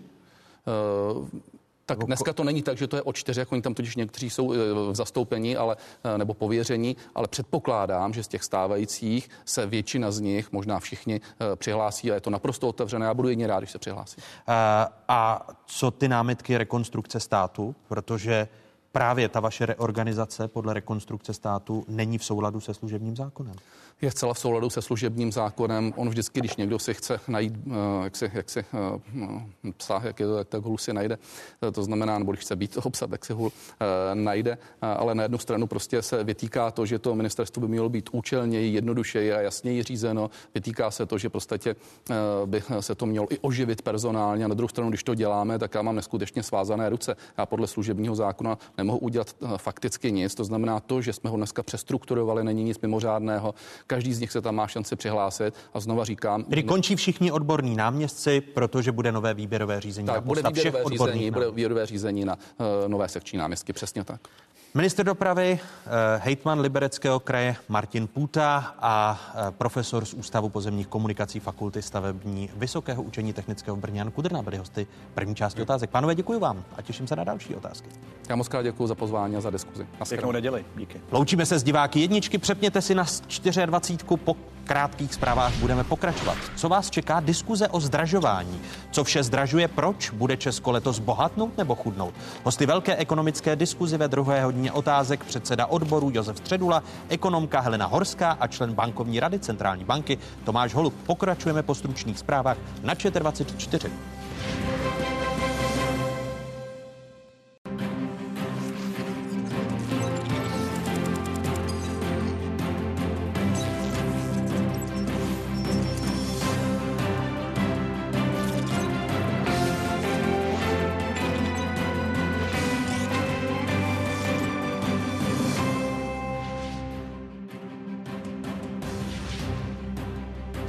Uh, tak dneska to není tak, že to je o čtyři, jako oni tam totiž někteří jsou v zastoupení, ale, nebo pověření, ale předpokládám, že z těch stávajících se většina z nich, možná všichni, přihlásí a je to naprosto otevřené. Já budu jedině rád, když se přihlásí. A, a co ty námitky rekonstrukce státu? Protože právě ta vaše reorganizace podle rekonstrukce státu není v souladu se služebním zákonem. Je zcela v souladu se služebním zákonem. On vždycky, když někdo si chce najít, jak si, jak si psa, jak je to, jak tak hůl si najde, to znamená, nebo když chce být toho psa, tak si hůl najde, ale na jednu stranu prostě se vytýká to, že to ministerstvo by mělo být účelněji, jednodušeji a jasněji řízeno. Vytýká se to, že prostě by se to mělo i oživit personálně a na druhou stranu, když to děláme, tak já mám neskutečně svázané ruce. Já podle služebního zákona nemohu udělat fakticky nic. To znamená to, že jsme ho dneska přestrukturovali, není nic mimořádného. Každý z nich se tam má šanci přihlásit a znova říkám. Tedy končí všichni odborní náměstci, protože bude nové výběrové řízení. Tak, bude výběrové řízení, bude výběrové řízení na uh, nové sekční náměstky, přesně tak. Ministr dopravy, hejtman Libereckého kraje Martin Půta a profesor z Ústavu pozemních komunikací Fakulty stavební Vysokého učení technického v Brně Jan Kudrna byli hosty první části otázek. Pánové, děkuji vám a těším se na další otázky. Já moc krát děkuji za pozvání a za diskuzi. Pěknou neděli. Díky. Loučíme se s diváky jedničky, přepněte si na dvacet čtyři. Po krátkých zprávách budeme pokračovat. Co vás čeká? Diskuze o zdražování. Co vše zdražuje, proč? Bude Česko letos bohatnout nebo chudnout? Hosty velké ekonomické diskuzi ve druhé hodině otázek předseda odboru Josef Středula, ekonomka Helena Horská a člen bankovní rady Centrální banky Tomáš Holub. Pokračujeme po stručných zprávách na dvacet čtyři.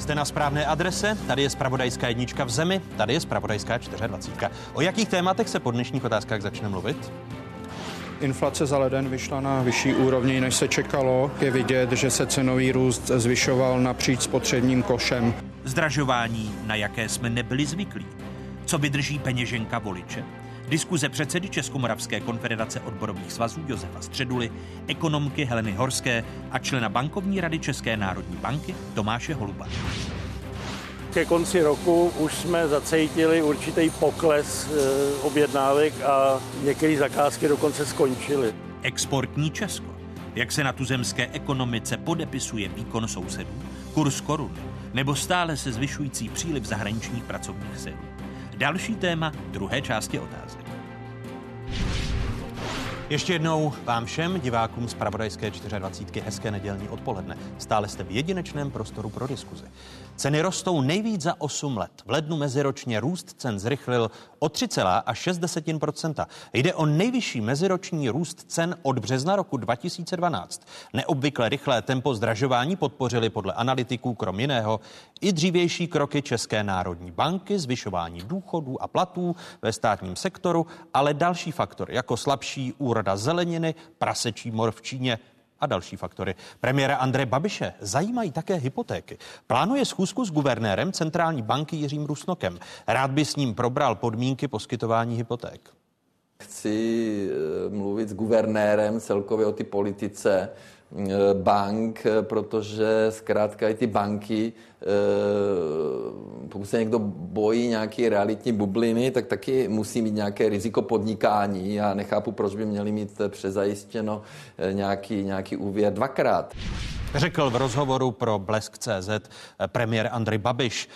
Jste na správné adrese, tady je zpravodajská jednička v zemi, tady je zpravodajská dvacet čtyři. O jakých tématech se po dnešních otázkách začne mluvit? Inflace za leden vyšla na vyšší úrovni, než se čekalo. Je vidět, že se cenový růst zvyšoval napříč spotřebním košem. Zdražování, na jaké jsme nebyli zvyklí. Co vydrží peněženka voliče? Diskuze předsedy Českomoravské konfederace odborových svazů Josefa Středuly, ekonomky Heleny Horské a člena bankovní rady České národní banky Tomáše Holuba. Ke konci roku už jsme zacítili určitý pokles e, objednávek a některé zakázky dokonce skončily. Exportní Česko. Jak se na tuzemské ekonomice podepisuje výkon sousedů, kurz koruny nebo stále se zvyšující příliv zahraničních pracovních sil. Další téma druhé části otázek. Ještě jednou vám všem divákům z zpravodajské dvacet čtyři hezké nedělní odpoledne. Stále jste v jedinečném prostoru pro diskuzi. Ceny rostou nejvíc za osm let. V lednu meziročně růst cen zrychlil o tři celá šest procenta. Jde o nejvyšší meziroční růst cen od března roku dva tisíce dvanáct. Neobvykle rychlé tempo zdražování podpořili podle analytiků krom jiného i dřívější kroky České národní banky, zvyšování důchodů a platů ve státním sektoru, ale další faktor jako slabší úroda zeleniny, prasečí mor v Číně a další faktory. Premiéra Andreje Babiše zajímají také hypotéky. Plánuje schůzku s guvernérem centrální banky Jiřím Rusnokem. Rád by s ním probral podmínky poskytování hypoték. Chci mluvit s guvernérem celkově o ty politice bank, protože zkrátka i ty banky, pokud se někdo bojí nějaké realitní bubliny, tak taky musí mít nějaké riziko podnikání. Já nechápu, proč by měli mít přezajištěno nějaký, nějaký úvěr dvakrát. Řekl v rozhovoru pro Blesk tečka cé zet premiér Andrej Babiš.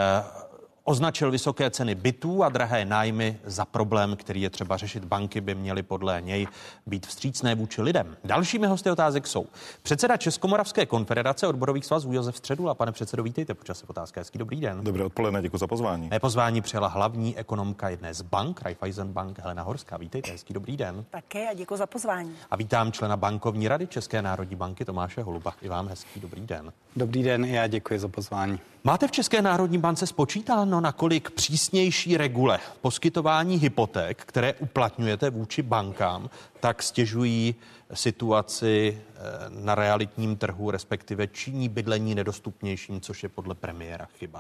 Označil vysoké ceny bytů a drahé nájmy za problém, který je třeba řešit. Banky by měly podle něj být vstřícné vůči lidem. Dalšími hosty otázek jsou předseda Českomoravské konfederace odborových svazů Josef Středula. Pane předsedo, vítejte po čase otázka. Hezký dobrý den. Dobré odpoledne, děkuji za pozvání. Mé pozvání přijala hlavní ekonomka jedné z bank, Raiffeisen Bank, Helena Horská. Vítejte, hezký dobrý den. Také a děkuji za pozvání. A vítám člena bankovní rady České národní banky Tomáše Holuba. I vám hezký dobrý den. Dobrý den, já děkuji za pozvání. Máte v České národní bance spočítáno, nakolik přísnější regule poskytování hypoték, které uplatňujete vůči bankám, tak stěžují situaci na realitním trhu, respektive činí bydlení nedostupnějším, což je podle premiéra chyba?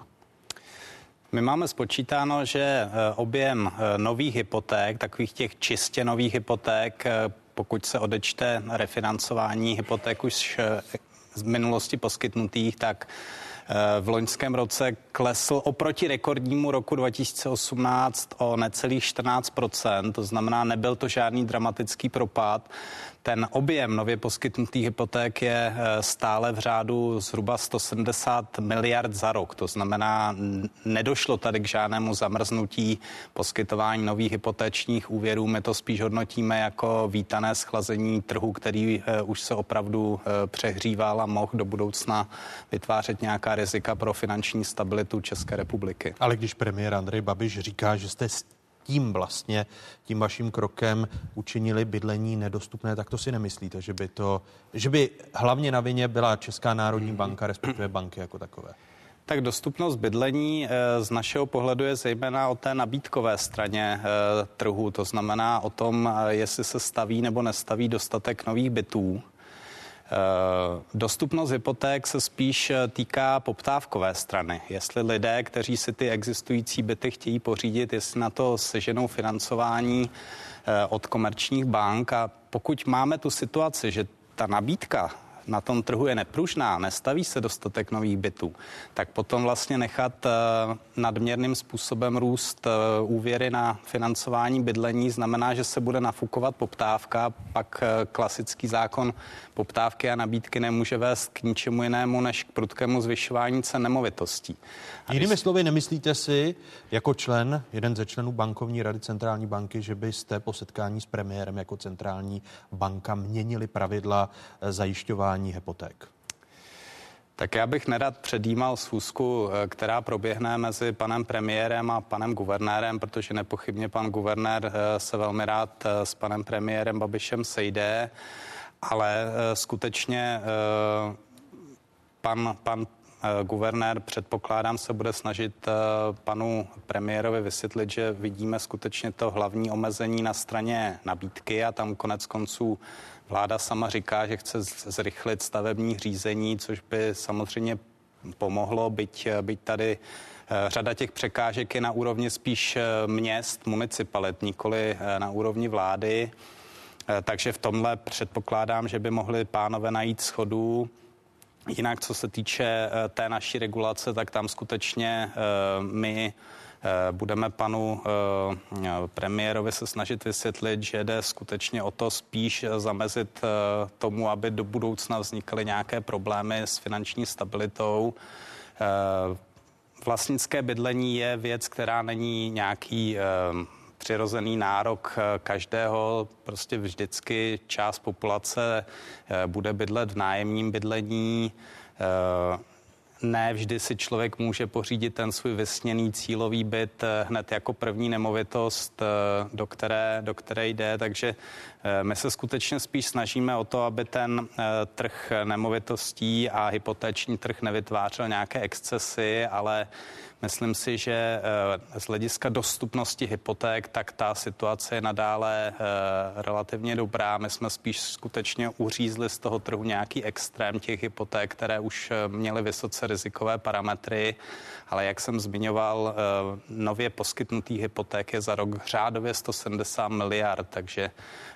My máme spočítáno, že objem nových hypoték, takových těch čistě nových hypoték, pokud se odečte refinancování hypoték už z minulosti poskytnutých, tak v loňském roce klesl oproti rekordnímu roku dva tisíce osmnáct o necelých čtrnáct procent, to znamená, nebyl to žádný dramatický propad. Ten objem nově poskytnutých hypoték je stále v řádu zhruba sto sedmdesát miliard za rok. To znamená, nedošlo tady k žádnému zamrznutí poskytování nových hypotečních úvěrů. My to spíš hodnotíme jako vítané schlazení trhu, který už se opravdu přehříval a mohl do budoucna vytvářet nějaká rizika pro finanční stabilitu České republiky. Ale když premiér Andrej Babiš říká, že jste tím vlastně, tím vaším krokem učinili bydlení nedostupné, tak to si nemyslíte, že by to, že by hlavně na vině byla Česká národní banka, respektive banky jako takové? Tak dostupnost bydlení z našeho pohledu je zejména o té nabídkové straně trhu, to znamená o tom, jestli se staví nebo nestaví dostatek nových bytů. Dostupnost hypoték se spíš týká poptávkové strany. Jestli lidé, kteří si ty existující byty chtějí pořídit, jestli na to seženou financování od komerčních bank, a pokud máme tu situaci, že ta nabídka na tom trhu je nepružná, nestaví se dostatek nových bytů, tak potom vlastně nechat nadměrným způsobem růst úvěry na financování bydlení znamená, že se bude nafukovat poptávka, pak klasický zákon poptávky a nabídky nemůže vést k ničemu jinému než k prudkému zvyšování cen nemovitostí. Jinými když... slovy, nemyslíte si jako člen, jeden ze členů bankovní rady centrální banky, že byste po setkání s premiérem jako centrální banka měnili pravidla zajišťování hypoték? Tak já bych nerad předjímal schůzku, která proběhne mezi panem premiérem a panem guvernérem, protože nepochybně pan guvernér se velmi rád s panem premiérem Babišem sejde, ale skutečně pan, pan guvernér, předpokládám, se bude snažit panu premiérovi vysvětlit, že vidíme skutečně to hlavní omezení na straně nabídky a tam konec konců vláda sama říká, že chce zrychlit stavební řízení, což by samozřejmě pomohlo, byť, byť tady řada těch překážek je na úrovni spíš měst, municipalit, nikoli na úrovni vlády. Takže v tomhle předpokládám, že by mohli pánové najít shodu. Jinak, co se týče té naší regulace, tak tam skutečně my budeme panu premiérovi se snažit vysvětlit, že jde skutečně o to spíš zamezit tomu, aby do budoucna vznikaly nějaké problémy s finanční stabilitou. Vlastnické bydlení je věc, která není nějaký přirozený nárok každého. Prostě vždycky část populace bude bydlet v nájemním bydlení. Ne vždy si člověk může pořídit ten svůj vysněný cílový byt hned jako první nemovitost, do které, do které jde, takže my se skutečně spíš snažíme o to, aby ten trh nemovitostí a hypotéční trh nevytvářel nějaké excesy, ale myslím si, že z hlediska dostupnosti hypoték, tak ta situace je nadále relativně dobrá. My jsme spíš skutečně uřízli z toho trhu nějaký extrém těch hypoték, které už měly vysoce rizikové parametry, ale jak jsem zmiňoval, nově poskytnutých hypoték je za rok řádově sto sedmdesát miliard, takže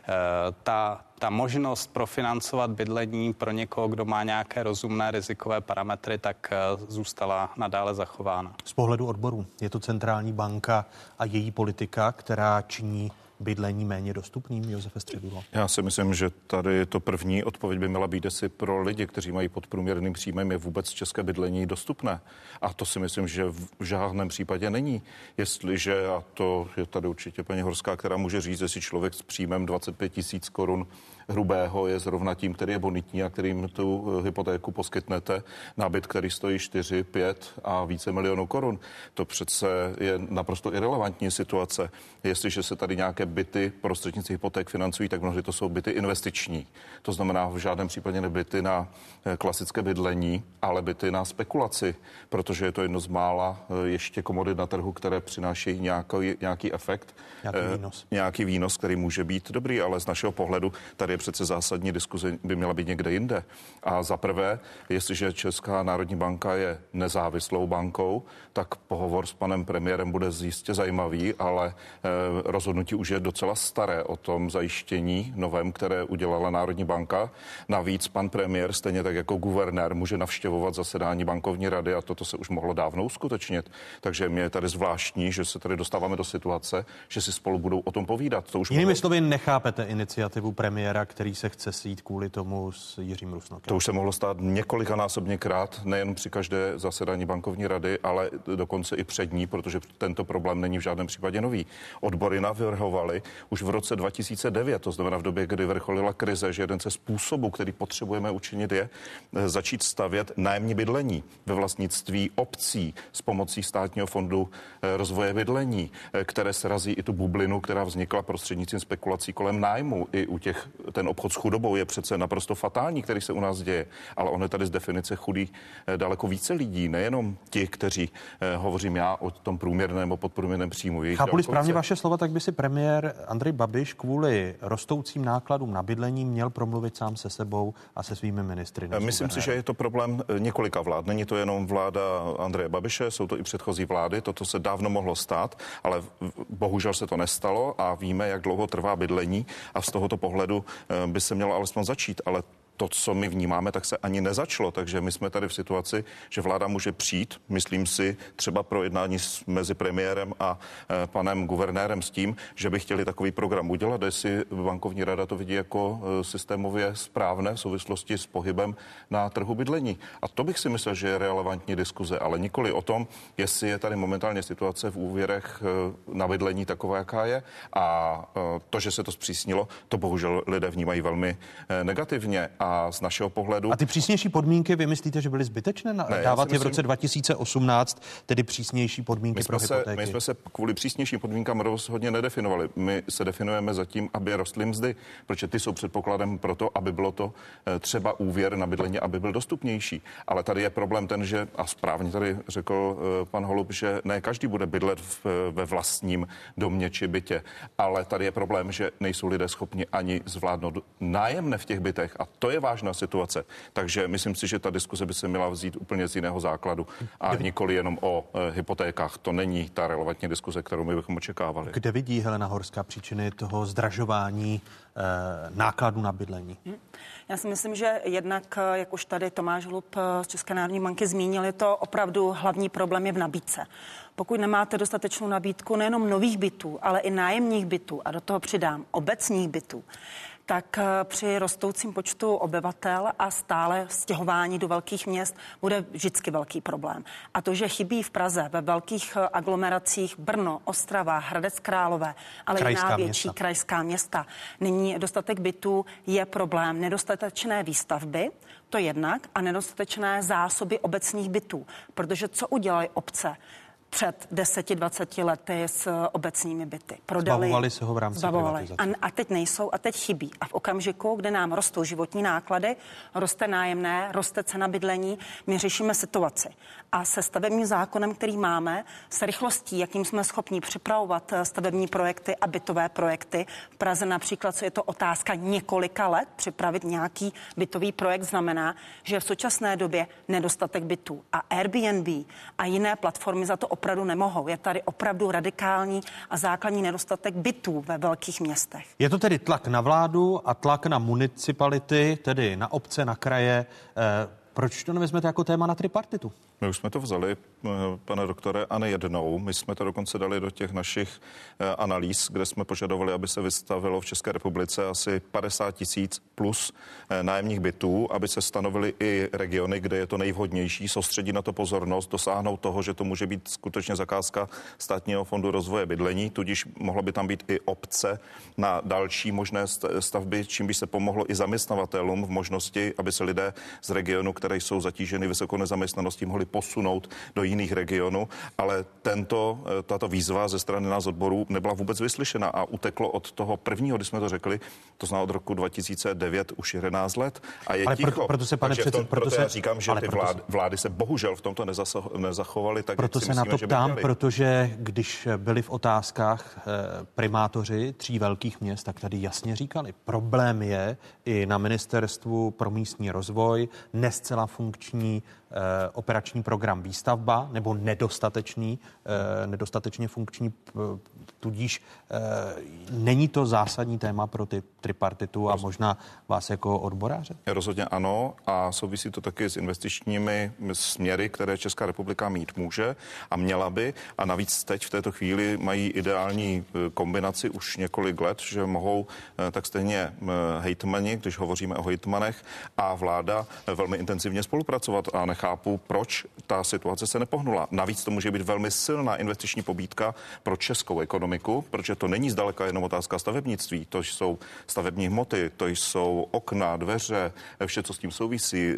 ta, ta možnost profinancovat bydlení pro někoho, kdo má nějaké rozumné rizikové parametry, tak zůstala nadále zachována. Z pohledu odborů je to centrální banka a její politika, která činí bydlení méně dostupným, Josefe Středulo? Já si myslím, že tady to první odpověď by měla být, jestli pro lidi, kteří mají podprůměrným příjmem, je vůbec české bydlení dostupné. A to si myslím, že v žádném případě není. Jestliže, a to je tady určitě paní Horská, která může říct, jestli člověk s příjmem dvacet pět tisíc korun hrubého je zrovna tím, který je bonitní a kterým tu hypotéku poskytnete na byt, který stojí čtyři, pět a více milionů korun. To přece je naprosto irelevantní situace. Jestliže se tady nějaké byty prostřednictvím hypoték financují, tak mnohdy to jsou byty investiční. To znamená v žádném případě nebyty na klasické bydlení, ale byty na spekulaci, protože je to jedno z mála ještě komodit na trhu, které přinášejí nějaký, nějaký efekt. Nějaký výnos. Nějaký výnos, který může být dobrý, ale z našeho pohledu tady je přece zásadní diskuze by měla být někde jinde. A za prvé, jestliže Česká národní banka je nezávislou bankou, tak pohovor s panem premiérem bude jistě zajímavý, ale eh, rozhodnutí už je docela staré o tom zajištění novém, které udělala Národní banka. Navíc pan premiér, stejně tak jako guvernér, může navštěvovat zasedání bankovní rady a toto se už mohlo dávno uskutečnit. Takže mě je tady zvláštní, že se tady dostáváme do situace, že si spolu budou o tom povídat. To už Jinými mohlo... slovy, nechápete iniciativu premiéra, který se chce sejít kvůli tomu s Jiřím Rusnokem? To už se mohlo stát několikanásobně krát, nejen při každé zasedání bankovní rady, ale dokonce i před ní, protože tento problém není v žádném případě nový. Odbory navrhovaly už v roce dva tisíce devět, to znamená v době, kdy vrcholila krize, že jeden ze způsobů, který potřebujeme učinit, je začít stavět nájemní bydlení ve vlastnictví obcí s pomocí státního fondu rozvoje bydlení, které srazí i tu bublinu, která vznikla prostřednictvím spekulací kolem nájmu. I u těch ten obchod s chudobou je přece naprosto fatální, který se u nás děje, ale on je tady z definice chudý daleko více lidí, nejenom ti, kteří eh, hovořím já o tom průměrném nebo podprůměrném příjmu. Chápu-li správně vaše slova, tak by si premiér Andrej Babiš kvůli rostoucím nákladům na bydlení měl promluvit sám se sebou a se svými ministry. Myslím si, že je to problém několika vlád. Není to jenom vláda Andreje Babiše, jsou to i předchozí vlády. Toto se dávno mohlo stát, ale bohužel se to nestalo a víme, jak dlouho trvá bydlení a z tohoto pohledu by se mělo alespoň začít, ale to, co my vnímáme, tak se ani nezačalo. Takže my jsme tady v situaci, že vláda může přijít, myslím si, třeba pro jednání mezi premiérem a e, panem guvernérem s tím, že by chtěli takový program udělat, jestli bankovní rada to vidí jako e, systémově správné v souvislosti s pohybem na trhu bydlení. A to bych si myslel, že je relevantní diskuze, ale nikoli o tom, jestli je tady momentálně situace v úvěrech e, na bydlení taková, jaká je. A e, to, že se to zpřísnilo, to bohužel lidé vnímají velmi e, negativně. A A z našeho pohledu... A ty přísnější podmínky, vy myslíte, že byly zbytečné? Ne, dávat je myslím, v roce dva tisíce osmnáct, tedy přísnější podmínky pro se, hypotéky? My jsme se kvůli přísnějším podmínkám rozhodně nedefinovali. My se definujeme zatím, aby rostly mzdy, protože ty jsou předpokladem pro to, aby bylo to třeba úvěr na bydlení, aby byl dostupnější. Ale tady je problém ten, že, a správně tady řekl pan Holub, že ne každý bude bydlet v, ve vlastním domě či bytě. Ale tady je problém, že nejsou lidé schopni ani zvládnout nájemné v těch bytech. A to je vážná situace. Takže myslím si, že ta diskuse by se měla vzít úplně z jiného základu a nikoli jenom o e, hypotékách. To není ta relevantní diskuse, kterou my bychom očekávali. Kde vidí Helena Horská příčiny toho zdražování e, nákladů na bydlení? Já si myslím, že jednak, jak už tady Tomáš Holub z České národní banky zmínil, je to opravdu hlavní problém je v nabídce. Pokud nemáte dostatečnou nabídku nejenom nových bytů, ale i nájemních bytů a do toho přidám obecních bytů, tak při rostoucím počtu obyvatel a stále stěhování do velkých měst bude vždycky velký problém. A to, že chybí v Praze ve velkých aglomeracích Brno, Ostrava, Hradec Králové, ale i jiná větší města. krajská města, není dostatek bytů, je problém nedostatečné výstavby, to jednak, a nedostatečné zásoby obecních bytů. Protože co udělají obce před deseti dvaceti lety s obecními byty? Prodali, zbavovali se ho v rámci privatizace. A, a teď nejsou a teď chybí. A v okamžiku, kdy nám rostou životní náklady, roste nájemné, roste cena bydlení, my řešíme situaci. A se stavebním zákonem, který máme, s rychlostí, jakým jsme schopni připravovat stavební projekty a bytové projekty. V Praze například, co je to otázka několika let, připravit nějaký bytový projekt znamená, že v současné době nedostatek bytů. A Airbnb a jiné platformy za to opravdu nemohou. Je tady opravdu radikální a základní nedostatek bytů ve velkých městech. Je to tedy tlak na vládu a tlak na municipality, tedy na obce, na kraje. Eh, proč to nevezmete jako téma na tripartitu? My už jsme to vzali, pane doktore, a nejednou. My jsme to dokonce dali do těch našich analýz, kde jsme požadovali, aby se vystavilo v České republice asi padesát tisíc plus nájemních bytů, aby se stanovily i regiony, kde je to nejvhodnější, soustředit na to pozornost, dosáhnout toho, že to může být skutečně zakázka Státního fondu rozvoje bydlení, tudíž mohlo by tam být i obce na další možné stavby, čím by se pomohlo i zaměstnavatelům v možnosti, aby se lidé z regionu, které jsou zatíženy vysokou nezaměstnaností, mohli posunout do jiných regionů, ale tento, tato výzva ze strany nás odborů nebyla vůbec vyslyšena a uteklo od toho prvního, kdy jsme to řekli, to znamená od roku dva tisíce devět už jedenáct let a je ale ticho. Proto, proto se, pane Takže předsed, tom, proto, proto proto se, já říkám, že ty vlády, vlády se bohužel v tomto nezachovaly, tak proto si se myslíme, na to že ptám, měli. protože když byli v otázkách primátoři tří velkých měst, tak tady jasně říkali, problém je i na ministerstvu pro místní rozvoj, nescela funkční operační program výstavba nebo nedostatečný, nedostatečně funkční, tudíž není to zásadní téma pro ty tripartitu a možná vás jako odboráře? Rozhodně ano a souvisí to taky s investičními směry, které Česká republika mít může a měla by a navíc teď v této chvíli mají ideální kombinaci už několik let, že mohou tak stejně hejtmani, když hovoříme o hejtmanech a vláda velmi intenzivně spolupracovat a nechápu, proč ta situace se nepohnula. Navíc to může být velmi silná investiční pobídka pro českou ekonomiku, protože to není zdaleka jenom otázka stavebnictví, to jsou stavební hmoty, to jsou okna, dveře, vše, co s tím souvisí,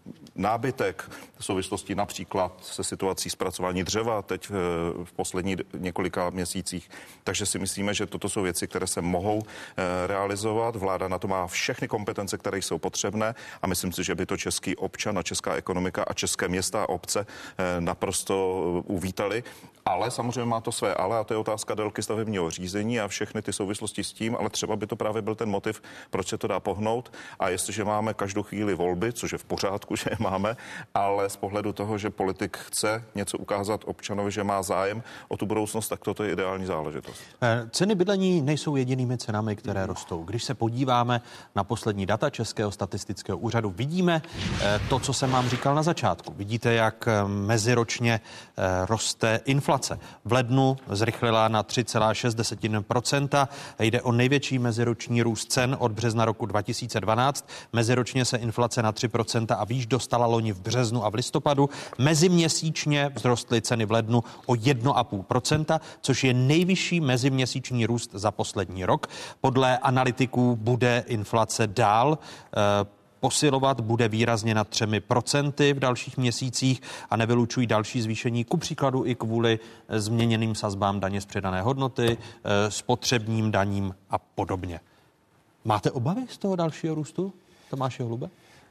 nábytek v souvislosti například se situací zpracování dřeva teď v posledních několika měsících. Takže si myslíme, že toto jsou věci, které se mohou realizovat. Vláda na to má všechny kompetence, které jsou potřebné a myslím si, že by to český občan a česká ekonomika a české města a obce naprosto uvítali. Ale samozřejmě má to své ale a to je otázka délky stavebního řízení a všechny ty souvislosti s tím, ale třeba by to právě byl ten motiv, proč se to dá pohnout. A jestliže máme každou chvíli volby, což je v pořádku, že je máme, ale z pohledu toho, že politik chce něco ukázat občanovi, že má zájem o tu budoucnost, tak toto je ideální záležitost. Ceny bydlení nejsou jedinými cenami, které rostou. Když se podíváme na poslední data Českého statistického úřadu, vidíme to, co jsem vám říkal na začátku. Vidíte, jak meziročně roste inflace. V lednu zrychlila na tři celá šest procenta. Jde o největší meziroční růst cen od března roku dva tisíce dvanáct. Meziročně se inflace na tři procenta a výš dostala loni v březnu a v listopadu. Meziměsíčně vzrostly ceny v lednu o jedna celá pět procenta, což je nejvyšší meziměsíční růst za poslední rok. Podle analytiků bude inflace dál posilovat, bude výrazně nad třemi procenty v dalších měsících a nevylučují další zvýšení, ku příkladu i kvůli změněným sazbám daně z přidané hodnoty, spotřebním daním a podobně. Máte obavy z toho dalšího růstu, Tomáši Holube?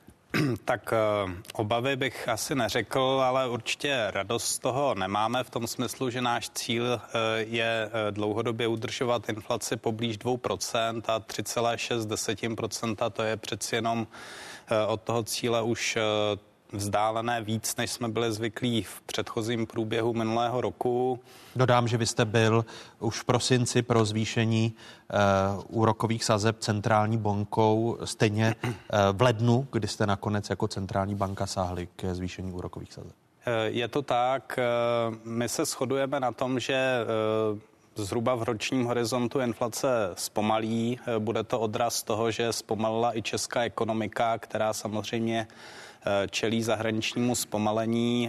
Tak obavy bych asi neřekl, ale určitě radost z toho nemáme v tom smyslu, že náš cíl je dlouhodobě udržovat inflaci poblíž dvou procent a tři celá šest procenta to je přeci jenom od toho cíle už vzdálené víc, než jsme byli zvyklí v předchozím průběhu minulého roku. Dodám, že vy jste byl už v prosinci pro zvýšení uh, úrokových sazeb centrální bankou, stejně uh, v lednu, kdy jste nakonec jako centrální banka sáhli ke zvýšení úrokových sazeb. Je to tak. My se shodujeme na tom, že zhruba v ročním horizontu inflace zpomalí. Bude to odraz toho, že zpomalila i česká ekonomika, která samozřejmě čelí zahraničnímu zpomalení,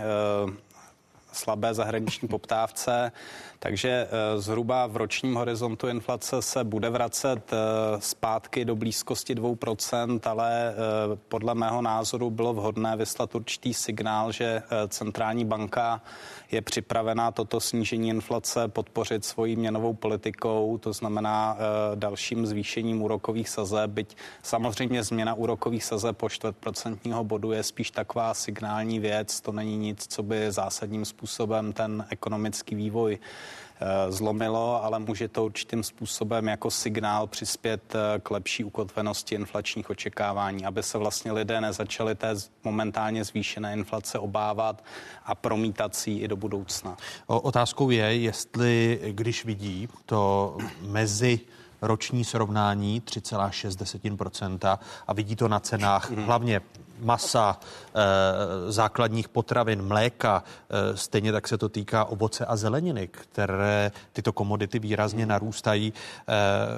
slabé zahraniční poptávce, takže zhruba v ročním horizontu inflace se bude vracet zpátky do blízkosti dvou procent, ale podle mého názoru bylo vhodné vyslat určitý signál, že centrální banka je připravená toto snížení inflace podpořit svojí měnovou politikou, to znamená dalším zvýšením úrokových sazeb, byť samozřejmě změna úrokových sazeb po čtvrt procentního bodu je spíš taková signální věc, to není nic, co by zásadním způsobem ten ekonomický vývoj zlomilo, ale může to určitým způsobem jako signál přispět k lepší ukotvenosti inflačních očekávání, aby se vlastně lidé nezačali té momentálně zvýšené inflace obávat a promítat si ji i do budoucna. Otázkou je, jestli když vidí to mezi roční srovnání tři celá šest procenta a vidí to na cenách hlavně masa, e, základních potravin, mléka, e, stejně tak se to týká ovoce a zeleniny, které tyto komodity výrazně narůstají. E,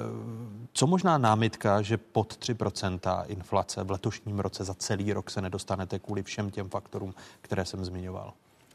co možná námitka, že pod tři procenta inflace v letošním roce za celý rok se nedostanete kvůli všem těm faktorům, které jsem zmiňoval?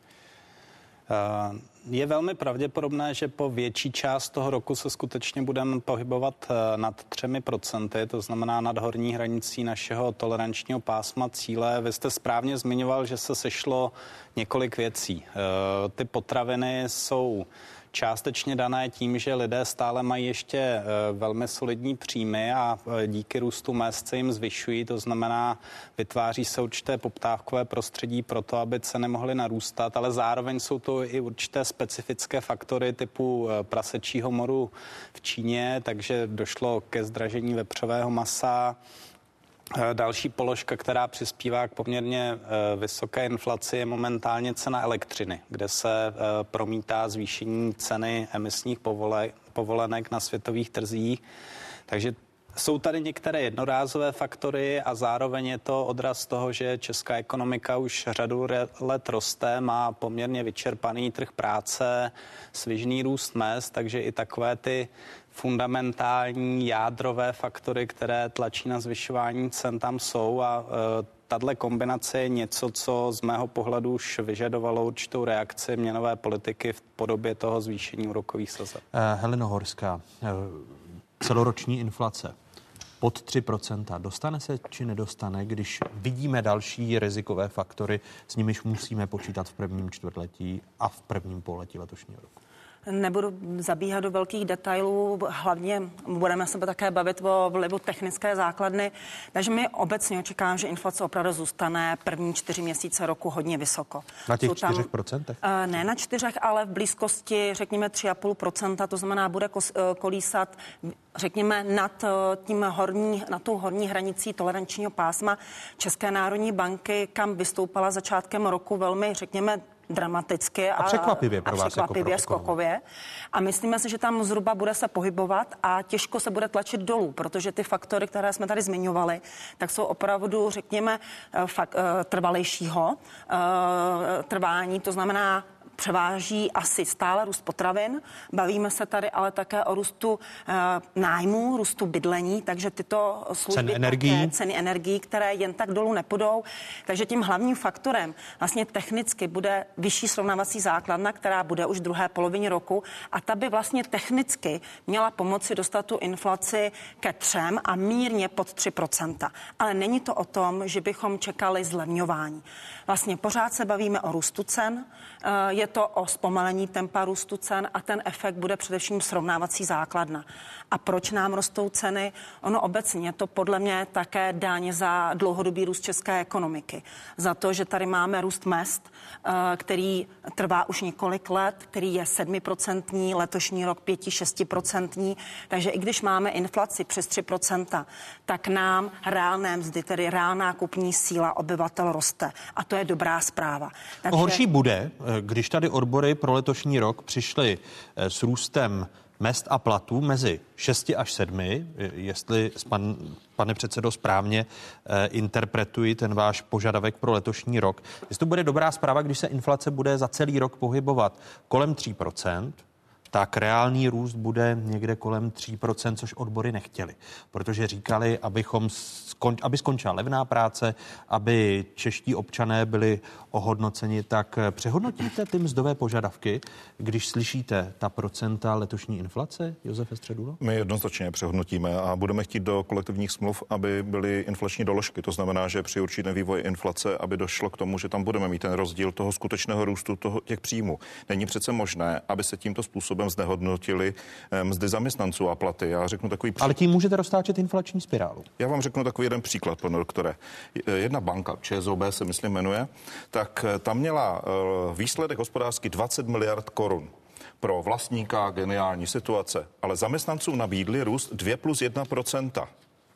Je velmi pravděpodobné, že po větší část toho roku se skutečně budeme pohybovat nad třemi procenty, to znamená nad horní hranicí našeho tolerančního pásma cíle. Vy jste správně zmiňoval, že se sešlo několik věcí. Ty potraviny jsou částečně dané tím, že lidé stále mají ještě velmi solidní příjmy a díky růstu mezd se jim zvyšují, to znamená, vytváří se určité poptávkové prostředí pro to, aby ceny mohly narůstat, ale zároveň jsou to i určité specifické faktory typu prasečího moru v Číně, takže došlo ke zdražení vepřového masa. Další položka, která přispívá k poměrně vysoké inflaci, je momentálně cena elektřiny, kde se promítá zvýšení ceny emisních povolenek na světových trzích. Takže jsou tady některé jednorázové faktory a zároveň je to odraz toho, že česká ekonomika už řadu let roste, má poměrně vyčerpaný trh práce, svižný růst mezd, takže i takové ty fundamentální jádrové faktory, které tlačí na zvyšování cen, tam jsou a e, tato kombinace je něco, co z mého pohledu už vyžadovalo určitou reakci měnové politiky v podobě toho zvýšení úrokových sazeb. Uh, Heleno Horská, uh, celoroční inflace pod tři procenta. Dostane se či nedostane, když vidíme další rizikové faktory, s nimiž musíme počítat v prvním čtvrtletí a v prvním pololetí letošního roku? Nebudu zabíhat do velkých detailů, hlavně budeme se také bavit o vlivu technické základny, takže my obecně očekáváme, že inflace opravdu zůstane první čtyři měsíce roku hodně vysoko. Na těch čtyřech procentech? Ne na čtyřech, ale v blízkosti, řekněme, tři a půl procenta, to znamená, bude kolísat, řekněme, nad tím horní, na tou horní hranicí tolerančního pásma České národní banky, kam vystoupala začátkem roku velmi, řekněme, dramaticky a, a překvapivě pro a vás překvapivě jako skokově. A myslíme si, že tam zhruba bude se pohybovat a těžko se bude tlačit dolů, protože ty faktory, které jsme tady zmiňovali, tak jsou opravdu, řekněme, fakt, trvalejšího trvání, to znamená převáží asi stále růst potravin. Bavíme se tady ale také o růstu e, nájmu, růstu bydlení, takže tyto služby, ceny energií, ceny energií, které jen tak dolů nepůjdou. Takže tím hlavním faktorem vlastně technicky bude vyšší srovnávací základna, která bude už v druhé polovině roku a ta by vlastně technicky měla pomoci dostat tu inflaci ke třem a mírně pod tři procenta. Ale není to o tom, že bychom čekali zlevňování. Vlastně pořád se bavíme o růstu cen, je to o zpomalení tempa růstu cen a ten efekt bude především srovnávací základna. A proč nám rostou ceny? Ono obecně to podle mě také dáně za dlouhodobý růst české ekonomiky. Za to, že tady máme růst mezd, který trvá už několik let, který je sedmiprocentní, letošní rok pěti, šestiprocentní. Takže i když máme inflaci přes tři procenta, tak nám reálné mzdy, tedy reálná kupní síla obyvatel roste. A to je dobrá zpráva. Takže... Horší bude, když tady odbory pro letošní rok přišly s růstem mezd a platů mezi šesti až sedmi, jestli pan, pane předsedo správně eh, interpretuji ten váš požadavek pro letošní rok. Jestli to bude dobrá zpráva, když se inflace bude za celý rok pohybovat kolem tří procent, tak reálný růst bude někde kolem tří procent, což odbory nechtěli, protože říkali, abychom skon, aby skončila levná práce, aby čeští občané byli ohodnoceni. Tak přehodnotíte ty mzdové požadavky, když slyšíte ta procenta letošní inflace, Josefe Středulo? My jednoznačně přehodnotíme a budeme chtít do kolektivních smluv, aby byly inflační doložky. To znamená, že při určitém vývoji inflace, aby došlo k tomu, že tam budeme mít ten rozdíl toho skutečného růstu toho, těch příjmů. Není přece možné, aby se tímto způsobem znehodnotili mzdy zaměstnanců a platy. Já řeknu takový příklad. Ale tím můžete roztáčet inflační spirálu. Já vám řeknu takový jeden příklad, pane doktore. Jedna banka, ČSOB se myslím jmenuje, tak tam měla výsledek hospodářský dvacet miliard korun. Pro vlastníka geniální situace, ale zaměstnancům nabídli růst dva plus jedna procenta.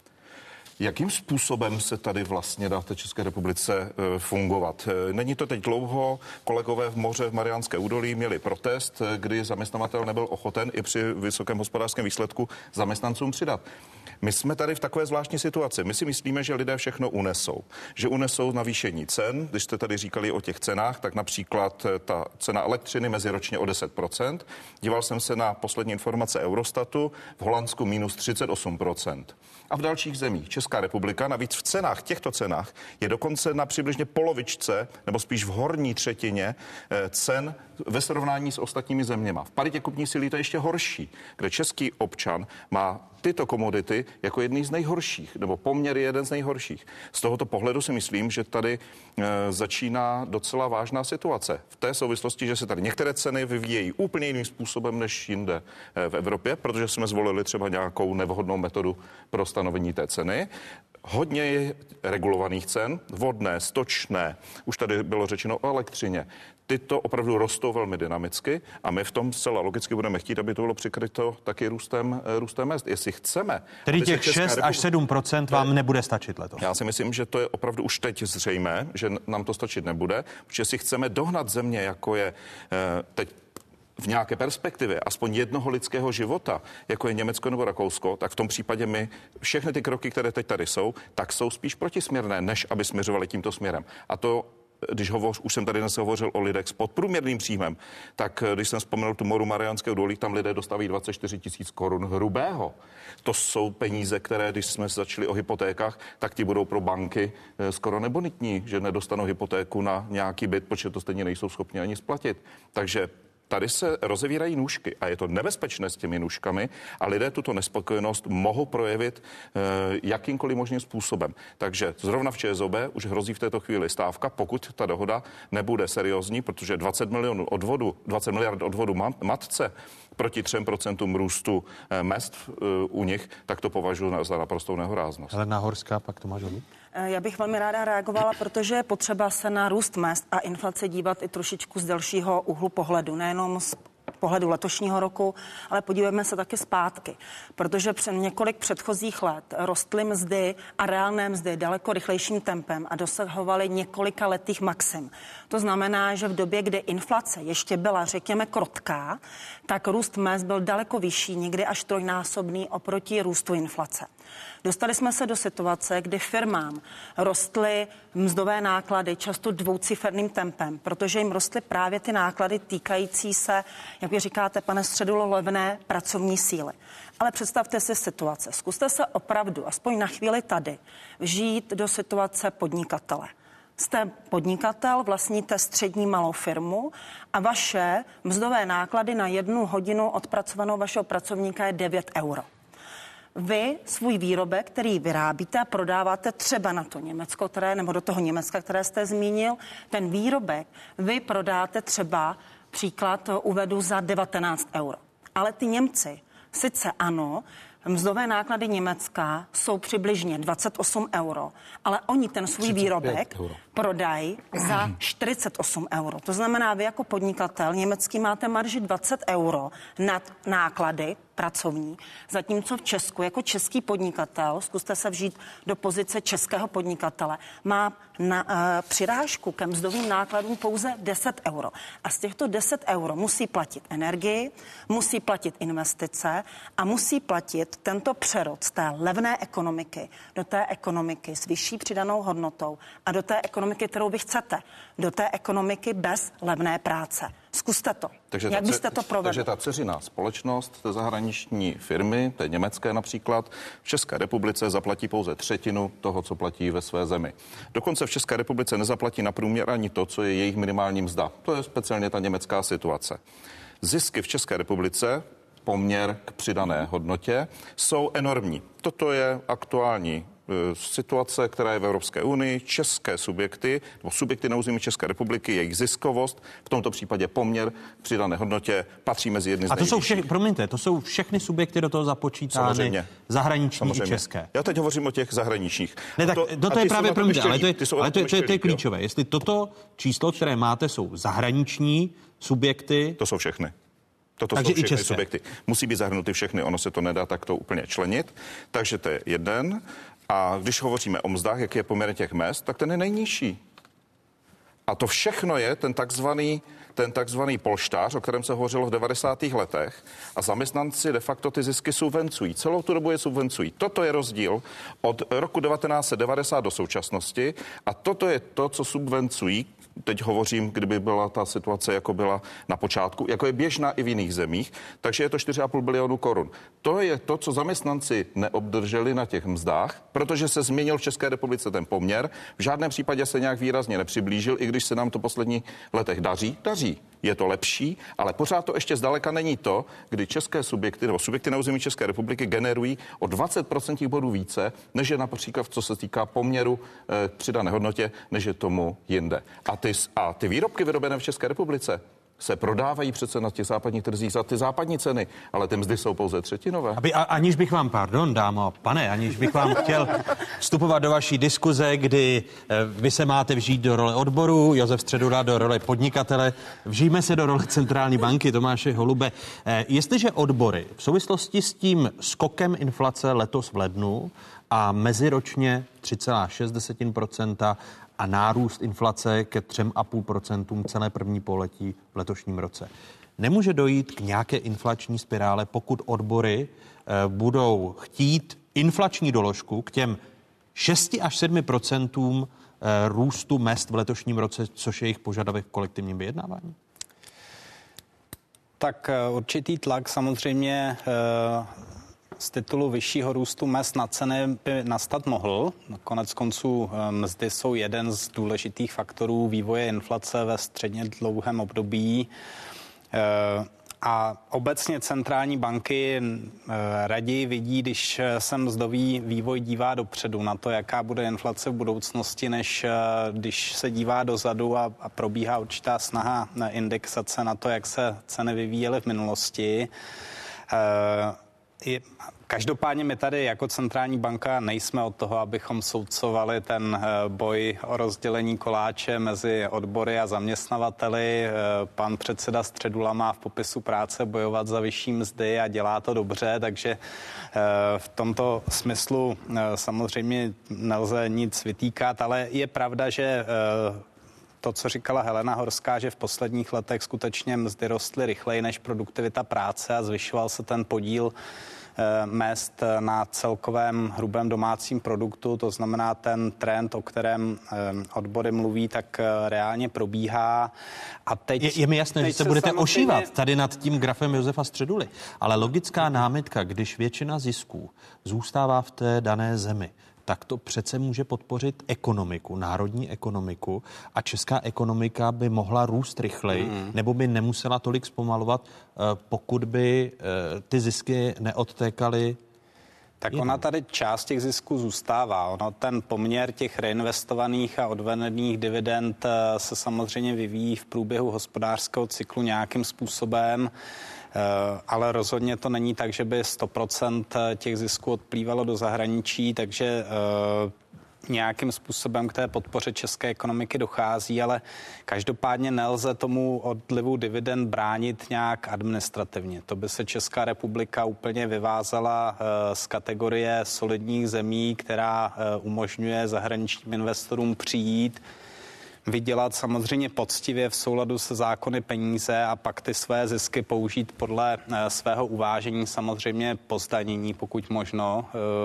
Jakým způsobem se tady vlastně dá v té České republice fungovat? Není to teď dlouho, kolegové v moře v Mariánské údolí měli protest, kdy zaměstnavatel nebyl ochoten i při vysokém hospodářském výsledku zaměstnancům přidat. My jsme tady v takové zvláštní situaci. My si myslíme, že lidé všechno unesou. Že unesou navýšení cen. Když jste tady říkali o těch cenách, tak například ta cena elektřiny meziročně o deset procent. Díval jsem se na poslední informace Eurostatu. V Holandsku minus třicet osm procent. A v dalších zemích. Česká republika navíc v cenách, těchto cenách, je dokonce na přibližně polovičce, nebo spíš v horní třetině cen ve srovnání s ostatními zeměma. V paritě kupní síly to je ještě horší, kde český občan má tyto komodity jako jedný z nejhorších, nebo poměr je jeden z nejhorších. Z tohoto pohledu si myslím, že tady e, začíná docela vážná situace. V té souvislosti, že se tady některé ceny vyvíjejí úplně jiným způsobem než jinde e, v Evropě, protože jsme zvolili třeba nějakou nevhodnou metodu pro stanovení té ceny. Hodně je regulovaných cen, vodné, stočné, už tady bylo řečeno o elektřině. Tyto opravdu rostou velmi dynamicky a my v tom zcela logicky budeme chtít, aby to bylo přikryto taky růstem, růstem mezd. Jestli chceme... Tedy těch šest až sedm procent vám nebude stačit letos. Já si myslím, že to je opravdu už teď zřejmé, že nám to stačit nebude, protože si chceme dohnat země, jako je teď v nějaké perspektivě aspoň jednoho lidského života, jako je Německo nebo Rakousko, tak v tom případě my všechny ty kroky, které teď tady jsou, tak jsou spíš protisměrné, než aby směřovali tímto směrem. A to když hovoř, už jsem tady dnes hovořil o lidech s podprůměrným příjmem, tak když jsem vzpomněl tu moru Mariánské údolí, tam lidé dostávají dvacet čtyři tisíc korun hrubého. To jsou peníze, které, když jsme začali o hypotékách, tak ti budou pro banky skoro nebonitní, že nedostanou hypotéku na nějaký byt, protože to stejně nejsou schopni ani splatit. Takže tady se rozevírají nůžky a je to nebezpečné s těmi nůžkami a lidé tuto nespokojenost mohou projevit e, jakýmkoliv možným způsobem. Takže zrovna v ČSOB už hrozí v této chvíli stávka, pokud ta dohoda nebude seriózní, protože dvacet milionů odvodu, dvacet miliard odvodu matce proti třem procentům růstu e, mezd e, u nich, tak to považuji za naprostou nehoráznost. Helena Horská, pak Tomáš Holub. Já bych velmi ráda reagovala, protože je potřeba se na růst mezd a inflace dívat i trošičku z delšího úhlu pohledu, nejenom z pohledu letošního roku, ale podívejme se taky zpátky, protože před několik předchozích let rostly mzdy a reálné mzdy daleko rychlejším tempem a dosahovaly několika letých maxim. To znamená, že v době, kdy inflace ještě byla, řekněme, krotká, tak růst mezd byl daleko vyšší, někdy až trojnásobný oproti růstu inflace. Dostali jsme se do situace, kdy firmám rostly mzdové náklady často dvouciferným tempem, protože jim rostly právě ty náklady týkající se, jak vy říkáte, pane Středulo, levné pracovní síly. Ale představte si situace. Zkuste se opravdu, aspoň na chvíli tady, vžít do situace podnikatele. Jste podnikatel, vlastníte střední malou firmu a vaše mzdové náklady na jednu hodinu odpracovanou vašeho pracovníka je devět euro. Vy svůj výrobek, který vyrábíte a prodáváte třeba na to Německo, které, nebo do toho Německa, které jste zmínil, ten výrobek vy prodáte třeba, příklad uvedu, za devatenáct euro. Ale ty Němci, sice ano, mzdové náklady Německa jsou přibližně dvacet osm euro, ale oni ten svůj výrobek prodají za čtyřicet osm euro. To znamená, vy jako podnikatel německý máte marži dvacet euro nad náklady pracovní, zatímco v Česku jako český podnikatel, zkuste se vžít do pozice českého podnikatele, má na, uh, přirážku ke mzdovým nákladům pouze deset euro. A z těchto deset euro musí platit energii, musí platit investice a musí platit tento přerod z té levné ekonomiky do té ekonomiky s vyšší přidanou hodnotou a do té ekonomiky, kterou vy chcete, do té ekonomiky bez levné práce. Zkuste to. Takže Jak ta, byste to provedli? Takže ta dceřiná společnost té zahraniční firmy, té německé například, v České republice zaplatí pouze třetinu toho, co platí ve své zemi. Dokonce v České republice nezaplatí na průměr ani to, co je jejich minimální mzda. To je speciálně ta německá situace. Zisky v České republice, poměr k přidané hodnotě, jsou enormní. Toto je aktuální situace, která je v Evropské unii, české subjekty, nebo subjekty na území České republiky, jejich ziskovost, v tomto případě poměr k přidané hodnotě patří mezi jedny z A to jsou všechny, promiňte, to jsou všechny subjekty do toho započítány, samozřejmě, zahraniční samozřejmě. i české. Já teď hovořím o těch zahraničních. Ne, tak to, to, to je právě, promiňte, ale to je, ale to, to, je, to je klíčové. Jo? Jestli toto číslo, které máte, jsou zahraniční subjekty. To jsou všechny. Toto Takže jsou všechny i subjekty. Musí být zahrnuty všechny, ono se to nedá takto úplně členit. Takže to je jeden. A když hovoříme o mzdách, jaký je poměr těch mezd, tak ten je nejnižší. A to všechno je ten takzvaný, ten takzvaný polštář, o kterém se hovořilo v devadesátých letech. A zaměstnanci de facto ty zisky subvencují. Celou tu dobu je subvencují. Toto je rozdíl od roku devatenáct set devadesát do současnosti. A toto je to, co subvencují. Teď hovořím, kdyby byla ta situace, jako byla na počátku, jako je běžná i v jiných zemích, takže je to čtyři a půl bilionu korun. To je to, co zaměstnanci neobdrželi na těch mzdách, protože se změnil v České republice ten poměr. V žádném případě se nějak výrazně nepřiblížil, i když se nám to v posledních letech daří. Daří. Je to lepší, ale pořád to ještě zdaleka není to, kdy české subjekty nebo subjekty na území České republiky generují o dvacet procent bodů více, než je například, co se týká poměru e, k přidané hodnotě, než je tomu jinde. A ty, a ty výrobky vyrobené v České republice se prodávají přece na těch západních trzích za ty západní ceny, ale ty mzdy jsou pouze třetinové. Aby, a, aniž bych vám, pardon, dámo, pane, aniž bych vám chtěl vstupovat do vaší diskuze, kdy eh, vy se máte vžít do role odboru, Josef Středula do role podnikatele, vžijme se do role centrální banky, Tomáše Holube. Eh, jestliže odbory v souvislosti s tím skokem inflace letos v lednu a meziročně tři celá šest procenta a nárůst inflace ke tři celá pět procenta celé první pololetí v letošním roce. Nemůže dojít k nějaké inflační spirále, pokud odbory e, budou chtít inflační doložku k těm šest až sedm procentům e, růstu mezd v letošním roce, což je jejich požadavek v kolektivním vyjednávání? Tak určitý tlak samozřejmě e, z titulu vyššího růstu mezd na ceny by nastat mohl. Konec konců mzdy jsou jeden z důležitých faktorů vývoje inflace ve středně dlouhém období. A obecně centrální banky raději vidí, když se mzdový vývoj dívá dopředu na to, jaká bude inflace v budoucnosti, než když se dívá dozadu a, a probíhá určitá snaha na indexace na to, jak se ceny vyvíjely v minulosti. Je, každopádně my tady jako centrální banka nejsme od toho, abychom soudcovali ten boj o rozdělení koláče mezi odbory a zaměstnavateli. Pan předseda Středula má v popisu práce bojovat za vyšší mzdy a dělá to dobře, takže v tomto smyslu samozřejmě nelze nic vytýkat, ale je pravda, že to, co říkala Helena Horská, že v posledních letech skutečně mzdy rostly rychleji než produktivita práce a zvyšoval se ten podíl mezd na celkovém hrubém domácím produktu, to znamená ten trend, o kterém odbory mluví, tak reálně probíhá. A teď, je, je mi jasné, že se, se budete samozřejmě ošívat tady nad tím grafem Josefa Středuly, ale logická námitka, když většina zisků zůstává v té dané zemi, tak to přece může podpořit ekonomiku, národní ekonomiku a česká ekonomika by mohla růst rychleji, mm. nebo by nemusela tolik zpomalovat, pokud by ty zisky neodtékaly. Tak ona tady část těch zisků zůstává. Ono ten poměr těch reinvestovaných a odvedených dividend se samozřejmě vyvíjí v průběhu hospodářského cyklu nějakým způsobem, ale rozhodně to není tak, že by sto procent těch zisků odplývalo do zahraničí, takže nějakým způsobem k té podpoře české ekonomiky dochází, ale každopádně nelze tomu odlivu dividend bránit nějak administrativně. To by se Česká republika úplně vyvázala z kategorie solidních zemí, která umožňuje zahraničním investorům přijít, vydělat samozřejmě poctivě v souladu se zákony peníze a pak ty své zisky použít podle svého uvážení, samozřejmě po zdanění, pokud možno.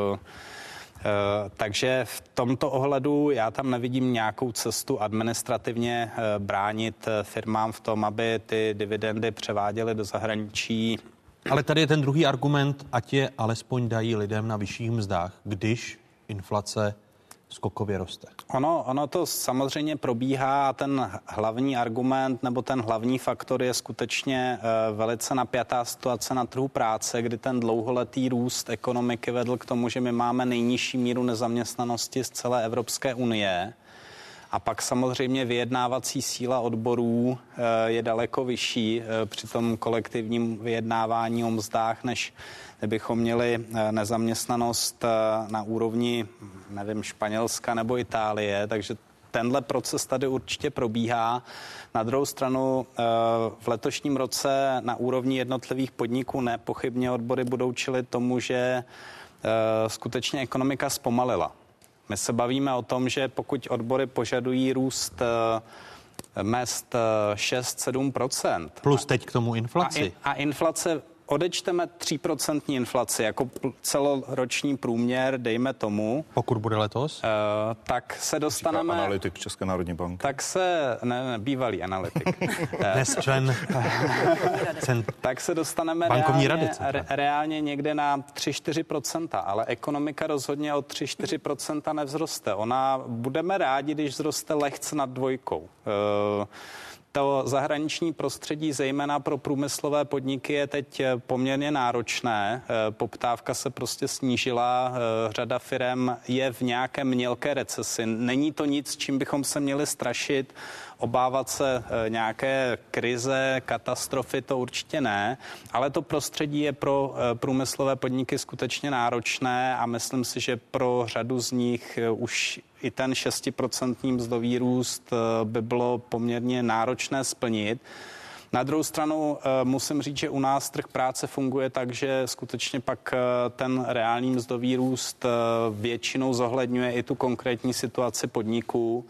Takže v tomto ohledu já tam nevidím nějakou cestu administrativně bránit firmám v tom, aby ty dividendy převáděly do zahraničí. Ale tady je ten druhý argument, ať je alespoň dají lidem na vyšších mzdách, když inflace skokově roste. Ono, ono to samozřejmě probíhá a ten hlavní argument nebo ten hlavní faktor je skutečně uh, velice napjatá situace na trhu práce, kdy ten dlouholetý růst ekonomiky vedl k tomu, že my máme nejnižší míru nezaměstnanosti z celé Evropské unie. A pak samozřejmě vyjednávací síla odborů je daleko vyšší při tom kolektivním vyjednávání o mzdách, než kdybychom měli nezaměstnanost na úrovni, nevím, Španělska nebo Itálie, takže tenhle proces tady určitě probíhá. Na druhou stranu v letošním roce na úrovni jednotlivých podniků nepochybně odbory budou čelit tomu, že skutečně ekonomika zpomalila. My se bavíme o tom, že pokud odbory požadují růst mezd šest sedm procent. Plus teď k tomu inflaci. A, in, a inflace, odečteme tři procenta inflaci jako celoroční průměr, dejme tomu. Pokud bude letos? Uh, tak se dostaneme... Říká analytik České národní banky. Tak se... Ne, ne bývalý analytik. Dnes člen... tak se dostaneme bankovní reálně, rady, re, reálně někde na tři čtyři procenta, ale ekonomika rozhodně o tři čtyři procenta nevzroste. Ona budeme rádi, když vzroste lehce nad dvojkou. Uh, To zahraniční prostředí, zejména pro průmyslové podniky, je teď poměrně náročné. Poptávka se prostě snížila, řada firem je v nějaké mělké recesi. Není to nic, čím bychom se měli strašit, obávat se nějaké krize, katastrofy, to určitě ne, ale to prostředí je pro průmyslové podniky skutečně náročné a myslím si, že pro řadu z nich už i ten šestiprocentní mzdový růst by bylo poměrně náročné splnit. Na druhou stranu musím říct, že u nás trh práce funguje tak, že skutečně pak ten reálný mzdový růst většinou zohledňuje i tu konkrétní situaci podniků.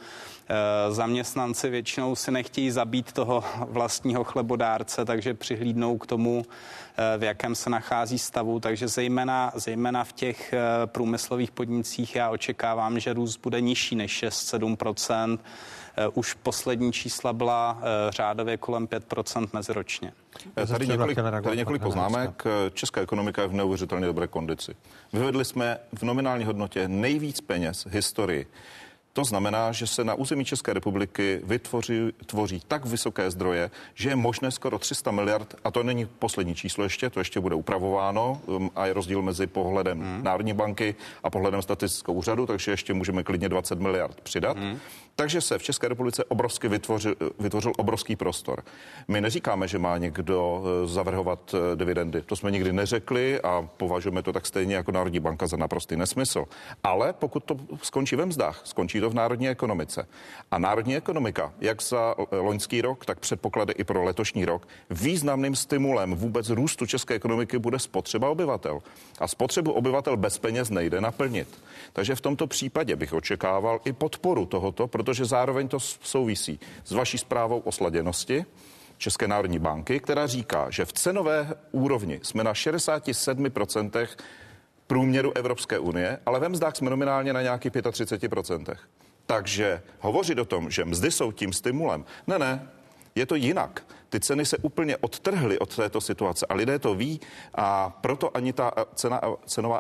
Zaměstnanci většinou si nechtějí zabít toho vlastního chlebodárce, takže přihlídnou k tomu, v jakém se nachází stavu. Takže zejména, zejména v těch průmyslových podnicích já očekávám, že růst bude nižší než šest sedm procent. Už poslední čísla byla řádově kolem pět procent meziročně. Tady několik, tady několik poznámek. Česká ekonomika je v neuvěřitelně dobré kondici. Vyvedli jsme v nominální hodnotě nejvíc peněz v historii. To znamená, že se na území České republiky vytvoří tvoří tak vysoké zdroje, že je možné skoro tři sta miliard, a to není poslední číslo ještě, to ještě bude upravováno a je rozdíl mezi pohledem hmm. Národní banky a pohledem statistického úřadu, takže ještě můžeme klidně dvacet miliard přidat. Hmm. Takže se v České republice obrovsky vytvořil, vytvořil obrovský prostor. My neříkáme, že má někdo zavrhovat dividendy. To jsme nikdy neřekli a považujeme to tak stejně jako Národní banka za naprostý nesmysl. Ale pokud to skončí ve mzdách, skončí to v národní ekonomice. A národní ekonomika, jak za loňský rok, tak předpoklady i pro letošní rok, významným stimulem vůbec růstu české ekonomiky bude spotřeba obyvatel. A spotřebu obyvatel bez peněz nejde naplnit. Takže v tomto případě bych očekával i podporu tohoto, protože zároveň to souvisí s vaší zprávou o sladěnosti. České národní banky, která říká, že v cenové úrovni jsme na šedesát sedm procent průměru Evropské unie, ale ve mzdách jsme nominálně na nějakých třicet pět procent. Takže hovořit o tom, že mzdy jsou tím stimulem, ne, ne, je to jinak. Ty ceny se úplně odtrhly od této situace a lidé to ví a proto ani ta cena, cenová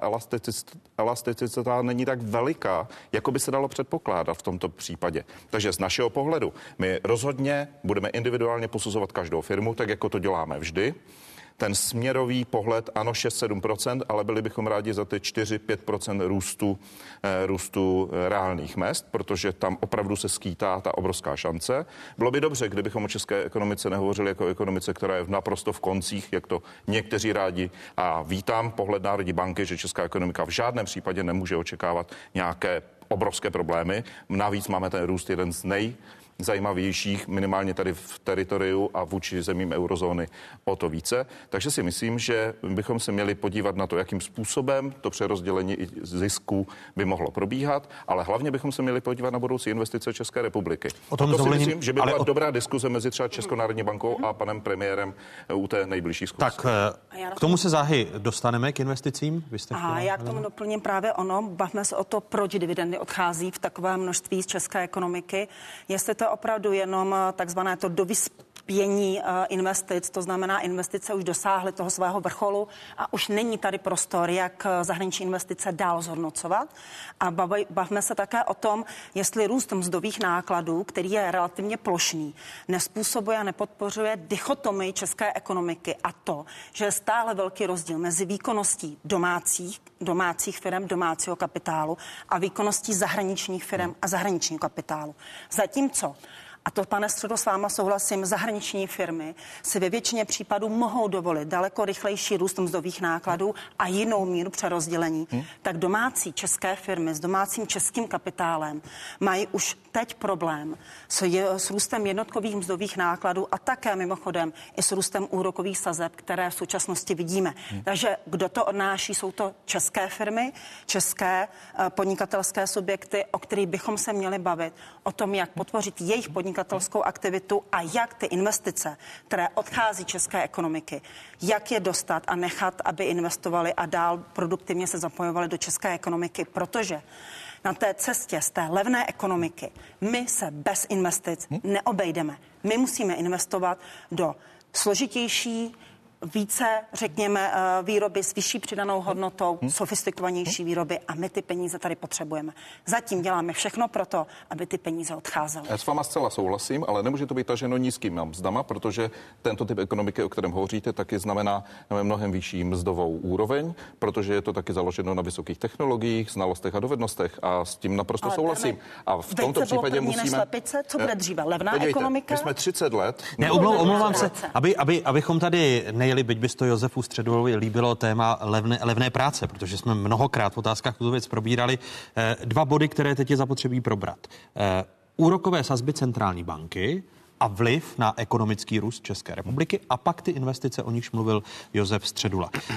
elasticita není tak veliká, jako by se dalo předpokládat v tomto případě. Takže z našeho pohledu my rozhodně budeme individuálně posuzovat každou firmu, tak jako to děláme vždy. Ten směrový pohled, ano, šest sedm procent, ale byli bychom rádi za ty čtyři pět procent růstu, eh, růstu reálných mezd, protože tam opravdu se skýtá ta obrovská šance. Bylo by dobře, kdybychom o české ekonomice nehovořili jako ekonomice, která je naprosto v koncích, jak to někteří rádi. A vítám pohled Národní banky, že česká ekonomika v žádném případě nemůže očekávat nějaké obrovské problémy. Navíc máme ten růst jeden z nej zajímavějších, minimálně tady v teritoriu a vůči zemím eurozóny o to více. Takže si myslím, že bychom se měli podívat na to, jakým způsobem to přerozdělení zisku by mohlo probíhat, ale hlavně bychom se měli podívat na budoucí investice České republiky. O tom to si myslím, že by byla o... dobrá diskuze mezi třeba Českou národní bankou a panem premiérem u té nejbližší schůzky. Tak k tomu se záhy dostaneme, k investicím. Vy jste a já k tomu doplním právě ono. Bavme se o to, proč dividendy odchází v takové množství z české ekonomiky. Jestli to opravdu jenom takzvané to dovyspění investic, to znamená, investice už dosáhly toho svého vrcholu a už není tady prostor, jak zahraniční investice dál zhodnocovat. A bavme se také o tom, jestli růst mzdových nákladů, který je relativně plošný, nespůsobuje a nepodpořuje dichotomii české ekonomiky a to, že je stále velký rozdíl mezi výkonností domácích, domácích firm, domácího kapitálu a výkonností zahraničních firm a zahraničního kapitálu. Zatímco a to, pane Středo, s váma souhlasím, zahraniční firmy si ve většině případů mohou dovolit daleko rychlejší růst mzdových nákladů a jinou míru přerozdělení. Hmm. Tak domácí české firmy s domácím českým kapitálem mají už teď problém s, je, s růstem jednotkových mzdových nákladů a také mimochodem i s růstem úrokových sazeb, které v současnosti vidíme. Hmm. Takže kdo to odnáší, jsou to české firmy, české uh, podnikatelské subjekty, o kterých bychom se měli bavit, o tom, jak podpořit jejich podnikatelské aktivitu a jak ty investice, které odchází české ekonomiky, jak je dostat a nechat, aby investovali a dál produktivně se zapojovali do české ekonomiky, protože na té cestě z té levné ekonomiky my se bez investic neobejdeme. My musíme investovat do složitější, více, řekněme, výroby s vyšší přidanou hodnotou, hmm. sofistikovanější výroby a my ty peníze tady potřebujeme. Zatím děláme všechno pro to, aby ty peníze odcházely. Já s váma zcela souhlasím, ale nemůže to být taženo nízkými mzdama, protože tento typ ekonomiky, o kterém hovoříte, taky znamená mnohem vyšší mzdovou úroveň, protože je to taky založeno na vysokých technologiích, znalostech a dovednostech a s tím naprosto ale souhlasím. A v tomto případě musíme... Slepice, co bude dříve? Levná Podívejte, ekonomika? My jsme třicet let... Ne, omlou, omlouvám se, aby, aby, abychom tady nejeli, byť bys to Josefu Středulovi líbilo, téma levné, levné práce, protože jsme mnohokrát v otázkách tuto věc probírali. Eh, dva body, které teď je zapotřebí probrat. Eh, úrokové sazby centrální banky a vliv na ekonomický růst České republiky a pak ty investice, o nichž mluvil Josef Středula. Eh,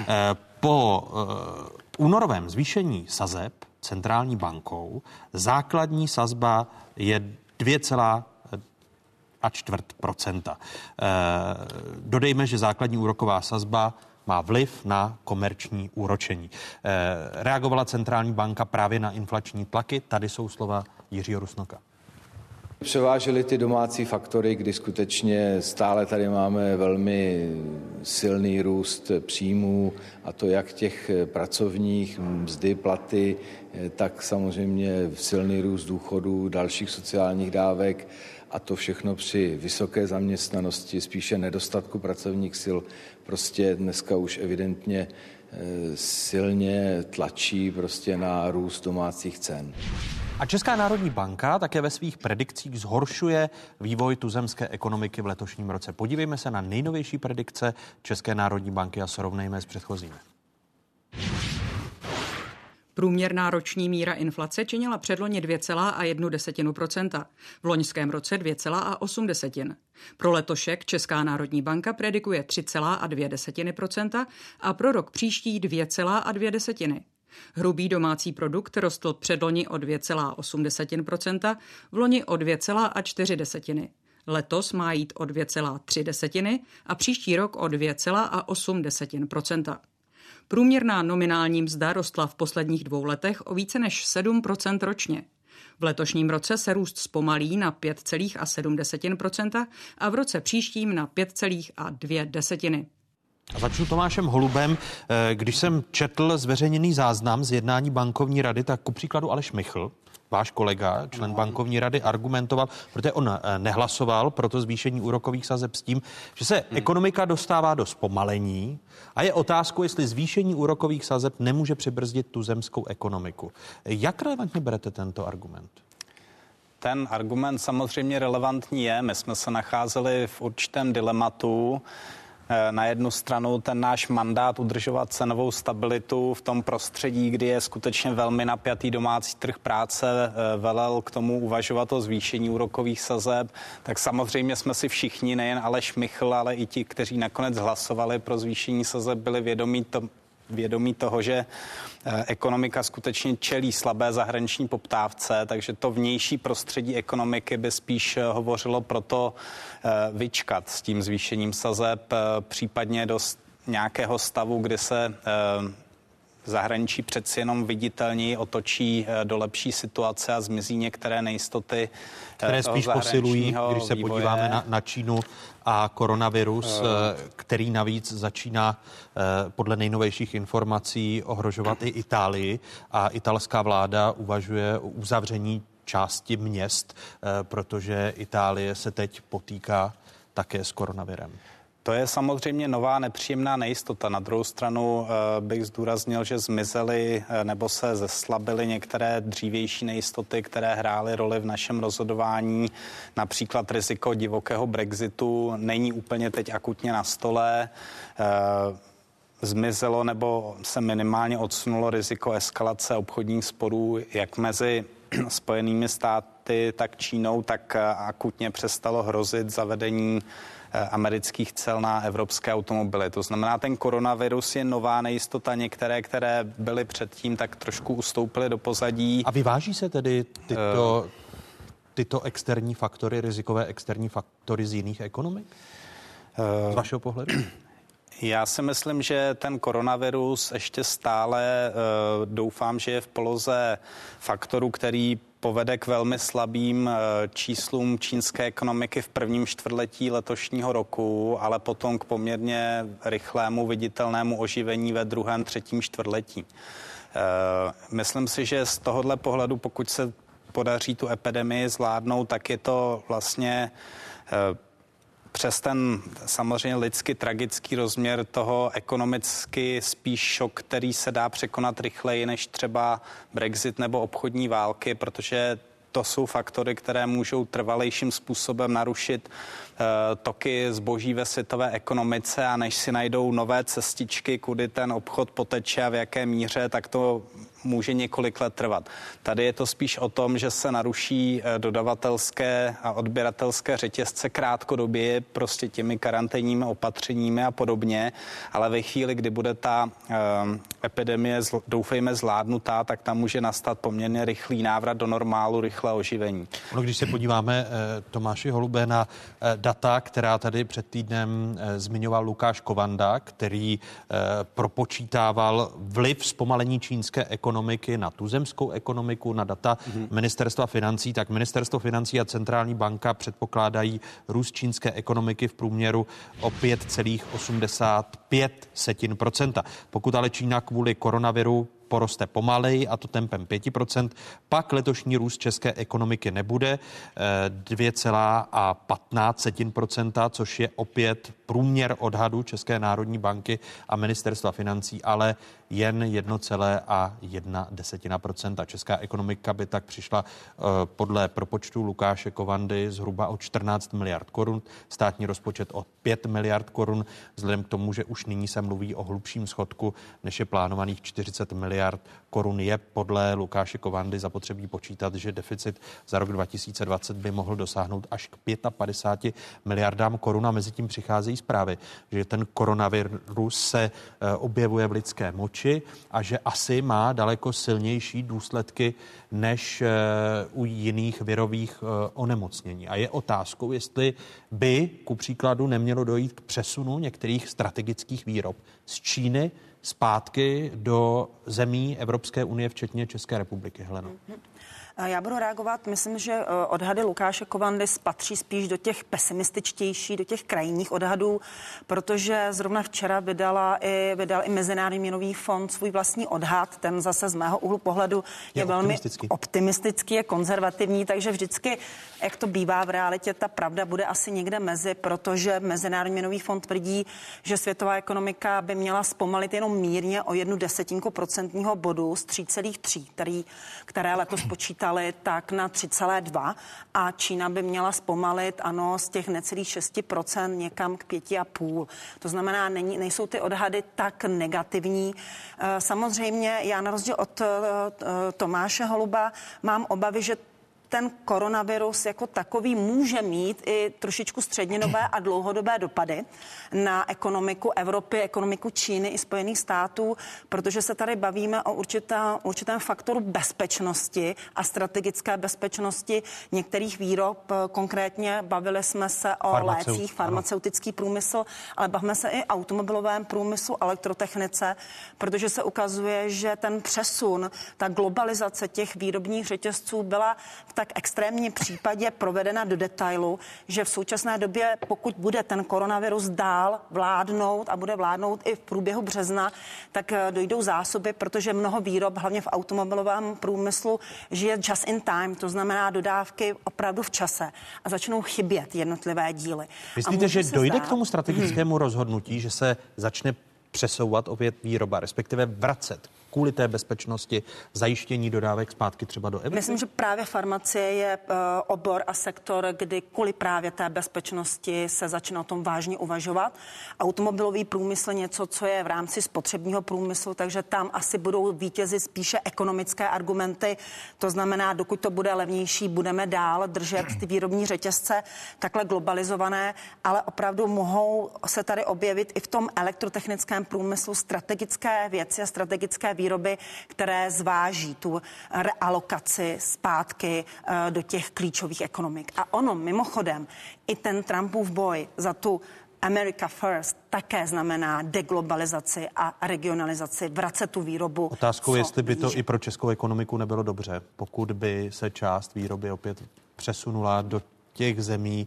po eh, únorovém zvýšení sazeb centrální bankou základní sazba je dvě celá a čtvrt procenta. E, dodejme, že základní úroková sazba má vliv na komerční úročení. E, reagovala centrální banka právě na inflační tlaky. Tady jsou slova Jiřího Rusnoka. Převážely ty domácí faktory, kdy skutečně stále tady máme velmi silný růst příjmů, a to jak těch pracovních, mzdy, platy, tak samozřejmě silný růst důchodů, dalších sociálních dávek, a to všechno při vysoké zaměstnanosti, spíše nedostatku pracovních sil. Prostě dneska už evidentně silně tlačí prostě na růst domácích cen. A Česká národní banka také ve svých predikcích zhoršuje vývoj tuzemské ekonomiky v letošním roce. Podívejme se na nejnovější predikce České národní banky a srovnejme s předchozími. Průměrná roční míra inflace činila předloni dvě celá jedna desetina procenta, v loňském roce dvě celá osm desetin. Pro letošek Česká národní banka predikuje tři celá dvě desetiny procenta a pro rok příští dvě celá dvě desetiny. Hrubý domácí produkt rostl předloni o dvě celá osm procenta, v loni o dvě celá čtyři desetiny. Letos má jít o dvě celá tři desetiny a příští rok o dvě celá osm desetin procenta. Průměrná nominální mzda rostla v posledních dvou letech o více než sedm procent ročně. V letošním roce se růst zpomalí na pět celá sedm desetin procenta a v roce příštím na pět celá dvě desetiny. A začnu Tomášem Holubem. Když jsem četl zveřejněný záznam z jednání bankovní rady, tak ku příkladu Aleš Michl, váš kolega, člen bankovní rady, argumentoval, protože on nehlasoval pro to zvýšení úrokových sazeb s tím, že se hmm. ekonomika dostává do zpomalení a je otázkou, jestli zvýšení úrokových sazeb nemůže přibrzdit tu zemskou ekonomiku. Jak relevantně berete tento argument? Ten argument samozřejmě relevantní je. My jsme se nacházeli v určitém dilematu. Na jednu stranu ten náš mandát udržovat cenovou stabilitu v tom prostředí, kdy je skutečně velmi napjatý domácí trh práce, velel k tomu uvažovat o zvýšení úrokových sazeb, tak samozřejmě jsme si všichni, nejen Aleš Michl, ale i ti, kteří nakonec hlasovali pro zvýšení sazeb, byli vědomí to, vědomí toho, že ekonomika skutečně čelí slabé zahraniční poptávce, takže to vnější prostředí ekonomiky by spíš hovořilo proto vyčkat s tím zvýšením sazeb, případně do nějakého stavu, kdy se zahraničí přeci jenom viditelněji otočí do lepší situace a zmizí některé nejistoty, které spíš posilují, když se vývoje. podíváme na, na Čínu a koronavirus, uh. který navíc začíná podle nejnovějších informací ohrožovat i Itálii a italská vláda uvažuje o uzavření části měst, protože Itálie se teď potýká také s koronavirem. To je samozřejmě nová nepříjemná nejistota. Na druhou stranu bych zdůraznil, že zmizely nebo se zeslabily některé dřívější nejistoty, které hrály roli v našem rozhodování. Například riziko divokého Brexitu není úplně teď akutně na stole. Zmizelo nebo se minimálně odsunulo riziko eskalace obchodních sporů jak mezi Spojenými státy, tak Čínou, tak akutně přestalo hrozit zavedení amerických cel na evropské automobily. To znamená, ten koronavirus je nová nejistota. Některé, které byly předtím, tak trošku ustoupily do pozadí. A vyváží se tedy tyto, uh, tyto externí faktory, rizikové externí faktory z jiných ekonomik? Uh, z vašeho pohledu? Já si myslím, že ten koronavirus ještě stále uh, doufám, že je v poloze faktoru, který povede k velmi slabým číslům čínské ekonomiky v prvním čtvrtletí letošního roku, ale potom k poměrně rychlému viditelnému oživení ve druhém, třetím čtvrtletí. Myslím si, že z tohohle pohledu, pokud se podaří tu epidemii zvládnout, tak je to vlastně přes ten samozřejmě lidsky tragický rozměr toho ekonomicky spíš šok, který se dá překonat rychleji než třeba Brexit nebo obchodní války, protože to jsou faktory, které můžou trvalejším způsobem narušit uh, toky zboží ve světové ekonomice a než si najdou nové cestičky, kudy ten obchod poteče a v jaké míře, tak to může několik let trvat. Tady je to spíš o tom, že se naruší dodavatelské a odběratelské řetězce krátkodobě prostě těmi karanténními opatřeními a podobně, ale ve chvíli, kdy bude ta uh, epidemie doufejme zvládnutá, tak tam může nastat poměrně rychlý návrat do normálu, rychlé oživení. No, když se podíváme, Tomáši Holube, na data, která tady před týdnem zmiňoval Lukáš Kovanda, který propočítával vliv zpomalení čínské ekonomiky na tuzemskou ekonomiku, na data mm-hmm. ministerstva financí, tak ministerstvo financí a centrální banka předpokládají růst čínské ekonomiky v průměru o pět celá osmdesát pět procenta. Pokud ale Čína kvůli koronaviru poroste pomaleji, a to tempem pět procent, pak letošní růst české ekonomiky nebude dvě celá patnáct procenta, což je opět průměr odhadu České národní banky a ministerstva financí, ale jen jedna celá jedna procenta. Česká ekonomika by tak přišla podle propočtu Lukáše Kovandy zhruba o čtrnáct miliard korun, státní rozpočet o pět miliard korun, vzhledem k tomu, že už nyní se mluví o hlubším schodku, než je plánovaných čtyřicet miliard. miliard korun. Je podle Lukáše Kovandy zapotřebí počítat, že deficit za rok dva tisíce dvacet by mohl dosáhnout až k padesát pět miliardám korun a mezi tím přicházejí zprávy, že ten koronavirus se objevuje v lidské moči a že asi má daleko silnější důsledky než u jiných virových onemocnění. A je otázkou, jestli by ku příkladu nemělo dojít k přesunu některých strategických výrob z Číny zpátky do zemí Evropské unie, včetně České republiky. Heleno. Já budu reagovat, myslím, že odhady Lukáše Kovandy patří spíš do těch pesimističtější, do těch krajních odhadů, protože zrovna včera vydala i, vydal i Mezinárodní měnový fond svůj vlastní odhad, ten zase z mého úhlu pohledu je, je velmi optimistický. optimistický, je konzervativní, takže vždycky, jak to bývá v realitě, ta pravda bude asi někde mezi, protože Mezinárodní měnový fond tvrdí, že světová ekonomika by měla zpomalit jenom mírně o jednu desetinku procentního bodu z tři celá tři, který, které letos počítá tak na tři celá dva a Čína by měla zpomalit, ano, z těch necelých šest procent někam k pět celá pět. To znamená, není, nejsou ty odhady tak negativní. Samozřejmě já na rozdíl od Tomáše Holuba mám obavy, že ten koronavirus jako takový může mít i trošičku střednědobé a dlouhodobé dopady na ekonomiku Evropy, ekonomiku Číny i Spojených států, protože se tady bavíme o určitá, určitém faktoru bezpečnosti a strategické bezpečnosti některých výrob. Konkrétně bavili jsme se o Farmaceut, lécích, farmaceutický ano. průmysl, ale bavíme se i o automobilovém průmyslu, elektrotechnice, protože se ukazuje, že ten přesun, ta globalizace těch výrobních řetězců byla v tak extrémním případě provedena do detailu, že v současné době, pokud bude ten koronavirus dál vládnout a bude vládnout i v průběhu března, tak dojdou zásoby, protože mnoho výrob, hlavně v automobilovém průmyslu, žije just in time, to znamená dodávky opravdu v čase a začnou chybět jednotlivé díly. Myslíte, že dojde zdát, k tomu strategickému hmm. rozhodnutí, že se začne přesouvat opět výroba, respektive vracet kvůli té bezpečnosti, zajištění dodávek zpátky třeba do Evropy? Myslím, že právě farmacie je uh, obor a sektor, kdy kvůli právě té bezpečnosti se začíná o tom vážně uvažovat. Automobilový průmysl něco, co je v rámci spotřebního průmyslu, takže tam asi budou vítězit spíše ekonomické argumenty. To znamená, dokud to bude levnější, budeme dál držet ty výrobní řetězce takhle globalizované, ale opravdu mohou se tady objevit i v tom elektrotechnickém průmyslu strategické věci a strategické výroby, které zváží tu realokaci zpátky do těch klíčových ekonomik. A ono, mimochodem, i ten Trumpův boj za tu America First také znamená deglobalizaci a regionalizaci, vracet tu výrobu. Otázkou, jestli by to i pro českou ekonomiku nebylo dobře, pokud by se část výroby opět přesunula do těch zemí,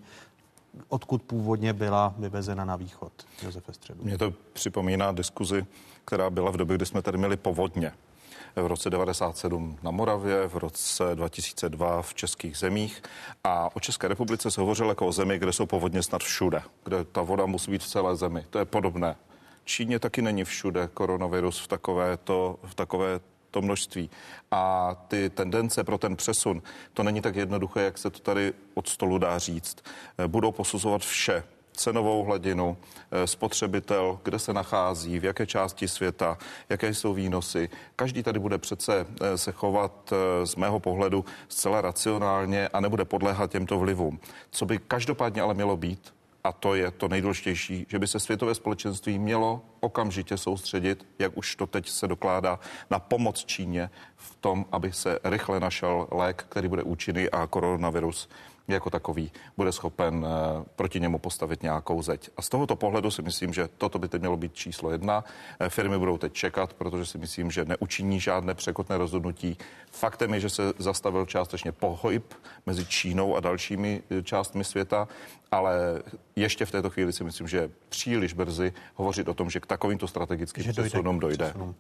odkud původně byla vyvezena na východ. Josefe Středu. Mně to připomíná diskuzi, která byla v době, kdy jsme tady měli povodně. V roce devadesát sedm na Moravě, v roce dva tisíce dva v českých zemích a o České republice se hovořilo jako o zemi, kde jsou povodně snad všude, kde ta voda musí být v celé zemi. To je podobné. Číně taky není všude koronavirus v takovéto, v takové to množství. A ty tendence pro ten přesun, to není tak jednoduché, jak se to tady od stolu dá říct. Budou posuzovat vše. Cenovou hladinu, spotřebitel, kde se nachází, v jaké části světa, jaké jsou výnosy. Každý tady bude přece se chovat z mého pohledu zcela racionálně a nebude podléhat těmto vlivům. Co by každopádně ale mělo být, a to je to nejdůležitější, že by se světové společenství mělo okamžitě soustředit, jak už to teď se dokládá, na pomoc Číně v tom, aby se rychle našel lék, který bude účinný a koronavirus jako takový bude schopen uh, proti němu postavit nějakou zeď. A z tohoto pohledu si myslím, že toto by teď mělo být číslo jedna. E, firmy budou teď čekat, protože si myslím, že neučiní žádné překotné rozhodnutí. Faktem je, že se zastavil částečně pohyb mezi Čínou a dalšími částmi světa, ale ještě v této chvíli si myslím, že je příliš brzy hovořit o tom, že k takovýmto strategickým přesunům dojde. Uh,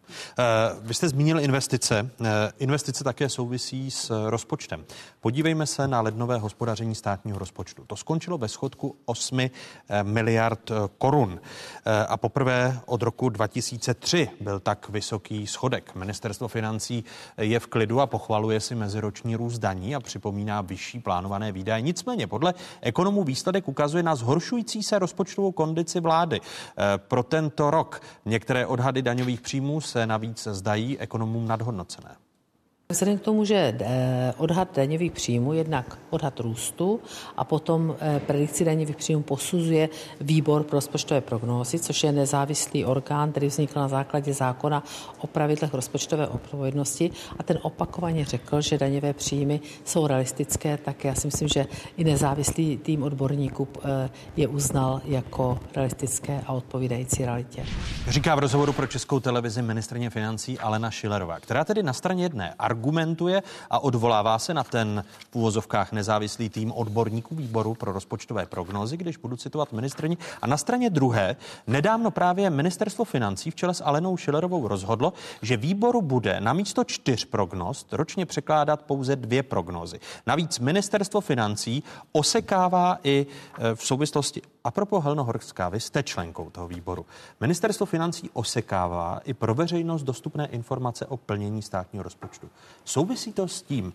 vy jste zmínil investice. Uh, investice také souvisí s rozpočtem. Podívejme se na lednové hospodaření hospodaření státního rozpočtu. To skončilo ve schodku osmi miliard korun. A poprvé od roku dva tisíce tři byl tak vysoký schodek. Ministerstvo financí je v klidu a pochvaluje si meziroční růst daní a připomíná vyšší plánované výdaje. Nicméně podle ekonomů výsledek ukazuje na zhoršující se rozpočtovou kondici vlády. Pro tento rok některé odhady daňových příjmů se navíc zdají ekonomům nadhodnocené. Vzhledem k tomu, že odhad daňových příjmů, jednak odhad růstu a potom predikci daňových příjmů posuzuje výbor pro rozpočtové prognózy, což je nezávislý orgán, který vznikl na základě zákona o pravidlech rozpočtové odpovědnosti a ten opakovaně řekl, že daňové příjmy jsou realistické, tak já si myslím, že i nezávislý tým odborníků je uznal jako realistické a odpovídající realitě. Říká v rozhovoru pro Českou televizi ministryně financí Alena Schillerová, která tedy na straně jedné argumentuje a odvolává se na ten v úvozovkách nezávislý tým odborníků výboru pro rozpočtové prognózy, když budu citovat ministryni. A na straně druhé nedávno právě ministerstvo financí v čele s Alenou Schillerovou rozhodlo, že výboru bude namísto čtyř prognóz ročně překládat pouze dvě prognózy. Navíc ministerstvo financí osekává i v souvislosti. A propos Helnohorská, vy jste členkou toho výboru. Ministerstvo financí osekává i pro veřejnost dostupné informace o plnění státního rozpočtu. Souvisí to s tím,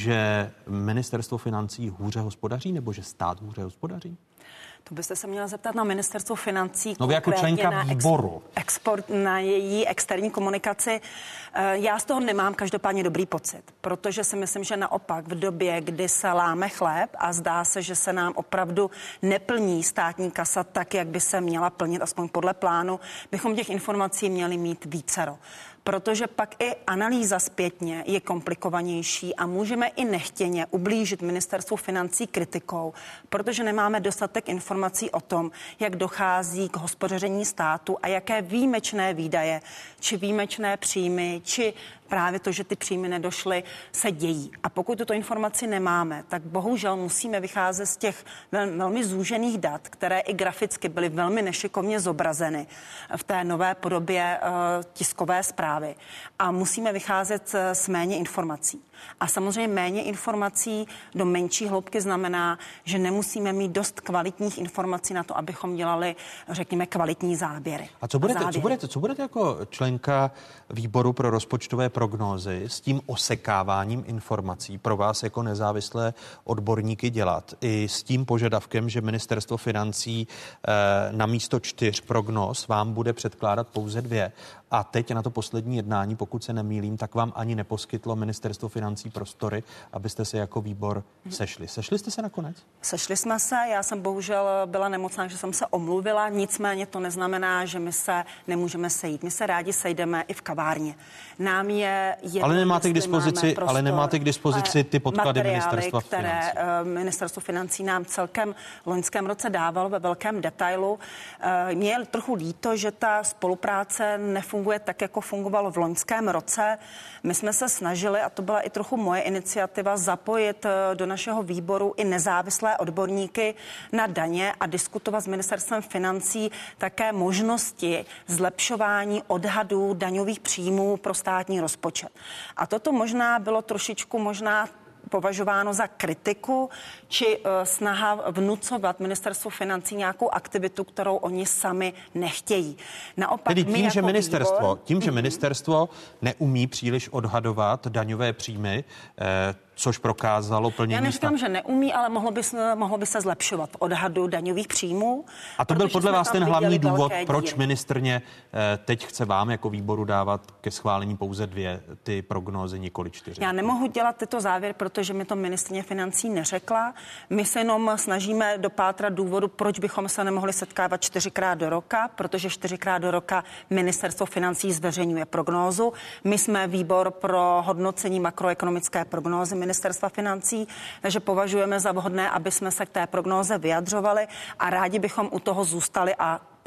že ministerstvo financí hůře hospodaří nebo že stát hůře hospodaří? To byste se měla zeptat na ministerstvo financí. No, jako členka výboru. Export, na její externí komunikaci. Já z toho nemám každopádně dobrý pocit, protože si myslím, že naopak v době, kdy se láme chléb a zdá se, že se nám opravdu neplní státní kasa tak, jak by se měla plnit, aspoň podle plánu, bychom těch informací měli mít vícero. Protože pak i analýza zpětně je komplikovanější a můžeme i nechtěně ublížit ministerstvu financí kritikou, protože nemáme dostatek informací o tom, jak dochází k hospodaření státu a jaké výjimečné výdaje, či výjimečné příjmy, či právě to, že ty příjmy nedošly, se dějí. A pokud tuto informaci nemáme, tak bohužel musíme vycházet z těch vel, velmi zúžených dat, které i graficky byly velmi nešikovně zobrazeny v té nové podobě uh, tiskové zprávy. A musíme vycházet z méně informací. A samozřejmě méně informací do menší hloubky znamená, že nemusíme mít dost kvalitních informací na to, abychom dělali, řekněme, kvalitní záběry. A co budete, co budete, co budete jako členka výboru pro rozpočtové prognózy s tím osekáváním informací pro vás jako nezávislé odborníky dělat? I s tím požadavkem, že ministerstvo financí eh, na místo čtyř prognóz vám bude předkládat pouze dvě. A teď na to poslední jednání, pokud se nemýlím, tak vám ani neposkytlo ministerstvo financí prostory, abyste se jako výbor sešli. Sešli jste se nakonec? Sešli jsme se, já jsem bohužel byla nemocná, že jsem se omluvila, nicméně to neznamená, že my se nemůžeme sejít. My se rádi sejdeme i v kavárně. Nám je jedno, ale nemáte k dispozici, prostor, ale nemáte k dispozici ty podklady ministerstva které financí. Ministerstvo financí nám celkem v loňském roce dávalo ve velkém detailu. Mě je trochu líto, že ta spolupráce nefunguje tak, jako fungovalo v loňském roce. My jsme se snažili, a to byla i trochu moje iniciativa, zapojit do našeho výboru i nezávislé odborníky na daně a diskutovat s ministerstvem financí také možnosti zlepšování odhadů daňových příjmů pro státní rozpočet. A toto možná bylo trošičku možná považováno za kritiku či uh, snaha vnucovat ministerstvu financí nějakou aktivitu, kterou oni sami nechtějí. Naopak Tedy tím, my že jako ministerstvo, výbor, tím, že ministerstvo neumí příliš odhadovat daňové příjmy, eh, což prokázalo plnění. Já neříkám, že neumí, ale mohlo by, mohlo by se zlepšovat v odhadu daňových příjmů. A to byl podle vás ten hlavní důvod, proč ministrně eh, teď chce vám jako výboru dávat ke schválení pouze dvě ty prognózy, nikoli čtyři. Já nemohu dělat tyto závěry, protože mi to ministryně financí neřekla. My se jenom snažíme dopátrat důvodu, proč bychom se nemohli setkávat čtyřikrát do roka, protože čtyřikrát do roka ministerstvo financí zveřejňuje prognózu. My jsme výbor pro hodnocení makroekonomické prognózy ministerstva financí, takže považujeme za vhodné, aby jsme se k té prognóze vyjadřovali a rádi bychom u toho zůstali a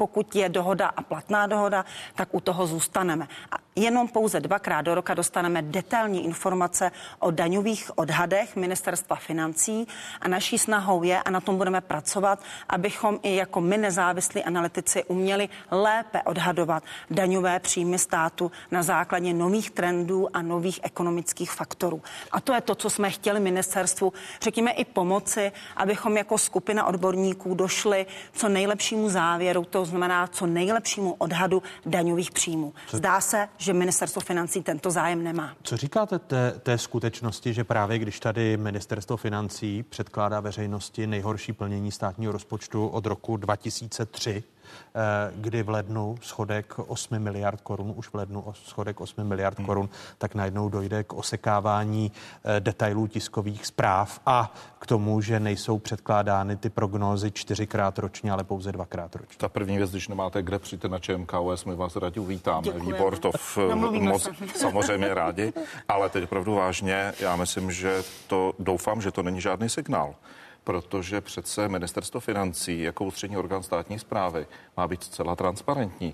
pokud je dohoda a platná dohoda, tak u toho zůstaneme. A jenom pouze dvakrát do roka dostaneme detailní informace o daňových odhadech Ministerstva financí a naší snahou je, a na tom budeme pracovat, abychom i jako my nezávislí analytici uměli lépe odhadovat daňové příjmy státu na základě nových trendů a nových ekonomických faktorů. A to je to, co jsme chtěli ministerstvu, řekněme, i pomoci, abychom jako skupina odborníků došli co nejlepšímu závěru, to znamená co nejlepšímu odhadu daňových příjmů. Zdá se, že ministerstvo financí tento zájem nemá. Co říkáte té, té skutečnosti, že právě když tady ministerstvo financí předkládá veřejnosti nejhorší plnění státního rozpočtu od roku dva tisíce tři, kdy v lednu schodek osmi miliard korun, už v lednu schodek osmi miliard hmm. korun, tak najednou dojde k osekávání detailů tiskových zpráv a k tomu, že nejsou předkládány ty prognózy čtyřikrát ročně, ale pouze dvakrát ročně. Ta první věc, když nemáte kde, přijďte na ČMKOS, my vás rádi uvítáme. Děkujeme. Výbor to v, moc, samozřejmě rádi, ale teď opravdu vážně, já myslím, že to, doufám, že to není žádný signál. Protože přece ministerstvo financí jako ústřední orgán státní správy má být zcela transparentní.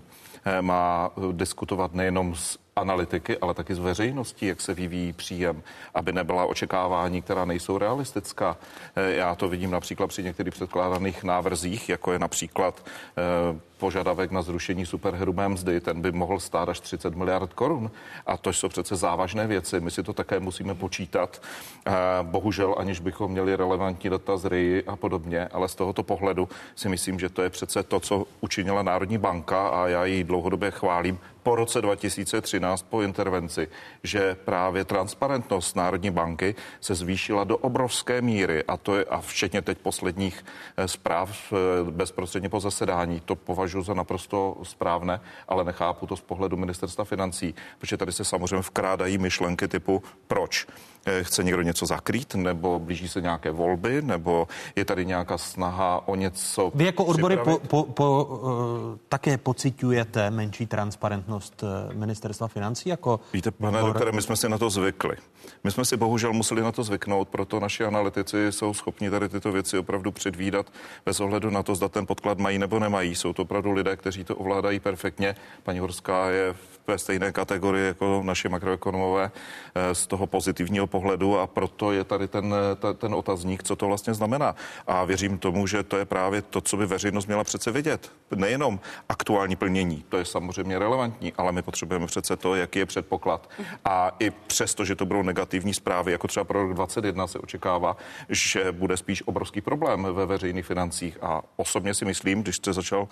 Má diskutovat nejenom s analytiky, ale taky s veřejností, jak se vyvíjí příjem, aby nebyla očekávání, která nejsou realistická. Já to vidím například při některých předkládaných návrzích, jako je například eh, požadavek na zrušení superhrubé mzdy, ten by mohl stát až třicet miliard korun. A to jsou přece závažné věci. My si to také musíme počítat. Eh, bohužel, aniž bychom měli relevantní data z R I a podobně, ale z tohoto pohledu si myslím, že to je přece to, co učinila Národní banka a já ji dlouhodobě chválím po roce dva tisíce třináct po intervenci, že právě transparentnost Národní banky se zvýšila do obrovské míry a to je a včetně teď posledních zpráv bezprostředně po zasedání. To považuji za naprosto správné, ale nechápu to z pohledu ministerstva financí, protože tady se samozřejmě vkrádají myšlenky typu proč? Chce někdo něco zakrýt, nebo blíží se nějaké volby, nebo je tady nějaká snaha o něco Vy jako odbory po, připravit? po, po, uh, také pociťujete menší transparentnost ministerstva financí? Jako Víte, pane odbor... doktore, my jsme si na to zvykli. My jsme si bohužel museli na to zvyknout, proto naši analytici jsou schopni tady tyto věci opravdu předvídat bez ohledu na to, zda ten podklad mají nebo nemají. Jsou to opravdu lidé, kteří to ovládají perfektně. Paní Horská je ve stejné kategorii jako naši makroekonomové z toho pozitivního pohledu a proto je tady ten, ten otazník, co to vlastně znamená. A věřím tomu, že to je právě to, co by veřejnost měla přece vědět. Nejenom aktuální plnění, to je samozřejmě relevantní, ale my potřebujeme přece to, jaký je předpoklad. A i přesto, že to budou negativní zprávy, jako třeba pro rok dvacet jedna se očekává, že bude spíš obrovský problém ve veřejných financích. A osobně si myslím, když jste začal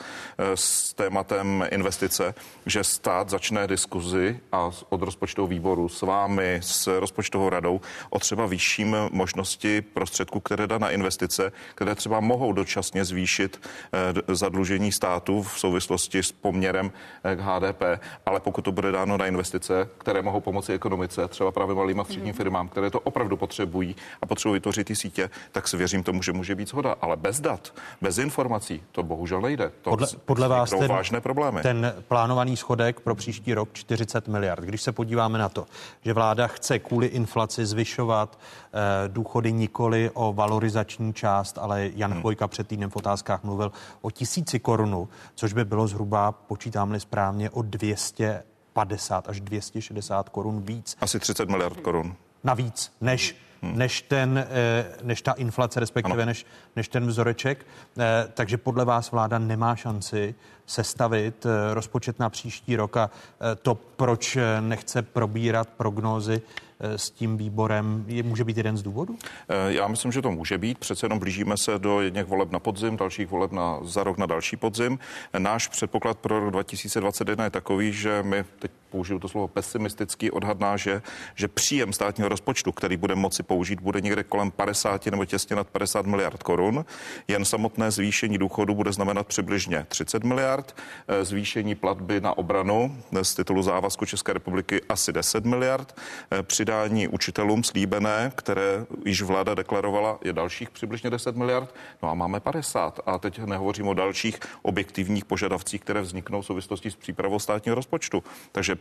s tématem investice, že stát začne diskuzi a od rozpočtového výboru s vámi, s rozpočtovou radou o třeba vyšším možnosti prostředků, které dá na investice, které třeba mohou dočasně zvýšit zadlužení státu v souvislosti s poměrem k H D P, ale pokud to bude dáno na investice, které mohou pomoci ekonomice, třeba právě malým a středním firmám, které to opravdu potřebují a potřebují vytvořit ty sítě, tak si věřím tomu, že může být shoda, ale bez dat, bez informací, to bohužel nejde. To podle, podle vás ten, vážné problémy. Ten plánovaný schodek pro příští rok čtyřicet miliard. Když se podíváme na to, že vláda chce kvůli inflaci zvyšovat eh, důchody nikoli o valorizační část, ale Jan hmm. Chvojka před týdnem v Otázkách mluvil o tisíci korunu, což by bylo zhruba, počítám-li správně, o dvě stě padesát až dvě stě šedesát korun víc. Asi třicet miliard korun. Navíc, než než, ten, než ta inflace, respektive než, než ten vzoreček. Takže podle vás vláda nemá šanci sestavit rozpočet na příští rok a to, proč nechce probírat prognózy s tím výborem, je, může být jeden z důvodů? Já myslím, že to může být. Přece jenom blížíme se do jedněch voleb na podzim, dalších voleb na, za rok na další podzim. Náš předpoklad pro rok dva tisíce dvacet jedna je takový, že my, teď použiju to slovo pesimistický, odhadná, že, že příjem státního rozpočtu, který bude moci použít, bude někde kolem padesát nebo těsně nad padesát miliard korun. Jen samotné zvýšení důchodu bude znamenat přibližně třicet miliard, zvýšení platby na obranu z titulu závazku České republiky asi deset miliard, přidání učitelům slíbené, které již vláda deklarovala, je dalších přibližně deset miliard, no a máme padesát. A teď nehovořím o dalších objektivních požadavcích, které vzniknou v souvislosti s přípravou státního rozpočtu. Takže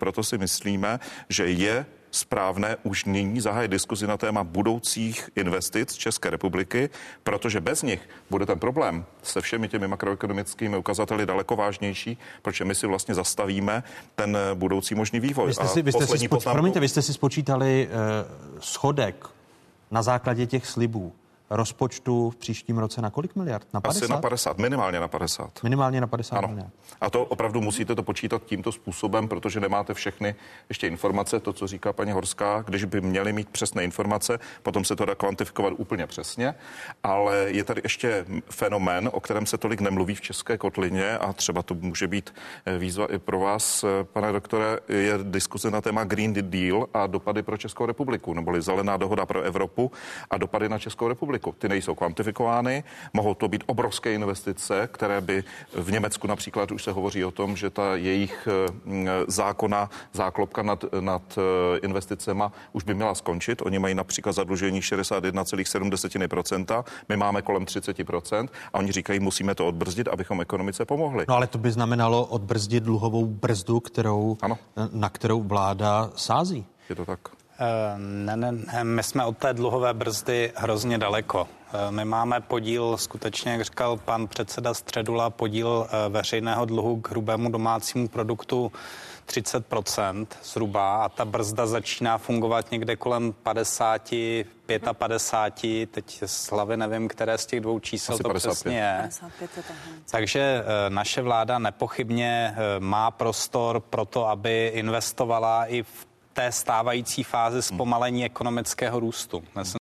proto si myslíme, že je správné už nyní zahájit diskuzi na téma budoucích investic České republiky, protože bez nich bude ten problém se všemi těmi makroekonomickými ukazateli daleko vážnější, protože my si vlastně zastavíme ten budoucí možný vývoj. Vy jste si, vy jste si, spoč, promiňte, vy jste si spočítali uh, schodek na základě těch slibů rozpočtu v příštím roce na kolik miliard? Na padesát? Asi na padesát, minimálně na padesát. Minimálně na padesát ano. miliard. A to opravdu musíte to počítat tímto způsobem, protože nemáte všechny ještě informace, to, co říká paní Horská, když by měli mít přesné informace, potom se to dá kvantifikovat úplně přesně, ale je tady ještě fenomén, o kterém se tolik nemluví v české kotlině a třeba to může být výzva i pro vás, pane doktore, je diskuze na téma Green Deal a dopady pro Českou republiku, neboli zelená dohoda pro Evropu a dopady na Českou republiku. Ty nejsou kvantifikovány, mohou to být obrovské investice, které by v Německu například už se hovoří o tom, že ta jejich zákona, záklopka nad, nad investicema už by měla skončit. Oni mají například zadlužení šedesát jedna celá sedm procenta, my máme kolem třicet procent a oni říkají, musíme to odbrzdit, abychom ekonomice pomohli. No ale to by znamenalo odbrzdit dluhovou brzdu, kterou, ano. na kterou vláda sází. Je to tak? Ne, ne, ne, my jsme od té dluhové brzdy hrozně daleko. My máme podíl, skutečně, jak říkal pan předseda Středula, podíl veřejného dluhu k hrubému domácímu produktu třicet procent zhruba a ta brzda začíná fungovat někde kolem padesát, padesát pět, teď z hlavy nevím, které z těch dvou čísel Asi to padesát pět. přesně je. Takže naše vláda nepochybně má prostor pro to, aby investovala i v té stávající fázi zpomalení ekonomického růstu.